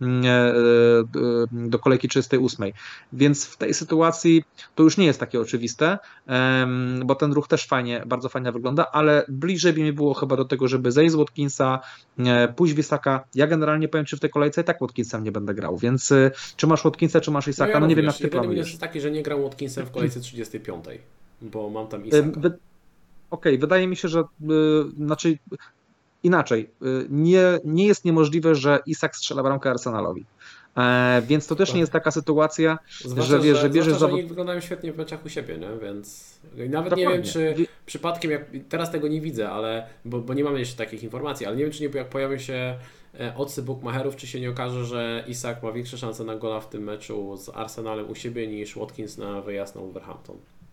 do kolejki 38, więc w tej sytuacji to już nie jest takie oczywiste, bo ten ruch też bardzo fajnie wygląda, ale bliżej by mi było chyba do tego, żeby zejść z Watkinsa, pójść w Isaka. Ja generalnie powiem Ci, w tej kolejce i tak Watkinsem nie będę grał, więc czy masz Watkinsa, czy masz Isaka, no nie wiem, jak Ty planujesz. Jedyny jest taki, że nie gram Watkinsem w kolejce 35, bo mam tam Isaka. Okej, wydaje mi się, że znaczy inaczej, nie jest niemożliwe, że Isak strzela bramkę Arsenalowi. Więc to też nie jest taka sytuacja, zwłaszcza, że bierzesz że oni wyglądają świetnie w meczach u siebie, nie? Więc nawet dokładnie. Nie wiem, czy przypadkiem, teraz tego nie widzę, ale bo nie mamy jeszcze takich informacji, ale nie wiem, czy jak pojawią się odcy bookmacherów, czy się nie okaże, że Isak ma większe szanse na gola w tym meczu z Arsenalem u siebie niż Watkins na wyjazd na Wolverhampton.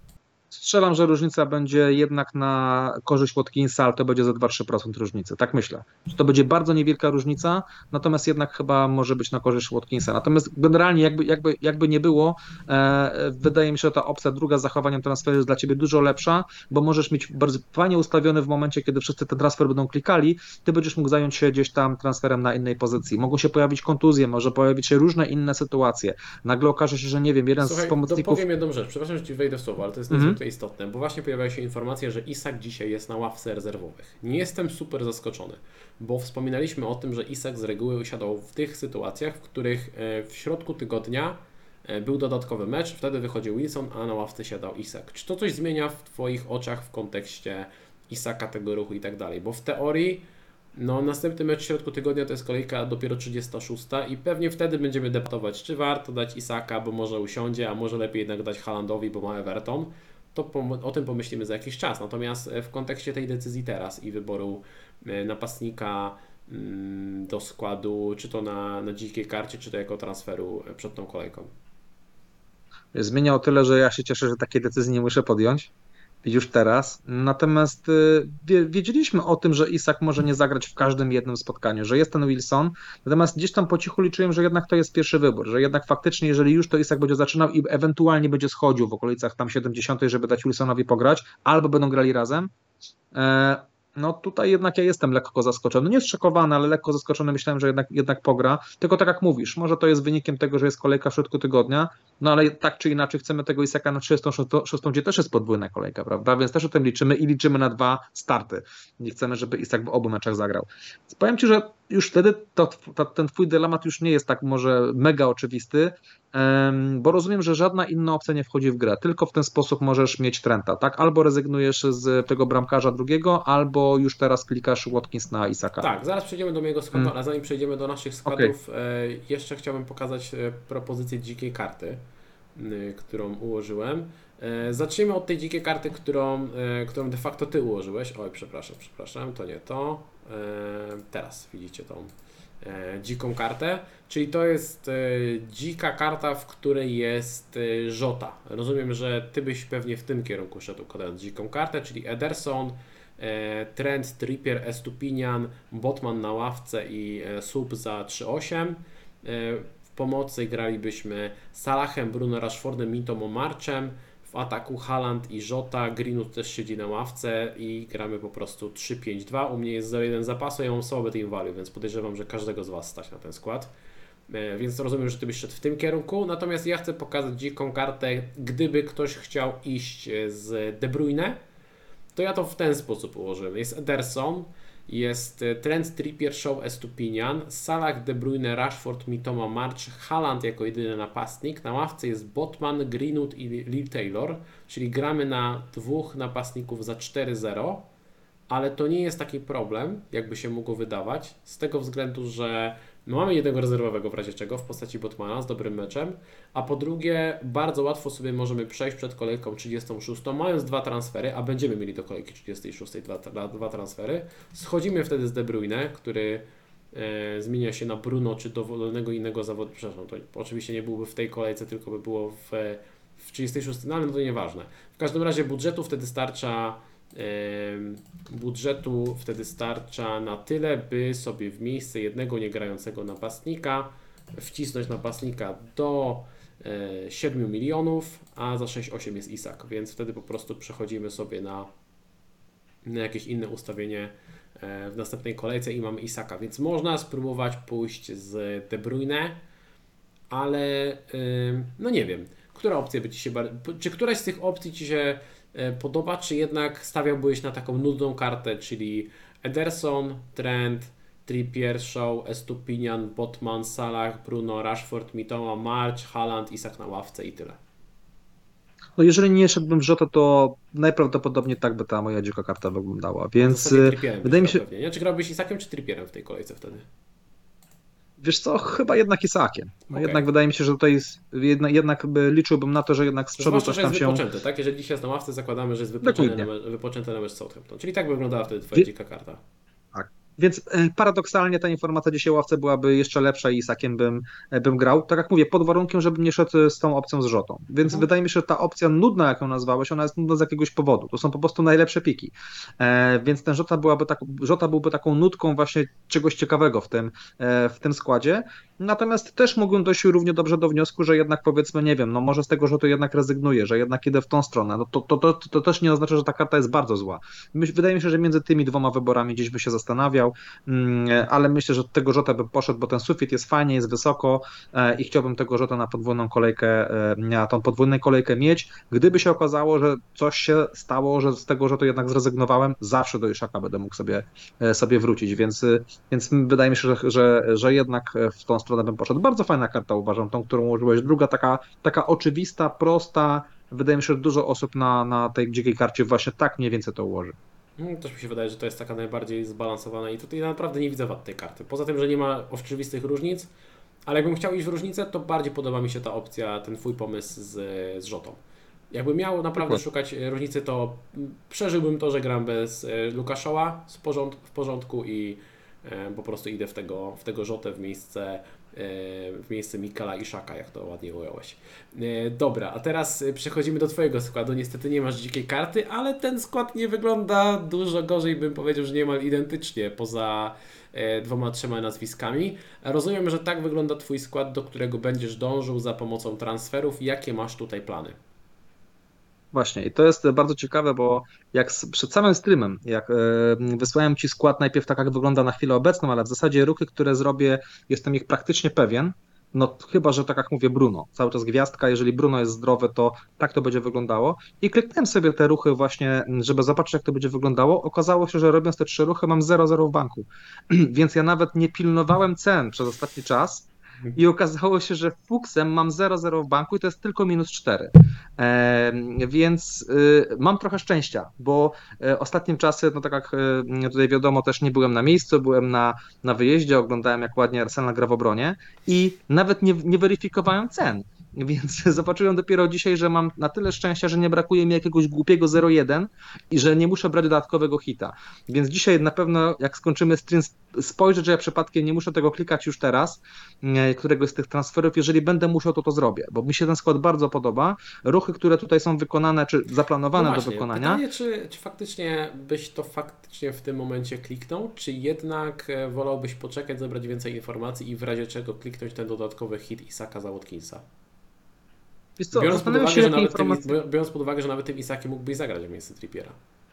Strzelam, że różnica będzie jednak na korzyść Watkinsa, ale to będzie za 2-3% różnicy. Tak myślę. Że to będzie bardzo niewielka różnica, natomiast jednak chyba może być na korzyść Watkinsa. Natomiast generalnie jakby nie było, wydaje mi się, że ta opcja druga z zachowaniem transferu jest dla ciebie dużo lepsza, bo możesz mieć bardzo fajnie ustawiony w momencie, kiedy wszyscy ten transfer będą klikali, ty będziesz mógł zająć się gdzieś tam transferem na innej pozycji. Mogą się pojawić kontuzje, może pojawić się różne inne sytuacje. Nagle okaże się, że nie wiem, jeden z Słuchaj, pomocników. dopowiem jedną rzecz, przepraszam, że Ci wejdę w słowo, ale to jest Mhm. niezwykle istotne, bo właśnie pojawiła się informacja, że Isak dzisiaj jest na ławce rezerwowych. Nie jestem super zaskoczony, bo wspominaliśmy o tym, że Isak z reguły siadał w tych sytuacjach, w których w środku tygodnia był dodatkowy mecz, wtedy wychodził Wilson, a na ławce siadał Isak. Czy to coś zmienia w Twoich oczach w kontekście Isaka, tego ruchu i tak dalej? Bo w teorii no, następny mecz w środku tygodnia to jest kolejka dopiero 36 i pewnie wtedy będziemy debatować, czy warto dać Isaka, bo może usiądzie, a może lepiej jednak dać Haalandowi, bo ma Everton. To o tym pomyślimy za jakiś czas. Natomiast w kontekście tej decyzji teraz i wyboru napastnika do składu, czy to na dzikiej karcie, czy to jako transferu przed tą kolejką. Zmienia o tyle, że ja się cieszę, że takiej decyzji nie muszę podjąć już teraz. Natomiast wiedzieliśmy o tym, że Isak może nie zagrać w każdym jednym spotkaniu, że jest ten Wilson. Natomiast gdzieś tam po cichu liczyłem, że jednak to jest pierwszy wybór, że jednak faktycznie, jeżeli już to Isak będzie zaczynał i ewentualnie będzie schodził w okolicach tam 70, żeby dać Wilsonowi pograć, albo będą grali razem. E, No tutaj jednak ja jestem lekko zaskoczony. Nie zszokowany, ale lekko zaskoczony. Myślałem, że jednak pogra. Tylko tak jak mówisz, może to jest wynikiem tego, że jest kolejka w środku tygodnia, no ale tak czy inaczej chcemy tego Isaka na 36, gdzie też jest podwójna kolejka, prawda? Więc też o tym liczymy i liczymy na 2 starty. Nie chcemy, żeby Isak w obu meczach zagrał. Więc powiem Ci, że już wtedy ten Twój dylemat już nie jest tak może mega oczywisty, bo rozumiem, że żadna inna opcja nie wchodzi w grę. Tylko w ten sposób możesz mieć Trenta, tak? Albo rezygnujesz z tego bramkarza drugiego, albo już teraz klikasz Watkins na Isaka. Tak, zaraz przejdziemy do mojego składu, ale zanim przejdziemy do naszych Okej. składów, jeszcze chciałbym pokazać propozycję dzikiej karty, którą ułożyłem. Zacznijmy od tej dzikiej karty, którą de facto Ty ułożyłeś. Oj, przepraszam, to nie to. Teraz widzicie tą dziką kartę, czyli to jest dzika karta, w której jest Jota. Rozumiem, że Ty byś pewnie w tym kierunku szedł, układając dziką kartę, czyli Ederson, Trent, Trippier, Estupinian, Botman na ławce i Sub za 3,8. W pomocy gralibyśmy Salahem, Bruno Rashfordem, Mitomą Marchem. W ataku Haaland i Jota, Greenwood też siedzi na ławce i gramy po prostu 3-5-2. U mnie jest 0-1 zapasu, ja mam słabe team value, więc podejrzewam, że każdego z Was stać na ten skład. Więc rozumiem, że Ty byś szedł w tym kierunku. Natomiast ja chcę pokazać dziką kartę, gdyby ktoś chciał iść z De Bruyne, to ja to w ten sposób ułożyłem. Jest Ederson, jest Trent, Trippier, Shaw, Estupinian, Salah, De Bruyne, Rashford, Mitoma, March, Haaland jako jedyny napastnik. Na ławce jest Botman, Greenwood i Lee Taylor, czyli gramy na dwóch napastników za 4-0, ale to nie jest taki problem, jakby się mogło wydawać, z tego względu, że mamy jednego rezerwowego w razie czego w postaci Botmana z dobrym meczem, a po drugie bardzo łatwo sobie możemy przejść przed kolejką 36, mając dwa transfery, a będziemy mieli do kolejki 36 dwa transfery. Schodzimy wtedy z De Bruyne, który zmienia się na Bruno czy dowolnego innego zawodnika. Przepraszam, to oczywiście nie byłoby w tej kolejce, tylko by było w 36, no ale no to nieważne. W każdym razie budżetu wtedy starcza na tyle, by sobie w miejsce jednego niegrającego napastnika wcisnąć napastnika do 7 milionów, a za 6,8 jest Isak, więc wtedy po prostu przechodzimy sobie na jakieś inne ustawienie w następnej kolejce i mamy Isaka, więc można spróbować pójść z De Bruyne, ale no nie wiem, która opcja by Ci się czy któraś z tych opcji Ci się podoba, czy jednak stawiałbyś na taką nudną kartę, czyli Ederson, Trent, Trippier, Shaw, Estupinian, Botman, Salah, Bruno, Rashford, Mitoma, March, Haaland, Isak na ławce i tyle. No jeżeli nie szedłbym w Rzotę, to najprawdopodobniej tak by ta moja dzika karta wyglądała, W więc zasadzie Trippierem byś wydaje mi grał się, pewnie, nie? Czy grałbyś Isakiem, czy Trippierem w tej kolejce wtedy? wiesz co, chyba jednak Isaaciem. No Okej. jednak wydaje mi się, że tutaj jednak by liczyłbym na to, że jednak z przodu Zwłaszcza, coś że tam jest się... wypoczęty, tak? Jeżeli dzisiaj jest na ławce, zakładamy, że jest Dokładnie. wypoczęty na mecz Southampton. Czyli tak by wyglądała wtedy Twoja dzika karta. Tak. Więc paradoksalnie ta informacja dzisiaj o ławce byłaby jeszcze lepsza i Isakiem bym grał. Tak jak mówię, pod warunkiem, żebym nie szedł z tą opcją z Rzotą. Więc Mhm. wydaje mi się, że ta opcja nudna, jak ją nazwałeś, ona jest nudna z jakiegoś powodu. To są po prostu najlepsze piki. Więc ten Rzota byłby taką nutką właśnie czegoś ciekawego w tym składzie. Natomiast też mógłbym dojść równie dobrze do wniosku, że jednak powiedzmy, nie wiem, no może z tego Rzotu jednak rezygnuję, że jednak idę w tą stronę. No to też nie oznacza, że ta karta jest bardzo zła. Wydaje mi się, że między tymi dwoma wyborami gdzieś by się zastanawiał, ale myślę, że tego Rzota bym poszedł, bo ten sufit jest fajnie, jest wysoko i chciałbym tego Rzota na tą podwójną kolejkę mieć. Gdyby się okazało, że coś się stało, że z tego Rzotu jednak zrezygnowałem, zawsze do Iszaka będę mógł sobie wrócić, więc wydaje mi się, że jednak w tą stronę bym poszedł. Bardzo fajna karta, uważam, tą, którą użyłeś. Druga taka oczywista, prosta. Wydaje mi się, że dużo osób na tej dzikiej karcie właśnie tak mniej więcej to ułoży. Też mi się wydaje, że to jest taka najbardziej zbalansowana i tutaj naprawdę nie widzę wad tej karty. Poza tym, że nie ma oczywistych różnic, ale jakbym chciał iść w różnicę, to bardziej podoba mi się ta opcja, ten twój pomysł z Rzotą. Jakbym miał naprawdę Dokładnie. szukać różnicy, to przeżyłbym to, że gram bez Lukaszoła w porządku i po prostu idę w tego Rzotę w miejsce Mikala Iszaka, jak to ładnie ująłeś. Dobra, a teraz przechodzimy do Twojego składu. Niestety nie masz dzikiej karty, ale ten skład nie wygląda dużo gorzej, bym powiedział, że niemal identycznie, poza dwoma, trzema nazwiskami. Rozumiem, że tak wygląda Twój skład, do którego będziesz dążył za pomocą transferów. Jakie masz tutaj plany? Właśnie, i to jest bardzo ciekawe, bo przed samym streamem, jak wysłałem Ci skład, najpierw tak jak wygląda na chwilę obecną, ale w zasadzie ruchy, które zrobię, jestem ich praktycznie pewien. No chyba, że tak jak mówię, Bruno, cały czas gwiazdka, jeżeli Bruno jest zdrowy, to tak to będzie wyglądało. I kliknąłem sobie te ruchy właśnie, żeby zobaczyć, jak to będzie wyglądało. Okazało się, że robiąc te 3 ruchy, mam 0,0 w banku. Więc ja nawet nie pilnowałem cen przez ostatni czas. I okazało się, że fuksem mam 0,0 w banku i to jest tylko -4. Więc mam trochę szczęścia, bo ostatnim czasem, no tak jak tutaj wiadomo, też nie byłem na miejscu, byłem na wyjeździe, oglądałem jak ładnie Arsenal gra w obronie i nawet nie weryfikowałem cen. Więc zobaczyłem dopiero dzisiaj, że mam na tyle szczęścia, że nie brakuje mi jakiegoś głupiego 0,1 i że nie muszę brać dodatkowego hita. Więc dzisiaj na pewno, jak skończymy stream, spojrzę, że ja przypadkiem nie muszę tego klikać już teraz, któregoś z tych transferów. Jeżeli będę musiał, to zrobię, bo mi się ten skład bardzo podoba. Ruchy, które tutaj są wykonane, czy No zaplanowane do właśnie, wykonania. pytanie, czy faktycznie byś to faktycznie w tym momencie kliknął, czy jednak wolałbyś poczekać, zebrać więcej informacji i w razie czego kliknąć ten dodatkowy hit Isaka za Watkinsa? Wiesz co, Biorąc pod zastanawiam się, uwagę, że jakie nawet tym, informacje. biorąc pod uwagę, że nawet tym Isakiem mógłbyś zagrać w miejsce Trippiera.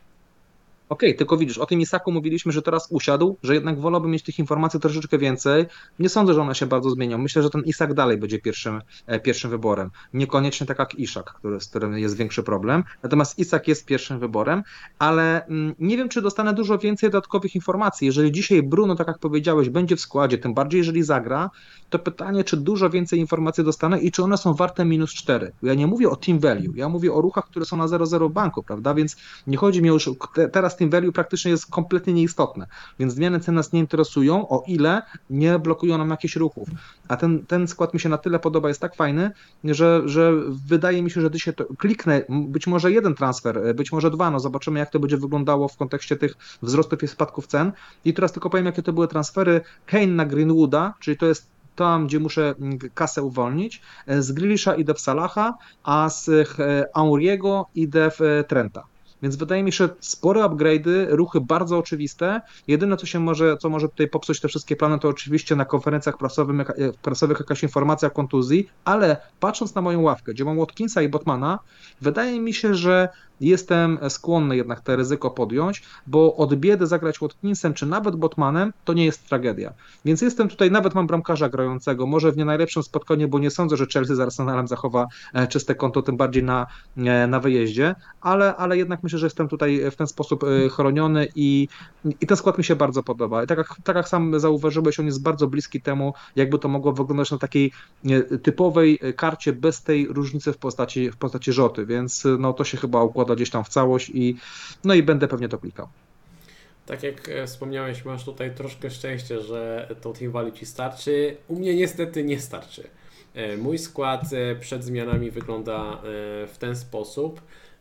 Okej, tylko widzisz, o tym Isaku mówiliśmy, że teraz usiadł, że jednak wolałbym mieć tych informacji troszeczkę więcej. Nie sądzę, że one się bardzo zmienią. Myślę, że ten Isak dalej będzie pierwszym wyborem. Niekoniecznie tak jak Iszak, z którym jest większy problem. Natomiast Isak jest pierwszym wyborem, ale nie wiem, czy dostanę dużo więcej dodatkowych informacji. Jeżeli dzisiaj Bruno, tak jak powiedziałeś, będzie w składzie, tym bardziej jeżeli zagra, to pytanie, czy dużo więcej informacji dostanę i czy one są warte -4. Ja nie mówię o team value, ja mówię o ruchach, które są na 0,0 w banku, prawda? Więc nie chodzi mi już, teraz team value praktycznie jest kompletnie nieistotne, więc zmiany cen nas nie interesują, o ile nie blokują nam jakichś ruchów. A ten skład mi się na tyle podoba, jest tak fajny, że wydaje mi się, że dzisiaj to kliknę, być może jeden transfer, być może dwa, no zobaczymy jak to będzie wyglądało w kontekście tych wzrostów i spadków cen. I teraz tylko powiem, jakie to były transfery. Kane na Greenwooda, czyli to jest tam, gdzie muszę kasę uwolnić. Z Grealisha idę w Salaha, a z Auriego idę w Trenta. Więc wydaje mi się, że spore upgrade'y, ruchy bardzo oczywiste. Jedyne, co może tutaj popsuć te wszystkie plany, to oczywiście na konferencjach prasowych jakaś informacja o kontuzji, ale patrząc na moją ławkę, gdzie mam Watkinsa i Botmana, wydaje mi się, że jestem skłonny jednak to ryzyko podjąć, bo od biedy zagrać Watkinsem czy nawet Botmanem to nie jest tragedia. Więc jestem tutaj, nawet mam bramkarza grającego, może w nie najlepszym spotkaniu, bo nie sądzę, że Chelsea z Arsenalem zachowa czyste konto, tym bardziej na wyjeździe, ale jednak myślę, że jestem tutaj w ten sposób chroniony i ten skład mi się bardzo podoba. I tak jak sam zauważyłeś, on jest bardzo bliski temu, jakby to mogło wyglądać na takiej typowej karcie bez tej różnicy w postaci Rzoty, więc no, to się chyba układa gdzieś tam w całość no i będę pewnie to klikał. Tak jak wspomniałeś, masz tutaj troszkę szczęścia, że to Team Value Ci starczy. U mnie niestety nie starczy. Mój skład przed zmianami wygląda w ten sposób.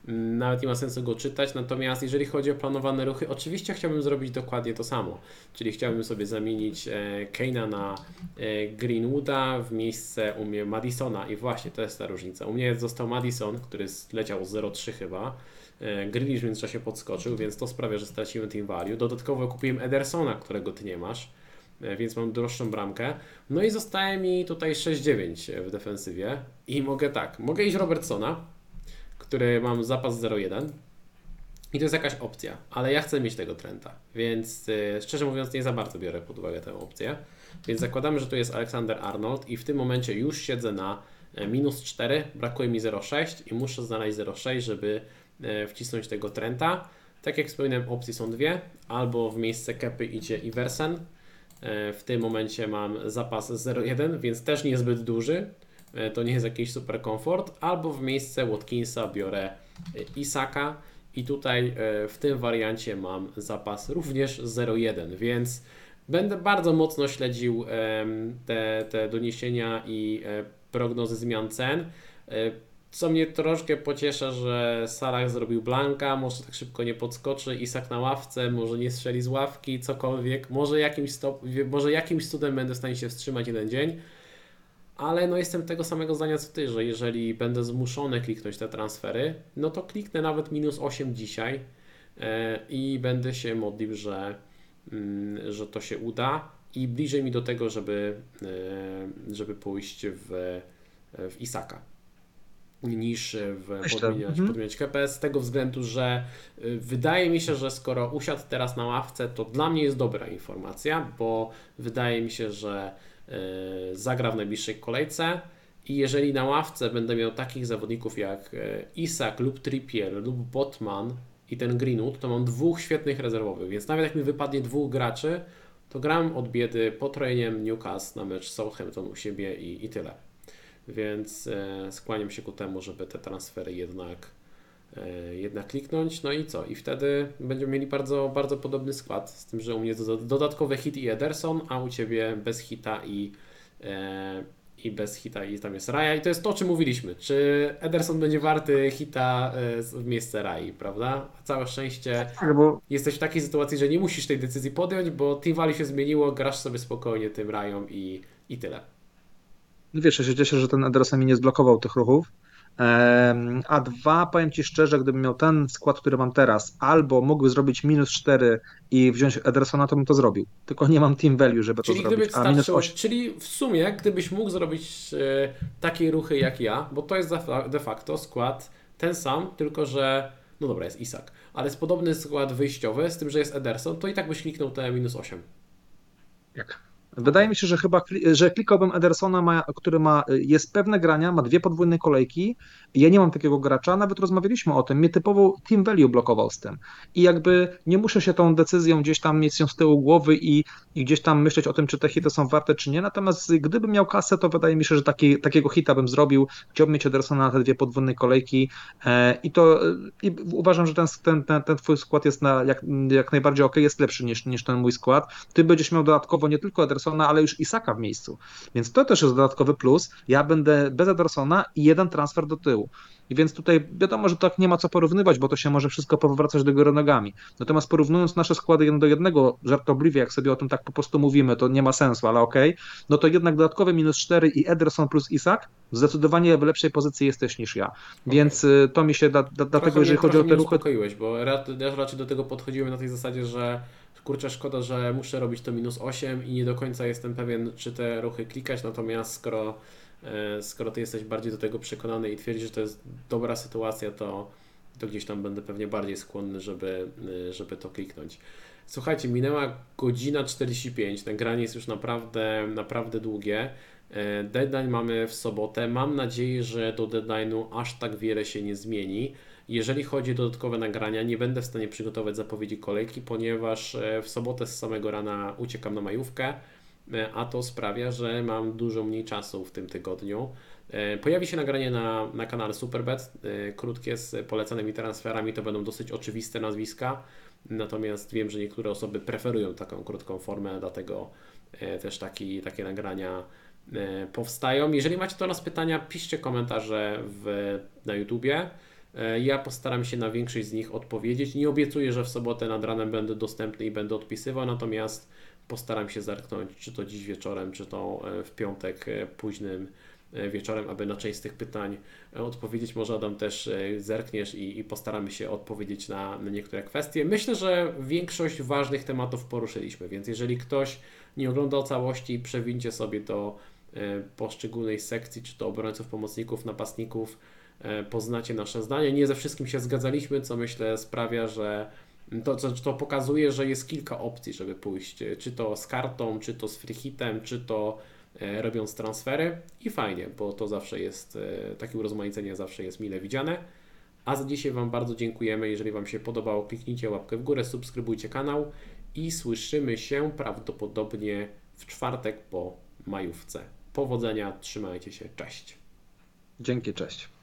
Nawet nie ma sensu go czytać, natomiast jeżeli chodzi o planowane ruchy, oczywiście chciałbym zrobić dokładnie to samo, czyli chciałbym sobie zamienić Kane'a na Greenwooda w miejsce u mnie Madisona i właśnie to jest ta różnica. U mnie został Madison, który leciał 0,3 chyba, Grealish w międzyczasie podskoczył, więc to sprawia, że straciłem team value. Dodatkowo kupiłem Edersona, którego ty nie masz, więc mam droższą bramkę. No i zostaje mi tutaj 6,9 w defensywie i mogę iść Robertsona, który mam zapas 0,1 i to jest jakaś opcja, ale ja chcę mieć tego Trenta, więc szczerze mówiąc nie za bardzo biorę pod uwagę tę opcję, więc zakładamy, że tu jest Alexander Arnold i w tym momencie już siedzę na -4, brakuje mi 0,6 i muszę znaleźć 0,6, żeby wcisnąć tego Trenta. Tak jak wspominałem, opcje są dwie, albo w miejsce Kepy idzie Iversen, w tym momencie mam zapas 0,1, więc też niezbyt duży, to nie jest jakiś super komfort, albo w miejsce Watkinsa biorę Isaka i tutaj w tym wariancie mam zapas również 0,1, więc będę bardzo mocno śledził te doniesienia i prognozy zmian cen. Co mnie troszkę pociesza, że Salah zrobił blanka, może tak szybko nie podskoczy, Isak na ławce, może nie strzeli z ławki, cokolwiek, może jakimś cudem będę w stanie się wstrzymać jeden dzień, ale no jestem tego samego zdania co Ty, że jeżeli będę zmuszony kliknąć te transfery, no to kliknę nawet -8 dzisiaj i będę się modlił, że to się uda i bliżej mi do tego, żeby pójść w Isaka niż podmieniać KP z tego względu, że wydaje mi się, że skoro usiadł teraz na ławce, to dla mnie jest dobra informacja, bo wydaje mi się, że zagra w najbliższej kolejce i jeżeli na ławce będę miał takich zawodników jak Isak lub Trippier lub Botman i ten Greenwood, to mam dwóch świetnych rezerwowych, więc nawet jak mi wypadnie dwóch graczy, to gram od biedy potrojeniem Newcastle na mecz Southampton u siebie i tyle. Więc skłaniam się ku temu, żeby te transfery jednak kliknąć. No i co? I wtedy będziemy mieli bardzo, bardzo podobny skład, z tym, że u mnie dodatkowe hit i Ederson, a u Ciebie bez hita i bez hita i tam jest Raja. I to jest to, o czym mówiliśmy. Czy Ederson będzie warty hita w miejsce Rai, prawda? Całe szczęście jesteś w takiej sytuacji, że nie musisz tej decyzji podjąć, bo team value się zmieniło, grasz sobie spokojnie tym Rają i tyle. No wiesz, ja się cieszę, że ten Ederson mi nie zblokował tych ruchów. A dwa, powiem Ci szczerze, gdybym miał ten skład, który mam teraz, albo mógłby zrobić -4 i wziąć Edersona, to bym to zrobił. Tylko nie mam team value, żeby czyli to zrobić. A -8. Czyli w sumie, gdybyś mógł zrobić takie ruchy jak ja, bo to jest de facto skład ten sam, tylko że, no dobra, jest Isak, ale jest podobny skład wyjściowy, z tym, że jest Ederson, to i tak byś kliknął te -8. Jak? Wydaje mi się, że chyba że klikałbym Edersona, który jest pewne grania, ma dwie podwójne kolejki. Ja nie mam takiego gracza, nawet rozmawialiśmy o tym. Mnie typowo team value blokował z tym. I jakby nie muszę się tą decyzją gdzieś tam mieć ją z tyłu głowy i gdzieś tam myśleć o tym, czy te hity są warte, czy nie. Natomiast gdybym miał kasę, to wydaje mi się, że takiego hita bym zrobił. Chciałbym mieć Edersona na te dwie podwójne kolejki i uważam, że ten twój skład jest jak najbardziej ok, jest lepszy niż ten mój skład. Ty będziesz miał dodatkowo nie tylko Edersona, ale już Isaka w miejscu. Więc to też jest dodatkowy plus. Ja będę bez Edersona i jeden transfer do tyłu. I więc tutaj wiadomo, że tak nie ma co porównywać, bo to się może wszystko powracać do góry nogami. Natomiast porównując nasze składy 1 do 1, żartobliwie, jak sobie o tym tak po prostu mówimy, to nie ma sensu, ale okej, no to jednak dodatkowe -4 i Ederson plus Isak zdecydowanie w lepszej pozycji jesteś niż ja. Więc to mi się dlatego, jeżeli chodzi o te ruchy. Uspokoiłeś, bo ja raczej do tego podchodziłem na tej zasadzie, że kurczę, szkoda, że muszę robić to -8 i nie do końca jestem pewien, czy te ruchy klikać, natomiast skoro Ty jesteś bardziej do tego przekonany i twierdzisz, że to jest dobra sytuacja, to gdzieś tam będę pewnie bardziej skłonny, żeby to kliknąć. Słuchajcie, minęła godzina 45, nagranie jest już naprawdę, naprawdę długie. Deadline mamy w sobotę. Mam nadzieję, że do deadline'u aż tak wiele się nie zmieni. Jeżeli chodzi o dodatkowe nagrania, nie będę w stanie przygotować zapowiedzi kolejki, ponieważ w sobotę z samego rana uciekam na majówkę, a to sprawia, że mam dużo mniej czasu w tym tygodniu. Pojawi się nagranie na kanale Superbet, krótkie z polecanymi transferami, to będą dosyć oczywiste nazwiska, natomiast wiem, że niektóre osoby preferują taką krótką formę, dlatego też takie nagrania powstają. Jeżeli macie do nas pytania, piszcie komentarze na YouTubie. Ja postaram się na większość z nich odpowiedzieć. Nie obiecuję, że w sobotę nad ranem będę dostępny i będę odpisywał, natomiast postaram się zerknąć, czy to dziś wieczorem, czy to w piątek późnym wieczorem, aby na część z tych pytań odpowiedzieć. Może Adam też zerkniesz i postaramy się odpowiedzieć na niektóre kwestie. Myślę, że większość ważnych tematów poruszyliśmy, więc jeżeli ktoś nie oglądał całości, przewincie sobie do poszczególnej sekcji, czy to obrońców, pomocników, napastników, poznacie nasze zdanie. Nie ze wszystkim się zgadzaliśmy, co myślę sprawia, że to pokazuje, że jest kilka opcji, żeby pójść, czy to z kartą, czy to z free hitem, czy to robiąc transfery i fajnie, bo to zawsze jest, takie urozmaicenie zawsze jest mile widziane. A za dzisiaj Wam bardzo dziękujemy. Jeżeli Wam się podobało, kliknijcie łapkę w górę, subskrybujcie kanał i słyszymy się prawdopodobnie w czwartek po majówce. Powodzenia, trzymajcie się, cześć. Dzięki, cześć.